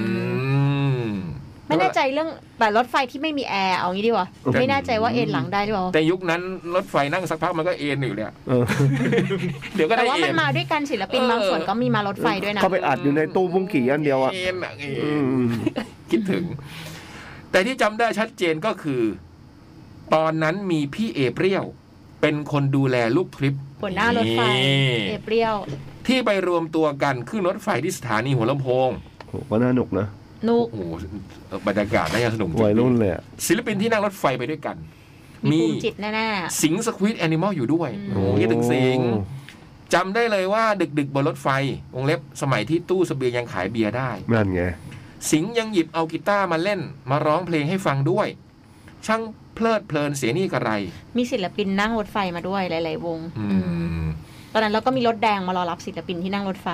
ไม่แน่ใจเรื่องแต่รถไฟที่ไม่มีแอร์เอางี้ดีกว่าไม่แน่ใจว่าเอ็นหลังได้หรือเปล่าแต่ยุคนั้นรถไฟนั่งสักพักมันก็เอ็นอยู่เลยเดี๋ยวก็ได้แต่ว่ามันมาด้วยกันศิลปินบางส่วนก็มีมารถไฟด้วยนะเขาไปอัดอยู่ในตู้บุ้งกี่อันเดียวอ่ะคิดถึงแต่ที่จำได้ชัดเจนก็คือตอนนั้นมีพี่เอเปรี้ยวเป็นคนดูแลลูกทริปหัวหน้ารถไฟเอเปรี้ยวที่ไปรวมตัวกันขึ้นรถไฟที่สถานีหัวลำโพงโหก็น่าหนุกนะนุกโอ้บรรยากาศน่าจะสนุกวัยรุ่นเลยศิลปินที่นั่งรถไฟไปด้วยกันมีจิตแน่ๆสิงสควิดแอนิมอลอยู่ด้วยโอ้ยถึงสิงจำได้เลยว่าดึกๆบนรถไฟวงเล็บสมัยที่ตู้เสบียงยังขายเบียร์ได้นั่นไงสิงยังหยิบเอากีตาร์มาเล่นมาร้องเพลงให้ฟังด้วยช่างเพลิดเพลินเสียนี่กระไรมีศิลปินนั่งรถไฟมาด้วยหลายๆวงตอนนั้นเราก็มีรถแดงมารอรับศิลปินที่นั่งรถไฟ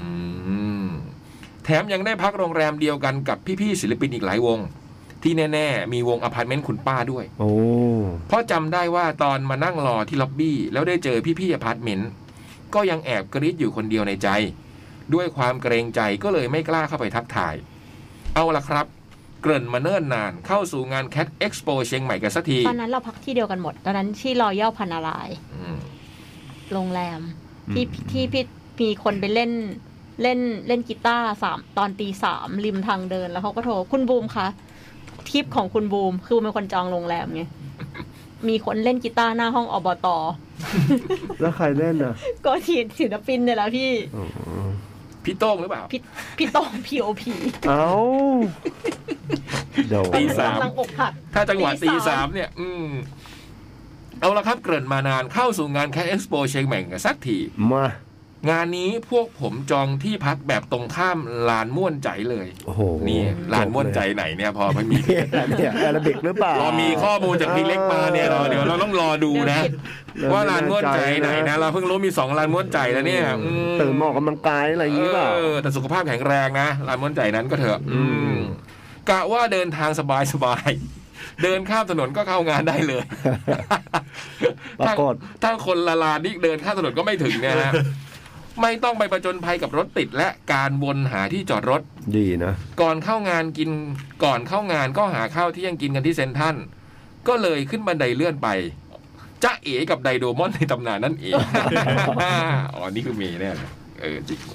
แถมยังได้พักโรงแรมเดียวกันกับพี่ๆศิลปินอีกหลายวงที่แน่ๆมีวงอพาร์ตเมนต์คุณป้าด้วยเพราะจำได้ว่าตอนมานั่งรอที่ล็อบบี้แล้วได้เจอพี่ๆอพาร์ตเมนต์ก็ยังแอบกรี๊ดอยู่คนเดียวในใจด้วยความเกรงใจก็เลยไม่กล้าเข้าไปทักทายเอาล่ะครับเกริ่นมาเนิ่นนานเข้าสู่งาน Cat Expo เชียงใหม่กันสักทีตอนนั้นเราพักที่เดียวกันหมดตอนนั้นที่รอยัลพันนารายณ์โรงแรมที่พี่มีคนไปเล่นกีตาร์ตอน 3:00 ริมทางเดินแล้วเขาก็โทรคุณบูมคะทิปของคุณบูมคือเป็นคนจองโรงแรมไงมีคนเล่นกีตาร์หน้าห้องอบต. แล้วใครเล่นอ่ะก็ศิลปินเนี่ยแหละพี่โต้งหรือเปล่าพี่โต้ง POP เอ้าตีสามถ้าจังหวะตีสามเนี่ยเอาละครับเกริ่นมานานเข้าสู่งาน Cat Expo เชียงใหม่กันสักทีมางานนี้พวกผมจองที่พักแบบตรงข้ามลานม่วนใจเลยโอ้โหนี่ลานม่วนใจไหนเนี่ยพอมันมีเนี่ยอาราบิกหรือเปล่าเรามีข้อมูลจากพี่เล็กมาเนี่ยเดี๋ยวเราต้องรอดูนะว่าลานม่วนใจไหนนะเราเพิ่งรู้มี2ลานม่วนใจแล้วเนี่ยตื่นมาออกกำลังกายอะไรอย่างนี้เปล่าแต่สุขภาพแข็งแรงนะลานม่วนใจนั้นก็เถอะกะว่าเดินทางสบายเดินข้ามถนนก็เข้างานได้เลยถ้าคนละลานนี่เดินข้ามถนนก็ไม่ถึงเนี่ยนะไม่ต้องไปประจนภัยกับรถติดและการวนหาที่จอดรถดีนะก่อนเข้างานก็หาข้าวที่ยังกินกันที่เซ็นทรัลก็เลยขึ้นบันไดเลื่อนไปจ๊ะเอ๋กับไดโดมอนในตำนานนั่นเองอ๋อนี่คือเมย์แน่จริง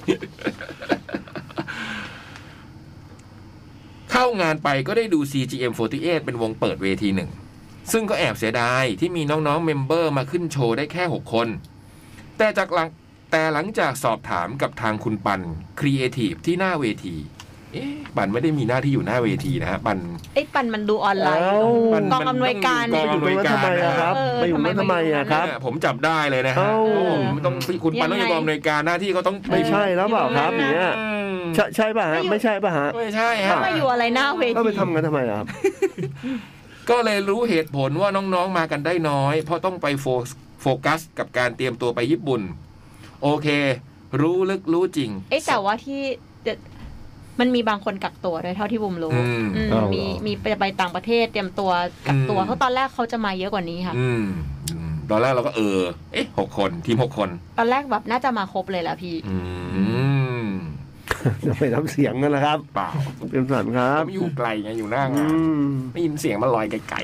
เข้างานไปก็ได้ดู CGM48 เป็นวงเปิดเวทีหนึ่งซึ่งก็แอบเสียดายที่มีน้องๆเมมเบอร์มาขึ้นโชว์ได้แค่6คนแต่หลังจากสอบถามกับทางคุณปันครีเอทีฟที่หน้าเวทีปันไม่ได้มีหน้าที่อยู่หน้าเวทีนะฮะปันมันดูออนไลน์กองอำนวยการทำไมครับไม่อยู่ทำไมอะครับผมจับได้เลยนะฮะต้องคุณปันต้องอยู่กองอำนวยการหน้าที่เขาต้องไม่ใช่แล้วเปล่าครับเนี่ยใช่ป่ะฮะไม่ใช่ป่ะฮะไม่ใช่ฮะมาอยู่อะไรหน้าเวทีก็ไปทำกันทำไมครับก็เลยรู้เหตุผลว่าน้องๆมากันได้น้อยเพราะต้องไปโฟกัสกับการเตรียมตัวไปญี่ปุ่นโอเครู้ลึกรู้จริงแต่ว่าที่มันมีบางคนกักตัวด้วยเท่าที่บุมรู้มีไปต่างประเทศเตรียมตัวกักตัวเขาตอนแรกเขาจะมาเยอะกว่านี้ค่ะตอนแรกเราก็6คนทีม6คนตอนแรกแบบน่าจะมาครบเลยแหละพี่จะไปทำเสียงกันนะครับเปล่าเป็นสันครับอยู่ไกลไงอยู่หน้างานได้ยินเสียงมันลอยไกล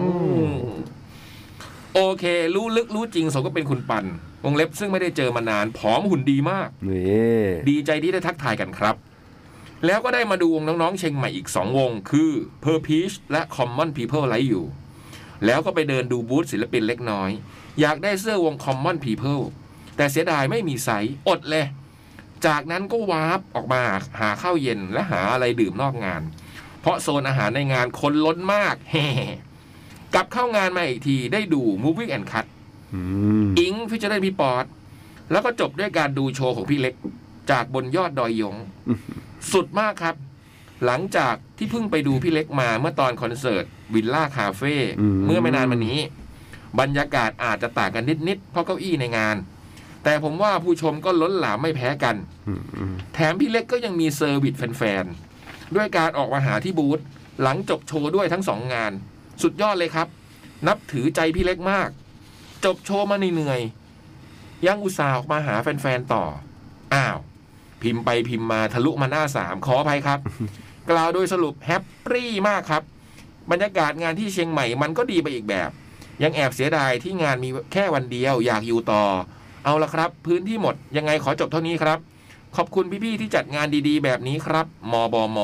ๆโอเครู้ลึกรู้จริงสมก็เป็นคุณปันวงเล็บซึ่งไม่ได้เจอมานานผอมหุ่นดีมากดีใจที่ได้ทักทายกันครับแล้วก็ได้มาดูวงน้องๆเชียงใหม่อีก2วงคือ Per Peach และ Common People Like You แล้วก็ไปเดินดูบูธศิลปินเล็กน้อยอยากได้เสื้อวง Common People แต่เสียดายไม่มีไซส์อดเลยจากนั้นก็วาร์ปออกมาหาข้าวเย็นและหาอะไรดื่มนอกงานเพราะโซนอาหารในงานคนล้นมากแฮ่กลับเข้างานมาอีกทีได้ดู Moving and Cut อิงฟิชเชอร์พี่ปอดแล้วก็จบด้วยการดูโชว์ของพี่เล็กจากบนยอดดอยยงสุดมากครับหลังจากที่เพิ่งไปดูพี่เล็กมาเมื่อตอนคอนเสิร์ตวิลล่าคาเฟ่เมื่อไม่นานมานี้บรรยากาศอาจจะต่างกันนิดๆเพราะเก้าอี้ในงานแต่ผมว่าผู้ชมก็ล้นหลามไม่แพ้กันแถมพี่เล็กก็ยังมีเซอร์วิสแฟนๆด้วยการออกมาหาที่บูธหลังจบโชว์ด้วยทั้ง2 งานสุดยอดเลยครับนับถือใจพี่เล็กมากจบโชว์มาเหนื่อยยังอุตส่าห์ออกมาหาแฟนๆต่ออ้าวพิมพ์ไปพิมพ์มาทะลุมาหน้า3ขออภัยครับ กล่าวโดยสรุปแฮปปี้มากครับบรรยากาศงานที่เชียงใหม่มันก็ดีไปอีกแบบยังแอบเสียดายที่งานมีแค่วันเดียวอยากอยู่ต่อเอาละครับพื้นที่หมดยังไงขอจบเท่านี้ครับขอบคุณพี่ๆที่จัดงานดีๆแบบนี้ครับมบม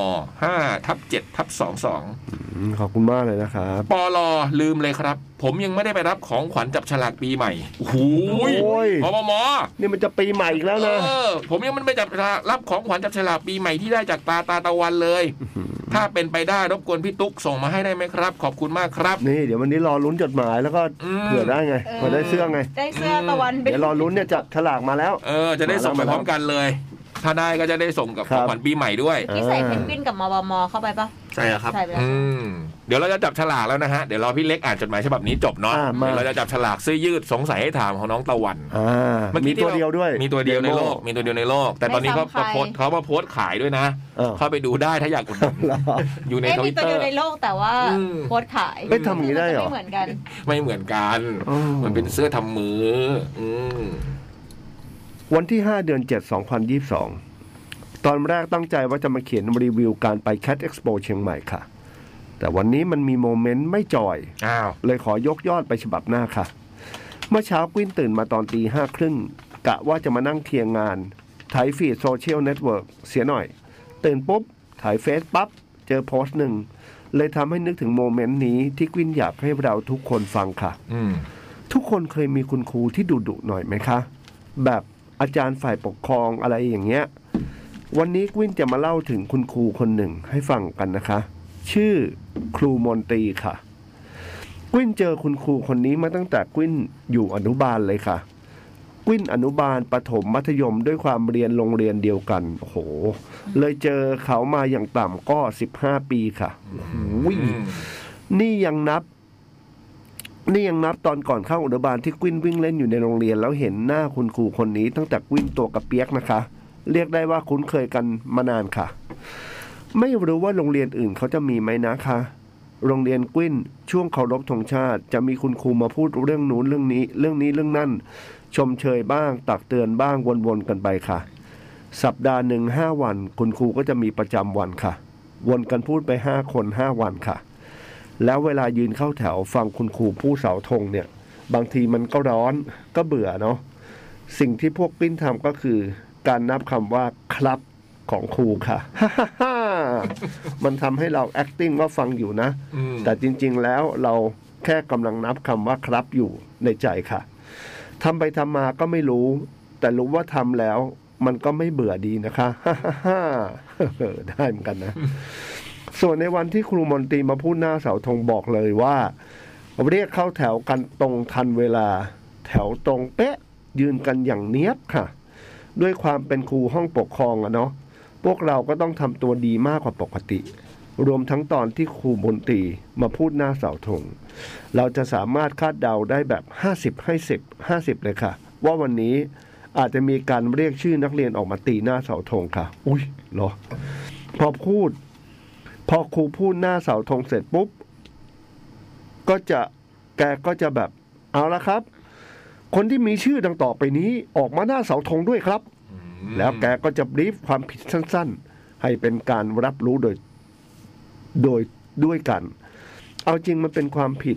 5/7/22 ขอบคุณมากเลยนะครับปลลืมเลยครับผมยังไม่ได้ไปรับของขวัญจับฉลากปีใหม่โอ้โหมบมนี่มันจะปีใหม่อีกแล้วนะผมยังไม่ได้จับรับของขวัญจับฉลากปีใหม่ที่ได้จากตาตะวันเลยถ้าเป็นไปได้รบกวนพี่ตุ๊กส่งมาให้ได้ไหมครับขอบคุณมากครับนี่เดี๋ยววันนี้รอลุ้นจดหมายแล้วก็เผื่อได้ไงเผื่อได้เสื้อไงได้เสื้อตะวันเดี๋ยวรอลุ้นเนี่ยจับฉลากมาแล้วจะได้ส่งไปพร้อมกันเลยถ้าได้ก็จะได้ส่งกับของขวัญปีใหม่ด้วยที่ใส่เพนกวินกับมบมเข้าไปปะใช่ครับเดี๋ยวเราจะจับฉลากแล้วนะฮะเดี๋ยวรอพี่เล็กอ่านจดหมายฉบับนี้จบเนาะเดี๋ยวเราจะจับฉลากเสื้อยืดสงสัยให้ถามของน้องตะวันมีตัวเดียวด้วยมีตัวเดียวในโลกมีตัวเดียวในโลกแต่ตอนนี้เขามาโพสต์ขายด้วยนะเข้าไปดูได้ถ้าอยากอุดหนุนอยู่ใน Twitter มีตัวเดียวในโลกแต่ว่าโพสต์ขายไม่ทำอย่างนี้ได้หรอไม่เหมือนกันมันเป็นเสื้อทำมือวันที่5 เดือน 7 2022ตอนแรกตั้งใจว่าจะมาเขียนรีวิวการไป Cat Expo เชียงใหม่ค่ะแต่วันนี้มันมีโมเมนต์ไม่จอยเลยขอยกยอดไปฉบับหน้าค่ะเมื่อเช้ากวิ้นตื่นมาตอน 5:30 น.กะว่าจะมานั่งเคียงงานถ่ายฟีดโซเชียลเน็ตเวิร์กเสียหน่อยตื่นปุ๊บถ่ายเฟซปั๊บเจอโพสต์หนึ่งเลยทำให้นึกถึงโมเมนต์นี้ที่กวิ้นอยากให้เราทุกคนฟังค่ะทุกคนเคยมีคุณครูที่ดุหน่อยไหมคะแบบอาจารย์ฝ่ายปกครองอะไรอย่างเงี้ยวันนี้กวิ้นจะมาเล่าถึงคุณครูคนหนึ่งให้ฟังกันนะคะชื่อครูมนตรีค่ะกวิ้นเจอคุณครูคนนี้มาตั้งแต่กวิ้นอยู่อนุบาลเลยค่ะกวิ้นอนุบาลประถมมัธยมด้วยความเรียนโรงเรียนเดียวกันโอ้โหเลยเจอเขามาอย่างต่ำก็15 ปีค่ะนี่ยังนับตอนก่อนเข้าอนุบาลที่กวิ้นวิ่งเล่นอยู่ในโรงเรียนแล้วเห็นหน้าคุณครูคนนี้ตั้งแต่กวิ้นตัวกระเปียกนะคะเรียกได้ว่าคุ้นเคยกันมานานค่ะไม่รู้ว่าโรงเรียนอื่นเขาจะมีไหมนะคะโรงเรียนกวิ้นช่วงเคารพธงชาติจะมีคุณครูมาพูดเรื่องนู้นเรื่องนี้เรื่องนั่นชมเชยบ้างตักเตือนบ้างวนๆกันไปค่ะสัปดาห์หนึ่ง5 วันคุณครูก็จะมีประจำวันค่ะวนกันพูดไป5 คน5 วันค่ะแล้วเวลายืนเข้าแถวฟังคุณครูพูดเสาธงเนี่ยบางทีมันก็ร้อนก็เบื่อเนาะสิ่งที่พวกกวิ้นทำก็คือการนับคำว่าครับของครูค่ะ มันทำให้เรา acting ว่าฟังอยู่นะแต่จริงๆแล้วเราแค่กำลังนับคำว่าครับอยู่ในใจค่ะทำไปทำมาก็ไม่รู้แต่รู้ว่าทำแล้วมันก็ไม่เบื่อดีนะคะ ได้เหมือนกันนะส่วนในวันที่ครูมนตรีมาพูดหน้าเสาธงบอกเลยว่าเรียกเข้าแถวกันตรงทันเวลาแถวตรงเป๊ะยืนกันอย่างเนียบค่ะด้วยความเป็นครูห้องปกครองอะเนาะพวกเราก็ต้องทำตัวดีมากกว่าปกติรวมทั้งตอนที่ครูมนตรีมาพูดหน้าเสาธงเราจะสามารถคาดเดาได้แบบ50 ให้ 10 50เลยค่ะว่าวันนี้อาจจะมีการเรียกชื่อนักเรียนออกมาตีหน้าเสาธงค่ะอุ้ยเหรอพอครูพูดหน้าเสาธงเสร็จปุ๊บแกก็จะแบบเอาละครับคนที่มีชื่อดังต่อไปนี้ออกมาหน้าเสาธงด้วยครับแล้วแกก็จะบรีฟความผิดสั้นๆให้เป็นการรับรู้โดยด้วยกันเอาจริงมันเป็นความผิด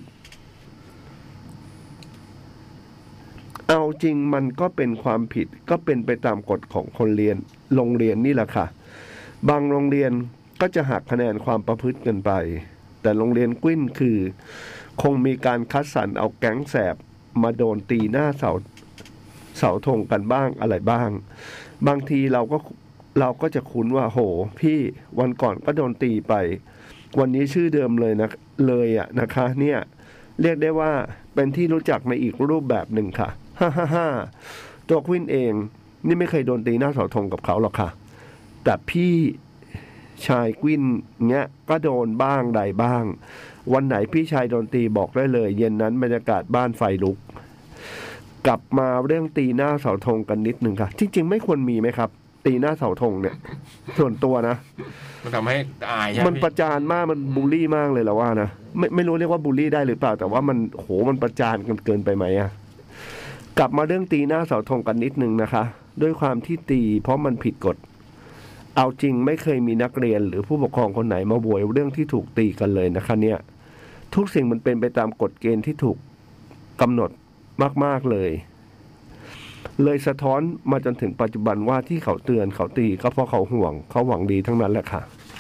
เอาจริงมันก็เป็นความผิดก็เป็นไปตามกฎของคนเรียนโรงเรียนนี่แหละค่ะบางโรงเรียนก็จะหักคะแนนความประพฤติกันไปแต่โรงเรียนกวิ้นคือคงมีการคัดสรรเอาแก๊งแสบมาโดนตีหน้าเสาธงกันบ้างอะไรบ้างบางทีเราก็จะคุ้นว่าโหพี่วันก่อนก็โดนตีไปวันนี้ชื่อเดิมเลยอะนะคะเนี่ยเรียกได้ว่าเป็นที่รู้จักในอีกรูปแบบหนึ่งค่ะฮ่าตัวกวิ้นเองนี่ไม่เคยโดนตีหน้าเสาธงกับเขาหรอกค่ะแต่พี่ชายกวิ้นเงี้ยก็โดนบ้างใดบ้างวันไหนพี่ชายดนตรีบอกได้เลยเย็นนั้นบรรยากาศบ้านไฟลุกกลับมาเรื่องตีหน้าเสาธงกันนิดนึงค่ะจริงๆไม่ควรมีไหมครับตีหน้าเสาธงเนี่ยส่วนตัวนะมันทำให้อายใช่ไหมมันประจานมากมันบูลลี่มากเลยแล้วว่านะไม่รู้เรียกว่าบูลลี่ได้หรือเปล่าแต่ว่ามันโหมันประจานกันเกินไปไหมอะกลับมาเรื่องตีหน้าเสาธงกันนิดนึงนะคะด้วยความที่ตีเพราะมันผิดกฎเอาจริงไม่เคยมีนักเรียนหรือผู้ปกครองคนไหนมาโวยเรื่องที่ถูกตีกันเลยนะคะเนี่ยทุกสิ่งมันเป็นไปตามกฎเกณฑ์ที่ถูกกำหนดมากๆเลยสะท้อนมาจนถึงปัจจุบันว่าที่เขาเตือนเขาตีก็เพราะเขาห่วงเขาหวังดีทั้งนั้นแหละค่ะ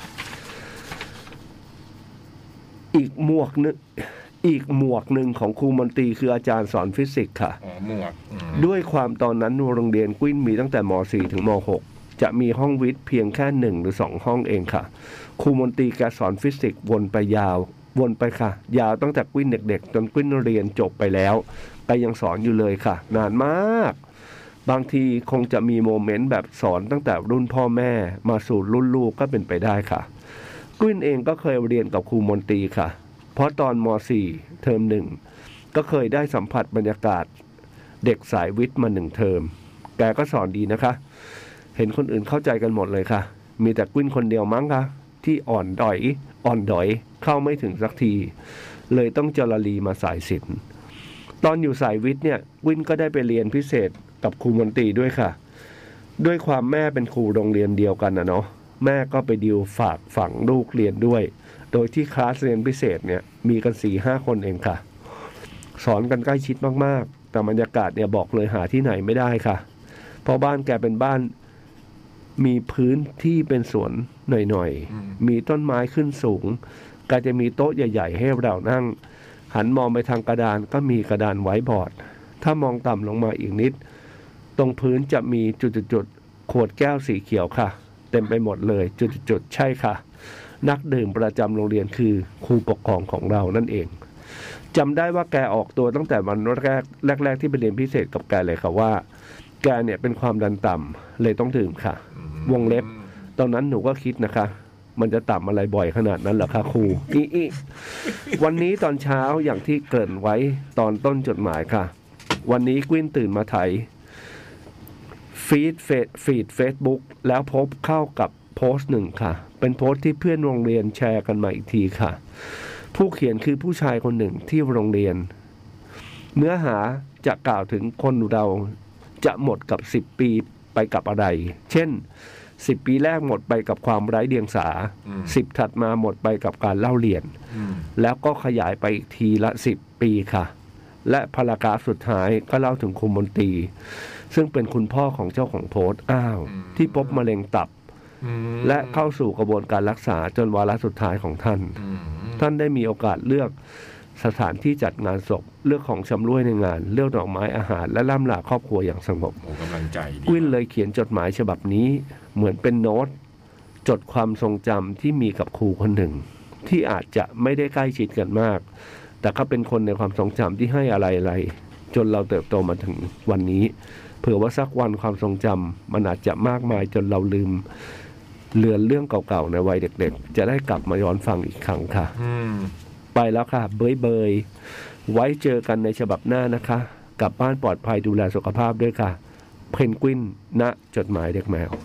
อีกหมวกหนึ่งของครูมนตรีคืออาจารย์สอนฟิสิกส์ค่ะหมวกด้วยความตอนนั้นโรงเรียนกวิ้นมีตั้งแต่ม.4 ถึงม.6 จะมีห้องวิทย์เพียงแค่1 หรือ 2 ห้องเองค่ะครูมนตรีแกสอนฟิสิกส์วนไปค่ะยาวตั้งแต่กวิ้นเด็กๆจนกวิ้นเรียนจบไปแล้วแกยังสอนอยู่เลยค่ะนานมากบางทีคงจะมีโมเมนต์แบบสอนตั้งแต่รุ่นพ่อแม่มาสู่รุ่นลูกก็เป็นไปได้ค่ะกวิ้นเองก็เคยเรียนกับครูมนตรีค่ะเพราะตอนม.4 เทอม 1ก็เคยได้สัมผัสบรรยากาศเด็กสายวิทย์มา1 เทอมแกก็สอนดีนะคะเห็นคนอื่นเข้าใจกันหมดเลยค่ะมีแต่กวิ้นคนเดียวมั้งคะที่อ่อนดอยเข้าไม่ถึงสักทีเลยต้องจรลีมาสายศิลป์ตอนอยู่สายวิทย์เนี่ยวินก็ได้ไปเรียนพิเศษกับครูมนตรีด้วยค่ะด้วยความแม่เป็นครูโรงเรียนเดียวกันนะเนาะแม่ก็ไปดิวฝากฝังลูกเรียนด้วยโดยที่คลาสเรียนพิเศษเนี่ยมีกัน 4-5 คนเองค่ะสอนกันใกล้ชิดมากๆแต่บรรยากาศเนี่ยบอกเลยหาที่ไหนไม่ได้ค่ะเพราะบ้านแกเป็นบ้านมีพื้นที่เป็นสวนหน่อยๆมีต้นไม้ขึ้นสูงก็จะมีโต๊ะใหญ่ๆให้เรานั่งหันมองไปทางกระดานก็มีกระดานไว้บอร์ดถ้ามองต่ำลงมาอีกนิดตรงพื้นจะมีจุดๆขวดแก้วสีเขียวค่ะเต็มไปหมดเลยจุดๆใช่ค่ะนักดื่มประจำโรงเรียนคือครูปกครองของเรานั่นเองจำได้ว่าแกออกตัวตั้งแต่วันแรกที่ไปเรียนพิเศษกับแกเลยค่ะว่าแกเนี่ยเป็นความดันต่ำเลยต้องดื่มค่ะวงเล็บตอนนั้นหนูก็คิดนะคะมันจะต่ำอะไรบ่อยขนาดนั้นเหรอคะครูวันนี้ตอนเช้าอย่างที่เกริ่นไว้ตอนต้นจดหมายค่ะวันนี้กวิ้นตื่นมาไถฟีดเฟซบุ๊กแล้วพบเข้ากับโพสต์หนึ่งค่ะเป็นโพสต์ที่เพื่อนโรงเรียนแชร์กันมาอีกทีค่ะผู้เขียนคือผู้ชายคนหนึ่งที่โรงเรียนเนื้อหาจะกล่าวถึงคนเราจะหมดกับ10 ปีไปกับอะไรเช่น10 ปีแรกหมดไปกับความไร้เดียงสา10ถัดมาหมดไปกับการเล่าเรียนแล้วก็ขยายไปอีกทีละ10 ปีค่ะและพารากราฟสุดท้ายก็เล่าถึงครูมนตรีซึ่งเป็นคุณพ่อของเจ้าของโพสต์ที่พบมะเร็งตับและเข้าสู่กระบวนการรักษาจนวาระสุดท้ายของท่านได้มีโอกาสเลือกสถานที่จัดงานศพเลือกของชำร่วยในงานเลือกดอกไม้อาหารและล่ำลาครอบครัวอย่างสงบกำลังใจดีกวิ้นเลยเขียนจดหมายฉบับนี้เหมือนเป็นโน้ตจดความทรงจำที่มีกับครูคนหนึ่งที่อาจจะไม่ได้ใกล้ชิดกันมากแต่เขาเป็นคนในความทรงจำที่ให้อะไรจนเราเติบโตมาถึงวันนี้เผื่อว่าสักวันความทรงจำมันอาจจะมากมายจนเราลืมเลือนเรื่องเก่าๆในวัยเด็กๆจะได้กลับมาย้อนฟังอีกครั้งค่ะไปแล้วค่ะเบยไว้เจอกันในฉบับหน้านะคะกลับบ้านปลอดภัยดูแลสุขภาพด้วยค่ะเพนกวินณจดหมายเด็กแมว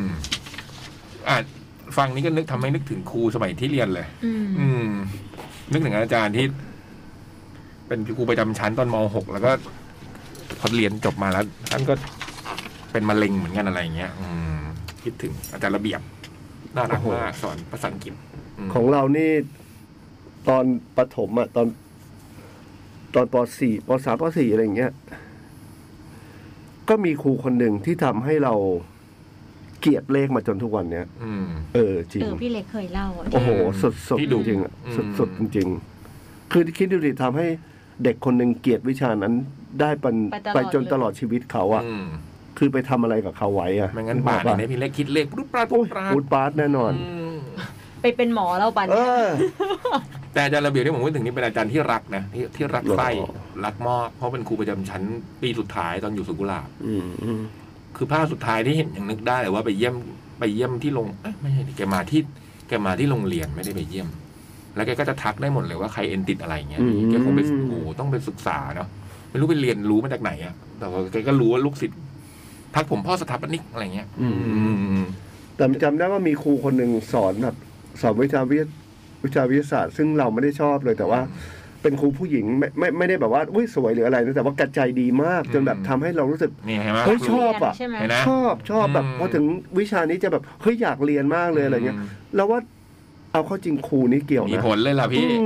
ฟังนี้ก็ทำให้นึกถึงครูสมัยที่เรียนเลยนึกถึงอาจารย์ที่เป็นครูประจำชั้นตอนม.6 แล้วก็พอเรียนจบมาแล้วท่านก็เป็นมะเร็งเหมือนกันอะไรอย่างเงี้ยคิดถึงอาจารย์ระเบียบน่ารักมากสอนภาษาอังกฤษของเรานี่ตอนประถมอ่ะตอนป.4 ป.3 ป.4 อะไรอย่างเงี้ยก็มีครูคนหนึ่งที่ทำให้เราเกลียดเลขมาจนทุกวันเนี้ยจริงพี่เล็กเคยเล่าโอ้โหสุดจริงสุดจริงคือคิดดูดิทำให้เด็กคนหนึ่งเกลียดวิชานั้นได้ไปจนตลอดชีวิตเขาอ่ะคือไปทำอะไรกับเขาไว้อ่ะไม่งั้นบาดเนี่ยพี่เล็กคิดเลขปุ๊บปราดแน่นอนไปเป็นหมอแล้วปันแต่อาจารย์ระเบียบที่ผมพูดถึงนี่เป็นอาจารย์ที่รักนะที่รักใคร่รักมากเพราะเป็นครูประจำชั้นปีสุดท้ายตอนอยู่สุกุหลาบคือภาคสุดท้ายที่เห็นยังนึกได้เลยว่าไปเยี่ยมที่โรงไม่ใช่แกมาที่โรงเรียนไม่ได้ไปเยี่ยมแล้วแกก็จะทักได้หมดเลยว่าใครเอ็นติดอะไรเงี้ยแกคงไปโอ้ต้องไปศึกษาเนาะไม่รู้ไปเรียนรู้มาจากไหนอะแต่ว่าแกก็รู้ว่าลูกศิษย์ทักผมพ่อสถาปนิกอะไรเงี้ยแต่จำได้ว่ามีครูคนหนึ่งสอนแบบสอนวิชาวิทยาศาสตร์ซึ่งเราไม่ได้ชอบเลยแต่ว่าเป็นครูผู้หญิงไม่ได้แบบว่าอุ้ยสวยหรืออะไรนะแต่ว่ากระจายดีมากจนแบบทำให้เรารู้สึกเฮ้ยชอบอ่ะชอบแบบพอถึงวิชานี้จะแบบเฮ้ยอยากเรียนมากเลยอะไรเงี้ยแล้วว่าเอาเข้าจริงครูนี่เกี่ยวนะมีผลเลยล่ะพี่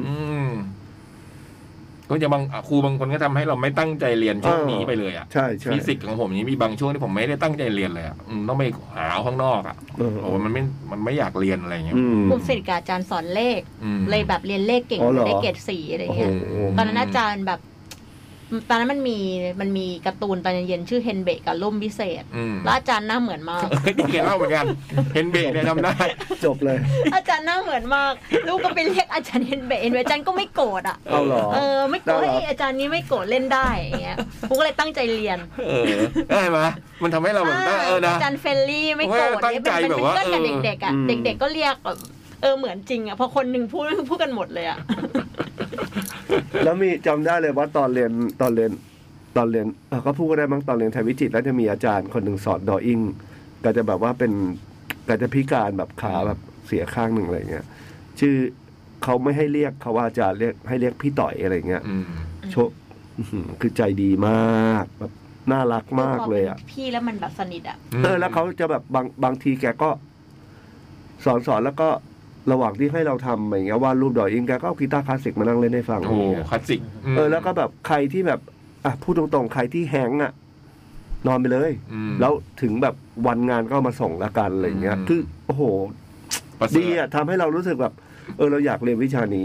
ก็จะบางครูบางคนก็ทำให้เราไม่ตั้งใจเรียนช่วงนี้ไปเลยอ่ะใช่ฟิสิกส์ของผมนี้มีบางช่วงที่ผมไม่ได้ตั้งใจเรียนเลยอ่ะต้องไปหาข้างนอกอ่ะโอ้มันไม่อยากเรียนอะไรเงี้ยผมสนิทกับอาจารย์สอนเลขเลยแบบเรียนเลขเก่งได้เกรด 4อะไรเงี้ยตอนนั้นอาจารย์แบบตอนนั้นมันมีการ์ตูนตอนเย็นชื่อเฮนเบะกับล่มวิเศษแล้วอาจารย์หน้าเหมือนมากนี่แกเล่าเหมือนกันเฮนเบะเนี่ยจำได้จบเลยอาจารย์หน้าเหมือนมากลูกก็ไปเรียกอาจารย์เฮนเบะอาจารย์ก็ไม่โกรธอ่ะเอาหรอไม่โกรธให้อาจารย์นี้ไม่โกรธเล่นได้อย่างเงี้ยผมก็เลยตั้งใจเรียนได้ไหมมันทำให้เราแบบนะอาจารย์เฟลลี่ไม่โกรธเนี่ยเป็นเพื่อนกับเด็กๆอ่ะเด็กๆก็เรียกแบบเหมือนจริงอ่ะพอคนหนึ่งพูดกันหมดเลยอ่ะแล้วมีจำได้เลยว่าตอนเรียนก็พูดก็ได้มั้งตอนเรียนไทยวิจิตรแล้วจะมีอาจารย์คนหนึ่งสอนดออิ่งก็จะแบบว่าก็จะพิการแบบขาแบบเสียข้างหนึ่งอะไรเงี้ยชื่อเขาไม่ให้เรียกเขาว่าจะเรียกให้เรียกพี่ต่อยอะไรเงี้ยโชคือใจดีมากแบบน่ารักมากเลยอ่ะพี่แล้วมันแบบสนิทอ่ะแล้วเขาจะแบบบางทีแกก็สอนแล้วก็ระหว่างที่ให้เราทำอย่างเงี้ยวาดรูปดออิ่งแกก็เอากีตาร์คลาสสิกมานั่งเล่นให้ฟังโอ้คลาสสิกแล้วก็แบบใครที่แบบพูดตรงๆใครที่แฮงก์นอนไปเลยแล้วถึงแบบวันงานก็มาส่งละกันอะไรเงี้ยคือโอ้โหดีทำให้เรารู้สึกแบบเราอยากเรียนวิชานี้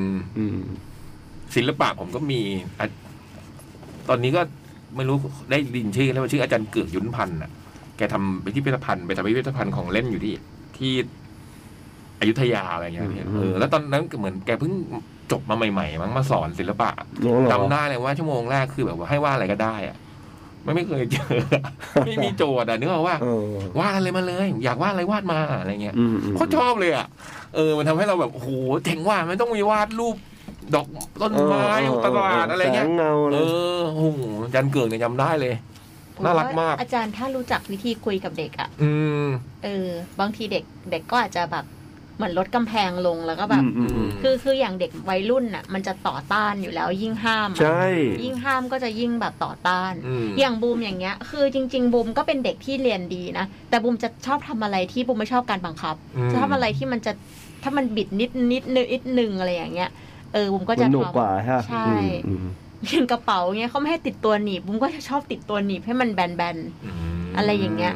ศิลปะผมก็มีตอนนี้ก็ไม่รู้ได้ดินชื่อแล้วว่าชื่ออาจารย์เกือกยุ้นพันธ์แกทำไปที่พิพิธภัณฑ์ไปทำพิพิธภัณฑ์ของเล่นอยู่ที่อยุธยาอะไรเงี้ยแล้วตอนนั้นเหมือนแกเพิ่งจบมาใหม่ๆมั้งมาสอนศิลปะจำได้เลยว่าชั่วโมงแรกคือแบบว่าให้วาดอะไรก็ได้อะไม่เคยเจอไม่มีโจทย์นึกออกว่าวาดอะไรมาเลยอยากวาดอะไรวาดมาอะไรเงี้ยเขาชอบเลยมันทำให้เราแบบโอ้โหเจ๋งว่ะไม่ต้องมีวาดรูปดอกต้นไม้ตลาดอะไรเงี้ยโอ้โหอาจารย์เกิงเนี่ยจำได้เลยน่ารักมากอาจารย์ถ้ารู้จักวิธีคุยกับเด็กบางทีเด็กก็อาจจะแบบเหมือนลดกำแพงลงแล้วก็แบบคืออย่างเด็กวัยรุ่นน่ะมันจะต่อต้านอยู่แล้วยิ่งห้ามใช่ยิ่งห้ามก็จะยิ่งแบบต่อต้านอย่างบูมอย่างเงี้ยคือจริงๆบูมก็เป็นเด็กที่เรียนดีนะแต่บูมจะชอบทำอะไรที่บูมไม่ชอบการบังคับชอบอะไรที่มันจะถ้ามันบิดนิดนึงอะไรอย่างเงี้ยบูมก็จะทำใช่อย่างกระเป๋าเงี้ยเขาไม่ให้ติดตัวหนีบบูมก็จะชอบติดตัวหนีบให้มันแบนๆอะไรอย่างเงี้ย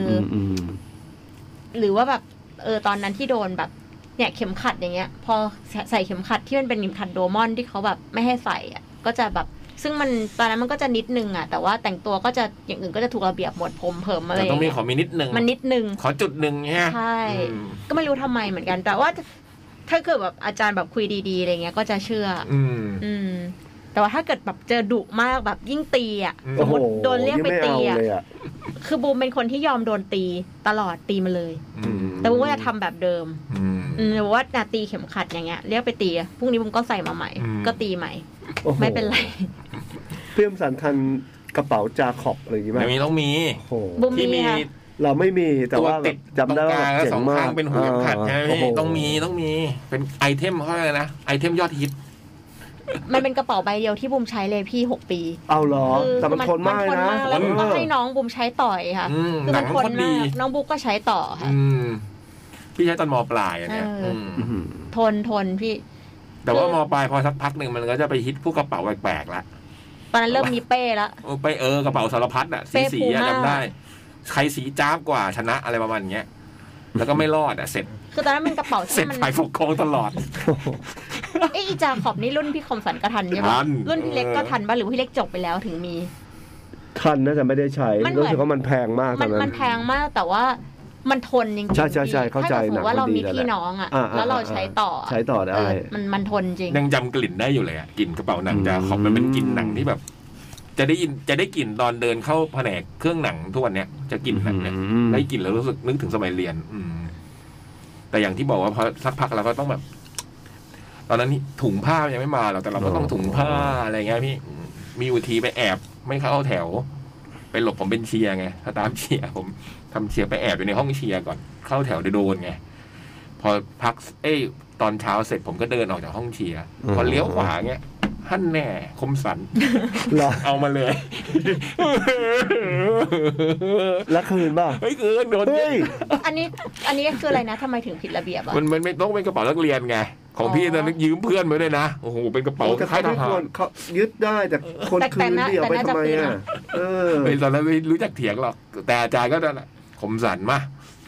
หรือว่าแบบตอนนั้นที่โดนแบบเนี่ยเข็มขัดอย่างเงี้ยพอใส่เข็มขัดที่มันเป็นเข็มขัดโดมอนที่เขาแบบไม่ให้ใส่ก็จะแบบซึ่งมันตอนนั้นมันก็จะนิดนึงแต่ว่าแต่งตัวก็จะอย่างอื่นก็จะถูกระเบียบหมดผมเผิมอะไรต้องมีขอมีนิดนึงมันนิดนึงขอจุดนึงเนี่ยใช่ก็ไม่รู้ทำไมเหมือนกันแต่ว่าถ้าเกิดแบบอาจารย์แบบคุยดีๆอะไรเงี้ยก็จะเชื่อแต่ว่าถ้าเกิดแบบเจอดุมากแบบยิ่งตีสมมติโดนเรียกไปตีคือบูมเป็นคนที่ยอมโดนตีตลอดตีมาเลยแต่บูมก็จะทำแบบเดิมหรือว่าตีเข็มขัดอย่างเงี้ยเรียกไปตีพรุ่งนี้บูมก็ใส่มาใหม่ก็ตีใหม่ไม่เป็นไรเพิ่มสันทันกระเป๋าจาขอบอะไรอย่างงี้ไหมไม่มีต้องมีที่มีเราไม่มีแต่ว่าจำได้ว่าสองข้างเป็นหัวเข็มขัดใช่ไหมต้องมีเป็นไอเทมเขาเลยนะไอเทมยอดฮิตมันเป็นกระเป๋าใบเดียวที่บูมใช้เลยพี่6 ปีเอาหรอแต่มันทนมากนะแล้วก็ให้น้องบูมใช้ต่อยค่ะคือมันทนมากน้องบูมก็ใช้ต่อค่ะพี่ใช้ตอนม.ปลายเนี่ยทนพี่แต่ว่าม.ปลายพอสักพักหนึ่งมันก็จะไปฮิตพวกกระเป๋าแปลกๆละตอนนั้นเริ่มมีเป้ละไปกระเป๋าสารพัดสีจำได้ใครสีจ้าบกว่าชนะอะไรประมาณเนี้ยแล้วก็ไม่รอดเสร็จคือตอนนั้นเป็นกระเป๋าเสร็จฝ่ายปกครองตลอดอีจาขอบนี่รุ่นพี่คมสันก็ทันใช่ไหมรุ่นพี่เล็กก็ทันป่ะหรือพี่เล็กจบไปแล้วถึงมีทันนะแต่ไม่ได้ใช้รู้สึกว่ามันแพงมากมันแพงมากแต่ว่ามันทนจริงๆใช่เข้าใจนะว่าเรามีพี่น้องแล้วเราใช้ต่อได้มันทนจริงยังจำกลิ่นได้อยู่เลยกลิ่นกระเป๋าหนังจาขอบมันเป็นกลิ่นหนังที่แบบจะได้กลิ่นตอนเดินเข้าแผนกเครื่องหนังทุกวันเนี้ยจะกลิ่นแบบเนี้ยได้กลิ่นแล้วรู้สึกนึกถึงสมัยเรียนแต่อย่างที่บอกว่าพอสักพักเราก็ต้องแบบตอนนั้นถุงผ้ายังไม่มาหรอกแต่เราก็ต้องถุงผ้าอะไรเงี้ยพี่มีอุทีไปแอบไม่เข้าแถวไปหลบผมเป็นเชียร์ไงถ้าตามเชียร์ผมทำเชียร์ไปแอบอยู่ในห้องเชียร์ก่อนเข้าแถวโดนไงพอพักตอนเช้าเสร็จผมก็เดินออกจากห้องเชียร์พอเลี้ยวขวาเงี้ยท่านแน่คมสันเอามาเลยแล้วคืนป่ะไม่คืนโดนอันนี้คืออะไรนะทำไมถึงผิดระเบียบอ่ะมันไม่ต้องเป็นกระเป๋านักเรียนไงของพี่ตอนนั้นยืมเพื่อนมาด้วยนะโอ้โหเป็นกระเป๋าคล้ายทหารเขายึดได้แต่คนคืนเดียวไปทำไมอ่ะตอนนั้นไม่รู้จักเถียงหรอกแต่อาจารย์ก็นั่นแหละคมสันมา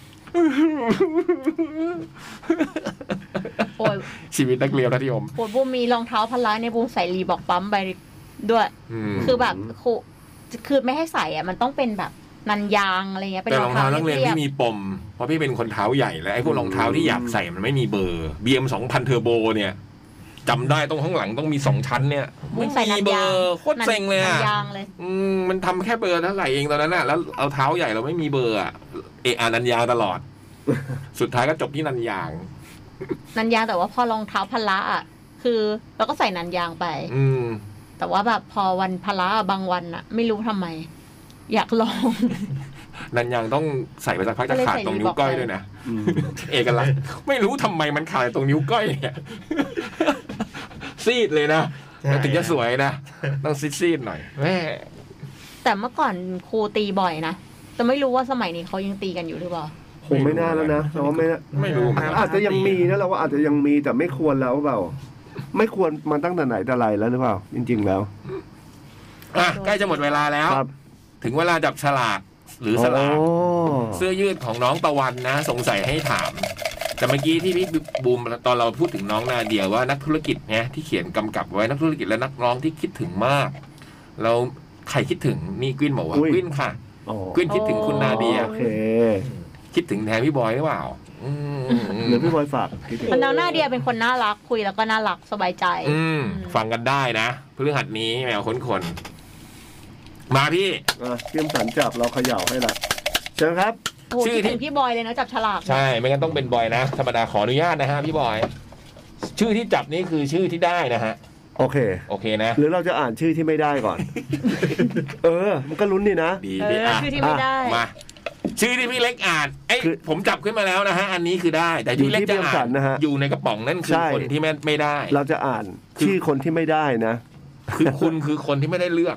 ชีวิตนักเรียนมัธยมโอ้ยบูมมีรองเท้าพละเนี่ยบูมใส่รีบอกปั๊มไปด้วยคือแบบคือไม่ให้ใส่อ่ะมันต้องเป็นแบบนันยางอะไรเงี้ยเป็นรองเท้านักเรียนที่มีปมเพราะพี่เป็นคนเท้าใหญ่แล้วไอ้พวกรองเท้าที่อยากใส่มันไม่มีเบอร์ BM 2000 เทอร์โบเนี่ยจำได้ตรงข้างหลังต้องมี2ชั้นเนี่ยไม่มีเบอร์โคตรเซ็งเลยอ่ะมันทำแค่เบอร์เท่าไหร่เองตอนนั้นน่ะแล้วเอาเท้าใหญ่เราไม่มีเบอร์อ่ะนันยางตลอดสุดท้ายก็จบที่นันยางแต่ว่าพอรองเท้าพละอ่ะคือเราก็ใส่นันยางไปแต่ว่าแบบพอวันพละบางวันอ่ะไม่รู้ทำไมอยากลองนันยางต้องใส่ไปสักพักจะขาดตรงนิ้วก้อยด้วยนะเอกลักษณ์ไม่รู้ทำไมมันขาดตรงนิ้วก้อยเนี่ยซีดเลยนะถึงจะสวยนะต้องซีดหน่อยแม่แต่เมื่อก่อนครูตีบ่อยนะแต่ไม่รู้ว่าสมัยนี้เขายังตีกันอยู่หรือเปล่าคงไม่น่าแล้วนะเราไม่รู้อาจจะยังมีนะเราว่าอาจจะยังมีแต่ไม่ควรแล้วเปล่าไม่ควรมาตั้งแต่ไหนแต่ไรแล้วหรือเปล่าจริงๆแล้วใกล้จะหมดเวลาแล้วถึงเวลาจับฉลากหรือสลากเสื้อยืดของน้องตะวันนะสงสัยให้ถามแต่เมื่อกี้ที่พี่บูมตอนเราพูดถึงน้องนาเดียว่านักธุรกิจเนี่ยที่เขียนกำกับไว้นักธุรกิจและนักร้องที่คิดถึงมากเราใครคิดถึงนี่กวินบอกว่ากวินค่ะกวินคิดถึงคุณนาเดียคิดถึงแทนพี่บอยหรือเปล่าหรือพี่บอยฝากคนนาเดียเป็นคนน่ารักคุยแล้วก็น่ารักสบายใจฟังกันได้นะพฤหัสนี้แมวคนมาพี่เตรียมสันจับเราเขย่าให้ละเชิญครับชื่อที่พี่บอยเลยนะจับฉลากใช่ไม่งั้นต้องเป็นบอยนะธรรมดาขออนุญาตนะฮะพี่บอยชื่อที่จับนี่คือชื่อที่ได้นะฮะโอเคนะหรือเราจะอ่านชื่อที่ไม่ได้ก่อนมันก็ลุ้นดีนะดีชื่อที่ไม่ได้มาชื่อที่พี่เล็กอ่านผมจับขึ้นมาแล้วนะฮะอันนี้คือได้แต่พี่เล็กจะอ่านอยู่ในกระป๋องนั่นคือคนที่ไม่ได้เราจะอ่านชื่อคนที่ไม่ได้นะคือคุณคือคนที่ไม่ได้เลือก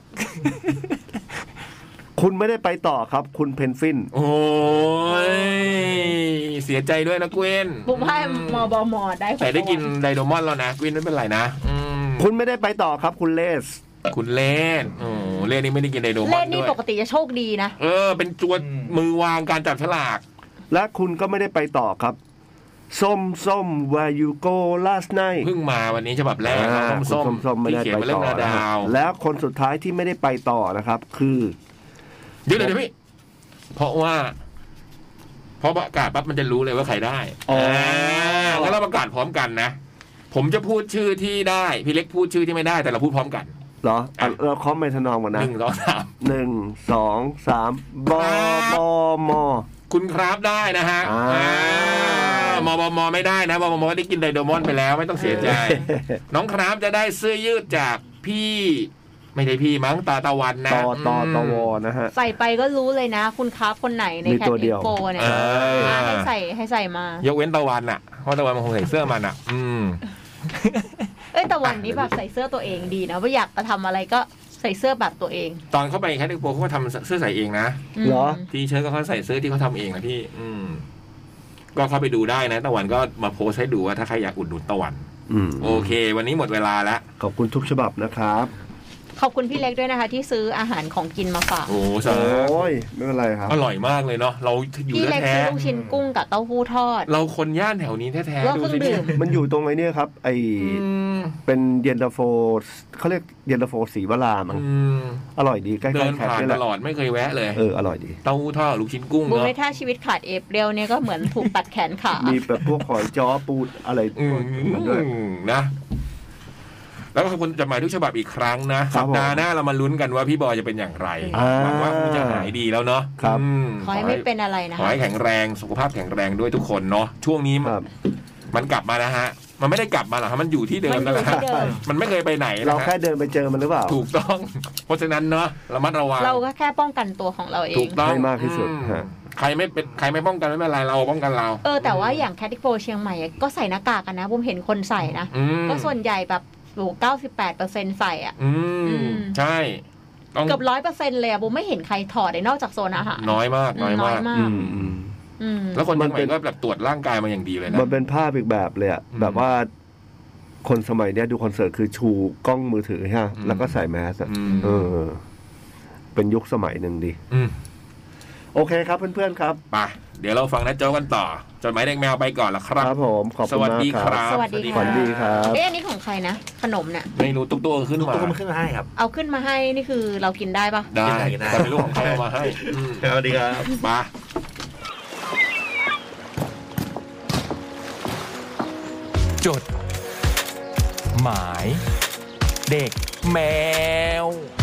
คุณไม่ได้ไปต่อครับคุณเพนฟินโอ้ยเสียใจด้วยนะกวินบุ้มให้มอบมอได้แต่ได้กินไดโดมอนแล้วนะกวินไม่เป็นไรนะคุณไม่ได้ไปต่อครับคุณเลสเลสนี่ไม่ได้กินไดโดมอนด้วยเลสนี่ปกติจะโชคดีนะเป็นตัวมือวางการจับฉลากและคุณก็ไม่ได้ไปต่อครับส้ม where you go last night เพิ่งมาวันนี้ฉบับแรกส้มที่เขียนมาเรื่องนาดาวแล้วคนสุดท้ายที่ไม่ได้ไปต่อนะครับคือเดี๋ยวพี่เพราะประกาศปั๊บมันจะรู้เลยว่าใครได้งั้นเราประกาศพร้อมกันนะผมจะพูดชื่อที่ได้พี่เล็กพูดชื่อที่ไม่ได้แต่เราพูดพร้อมกันเหรอเราเคาะไม่ทนองกันนะ1 2 3บมคุณครับได้นะฮะมไม่ได้นะมได้กินไดโดมอนไปแล้วไม่ต้องเสียใจน้องครับจะได้เสื้อยืดจากพี่ไม่ได้พี่มั้งตะวันนะตวนะฮะใส่ไปก็รู้เลยนะคุณครับคนไหนในแคทเอ็กโปเนี่ยให้ใส่มายกเว้นตะวันอ่ะเพราะตะวันมันคงใส่เสื้อมันอ่ะตะวันนี้แบบใส่เสื้อตัวเองดีนะว่าอยากจะทำอะไรก็ใส่เสื้อแบบตัวเองตอนเข้าไปแคทเอ็กโปเขาทำเสื้อใส่เองนะเหรอทีเชิ้ตก็เขาใส่เสื้อที่เขาทำเองนะพี่ก็เข้าไปดูได้นะตะวันก็มาโพสให้ดูว่าถ้าใครอยากอุดหนุนตะวันโอเควันนี้หมดเวลาแล้วขอบคุณทุกฉบับนะครับขอบคุณพี่เล็กด้วยนะคะที่ซื้ออาหารของกินมาฝากโอ้ยไม่เป็นไรครับอร่อยมากเลยเนาะเราอยู่พี่เล็กซื้อลูกชิ้นกุ้งกับเต้าหู้ทอดเราคนย่านแถวนี้แท้ๆดูสิมันอยู่ตรงไอ้นี่ครับเป็นเย็นตาโฟเขาเรียกเย็นตาโฟศรีวรามั้งอร่อยดีใกล้ๆเดินผ่านตลอดไม่เคยแวะเลยอร่อยดีเต้าหู้ทอดลูกชิ้นกุ้งเนาะถ้าชีวิตขาดเอฟเรียวเนี่ยก็เหมือนถูกตัดแขนขามีแบบพวกหอยจ้อปูอะไรด้วยนะแล้วก็ขอบคุณจดหมายทุกฉบับอีกครั้งนะสัปดาห์หน้าเรามาลุ้นกันว่าพี่บอยจะเป็นอย่างไรหวังว่าคุณจะหายดีแล้วเนาะครับขอให้ไม่เป็นอะไรนะขอให้แข็งแรงสุขภาพแข็งแรงด้วยทุกคนเนาะช่วงนี้มันกลับมานะฮะมันไม่ได้กลับมาหรอกครับมันอยู่ที่เดิมนั่นแหละมันไม่เคยไปไหนเราแค่เดินไปเจอมันหรือเปล่าถูกต้องเพราะฉะนั้นเนาะระมัดระวังเราก็แค่ป้องกันตัวของเราเองถูกต้องให้มากที่สุดใครไม่ป้องกันไม่เป็นไรเราป้องกันเราแต่ว่าอย่างแคทติโฟเชียงใหม่ก็ใส่หน้ากากกันนะผมเห็นคนใส่นะก็ส่วนใหญ่แบบ98%ใส่อ่ะใช่เกือบ100%เลยอ่ะผมไม่เห็นใครถอดเลยนอกจากโซนอาหารน้อยมากแล้วคนมันก็แบบตรวจร่างกายมาอย่างดีเลยนะมันเป็นภาพอีกแบบเลยอ่ะแบบว่าคนสมัยเนี้ยดูคอนเสิร์ตคือชูกล้องมือถือฮะแล้วก็ใส่แมสเป็นยุคสมัยหนึ่งดีโอเคครับเพื่อนๆครับไปเดี๋ยวเราฟังนะโจ้กันต่อจดหมายเด็กแมวไปก่อนละครับครับผมขอบคุณมากครับสวัสดีครับสวัสดีครับอันนี้ของใครนะขนมเนี่ยไม่รู้ตุ๊กตัวขึ้นมาตุ๊กมันขึ้นมาให้ครับเอาขึ้นมาให้นี่คือเรากินได้ปะได้แต่ไม่รู้ของใครเอามาให้สวัสดีครับมาจดหมายเด็กแมว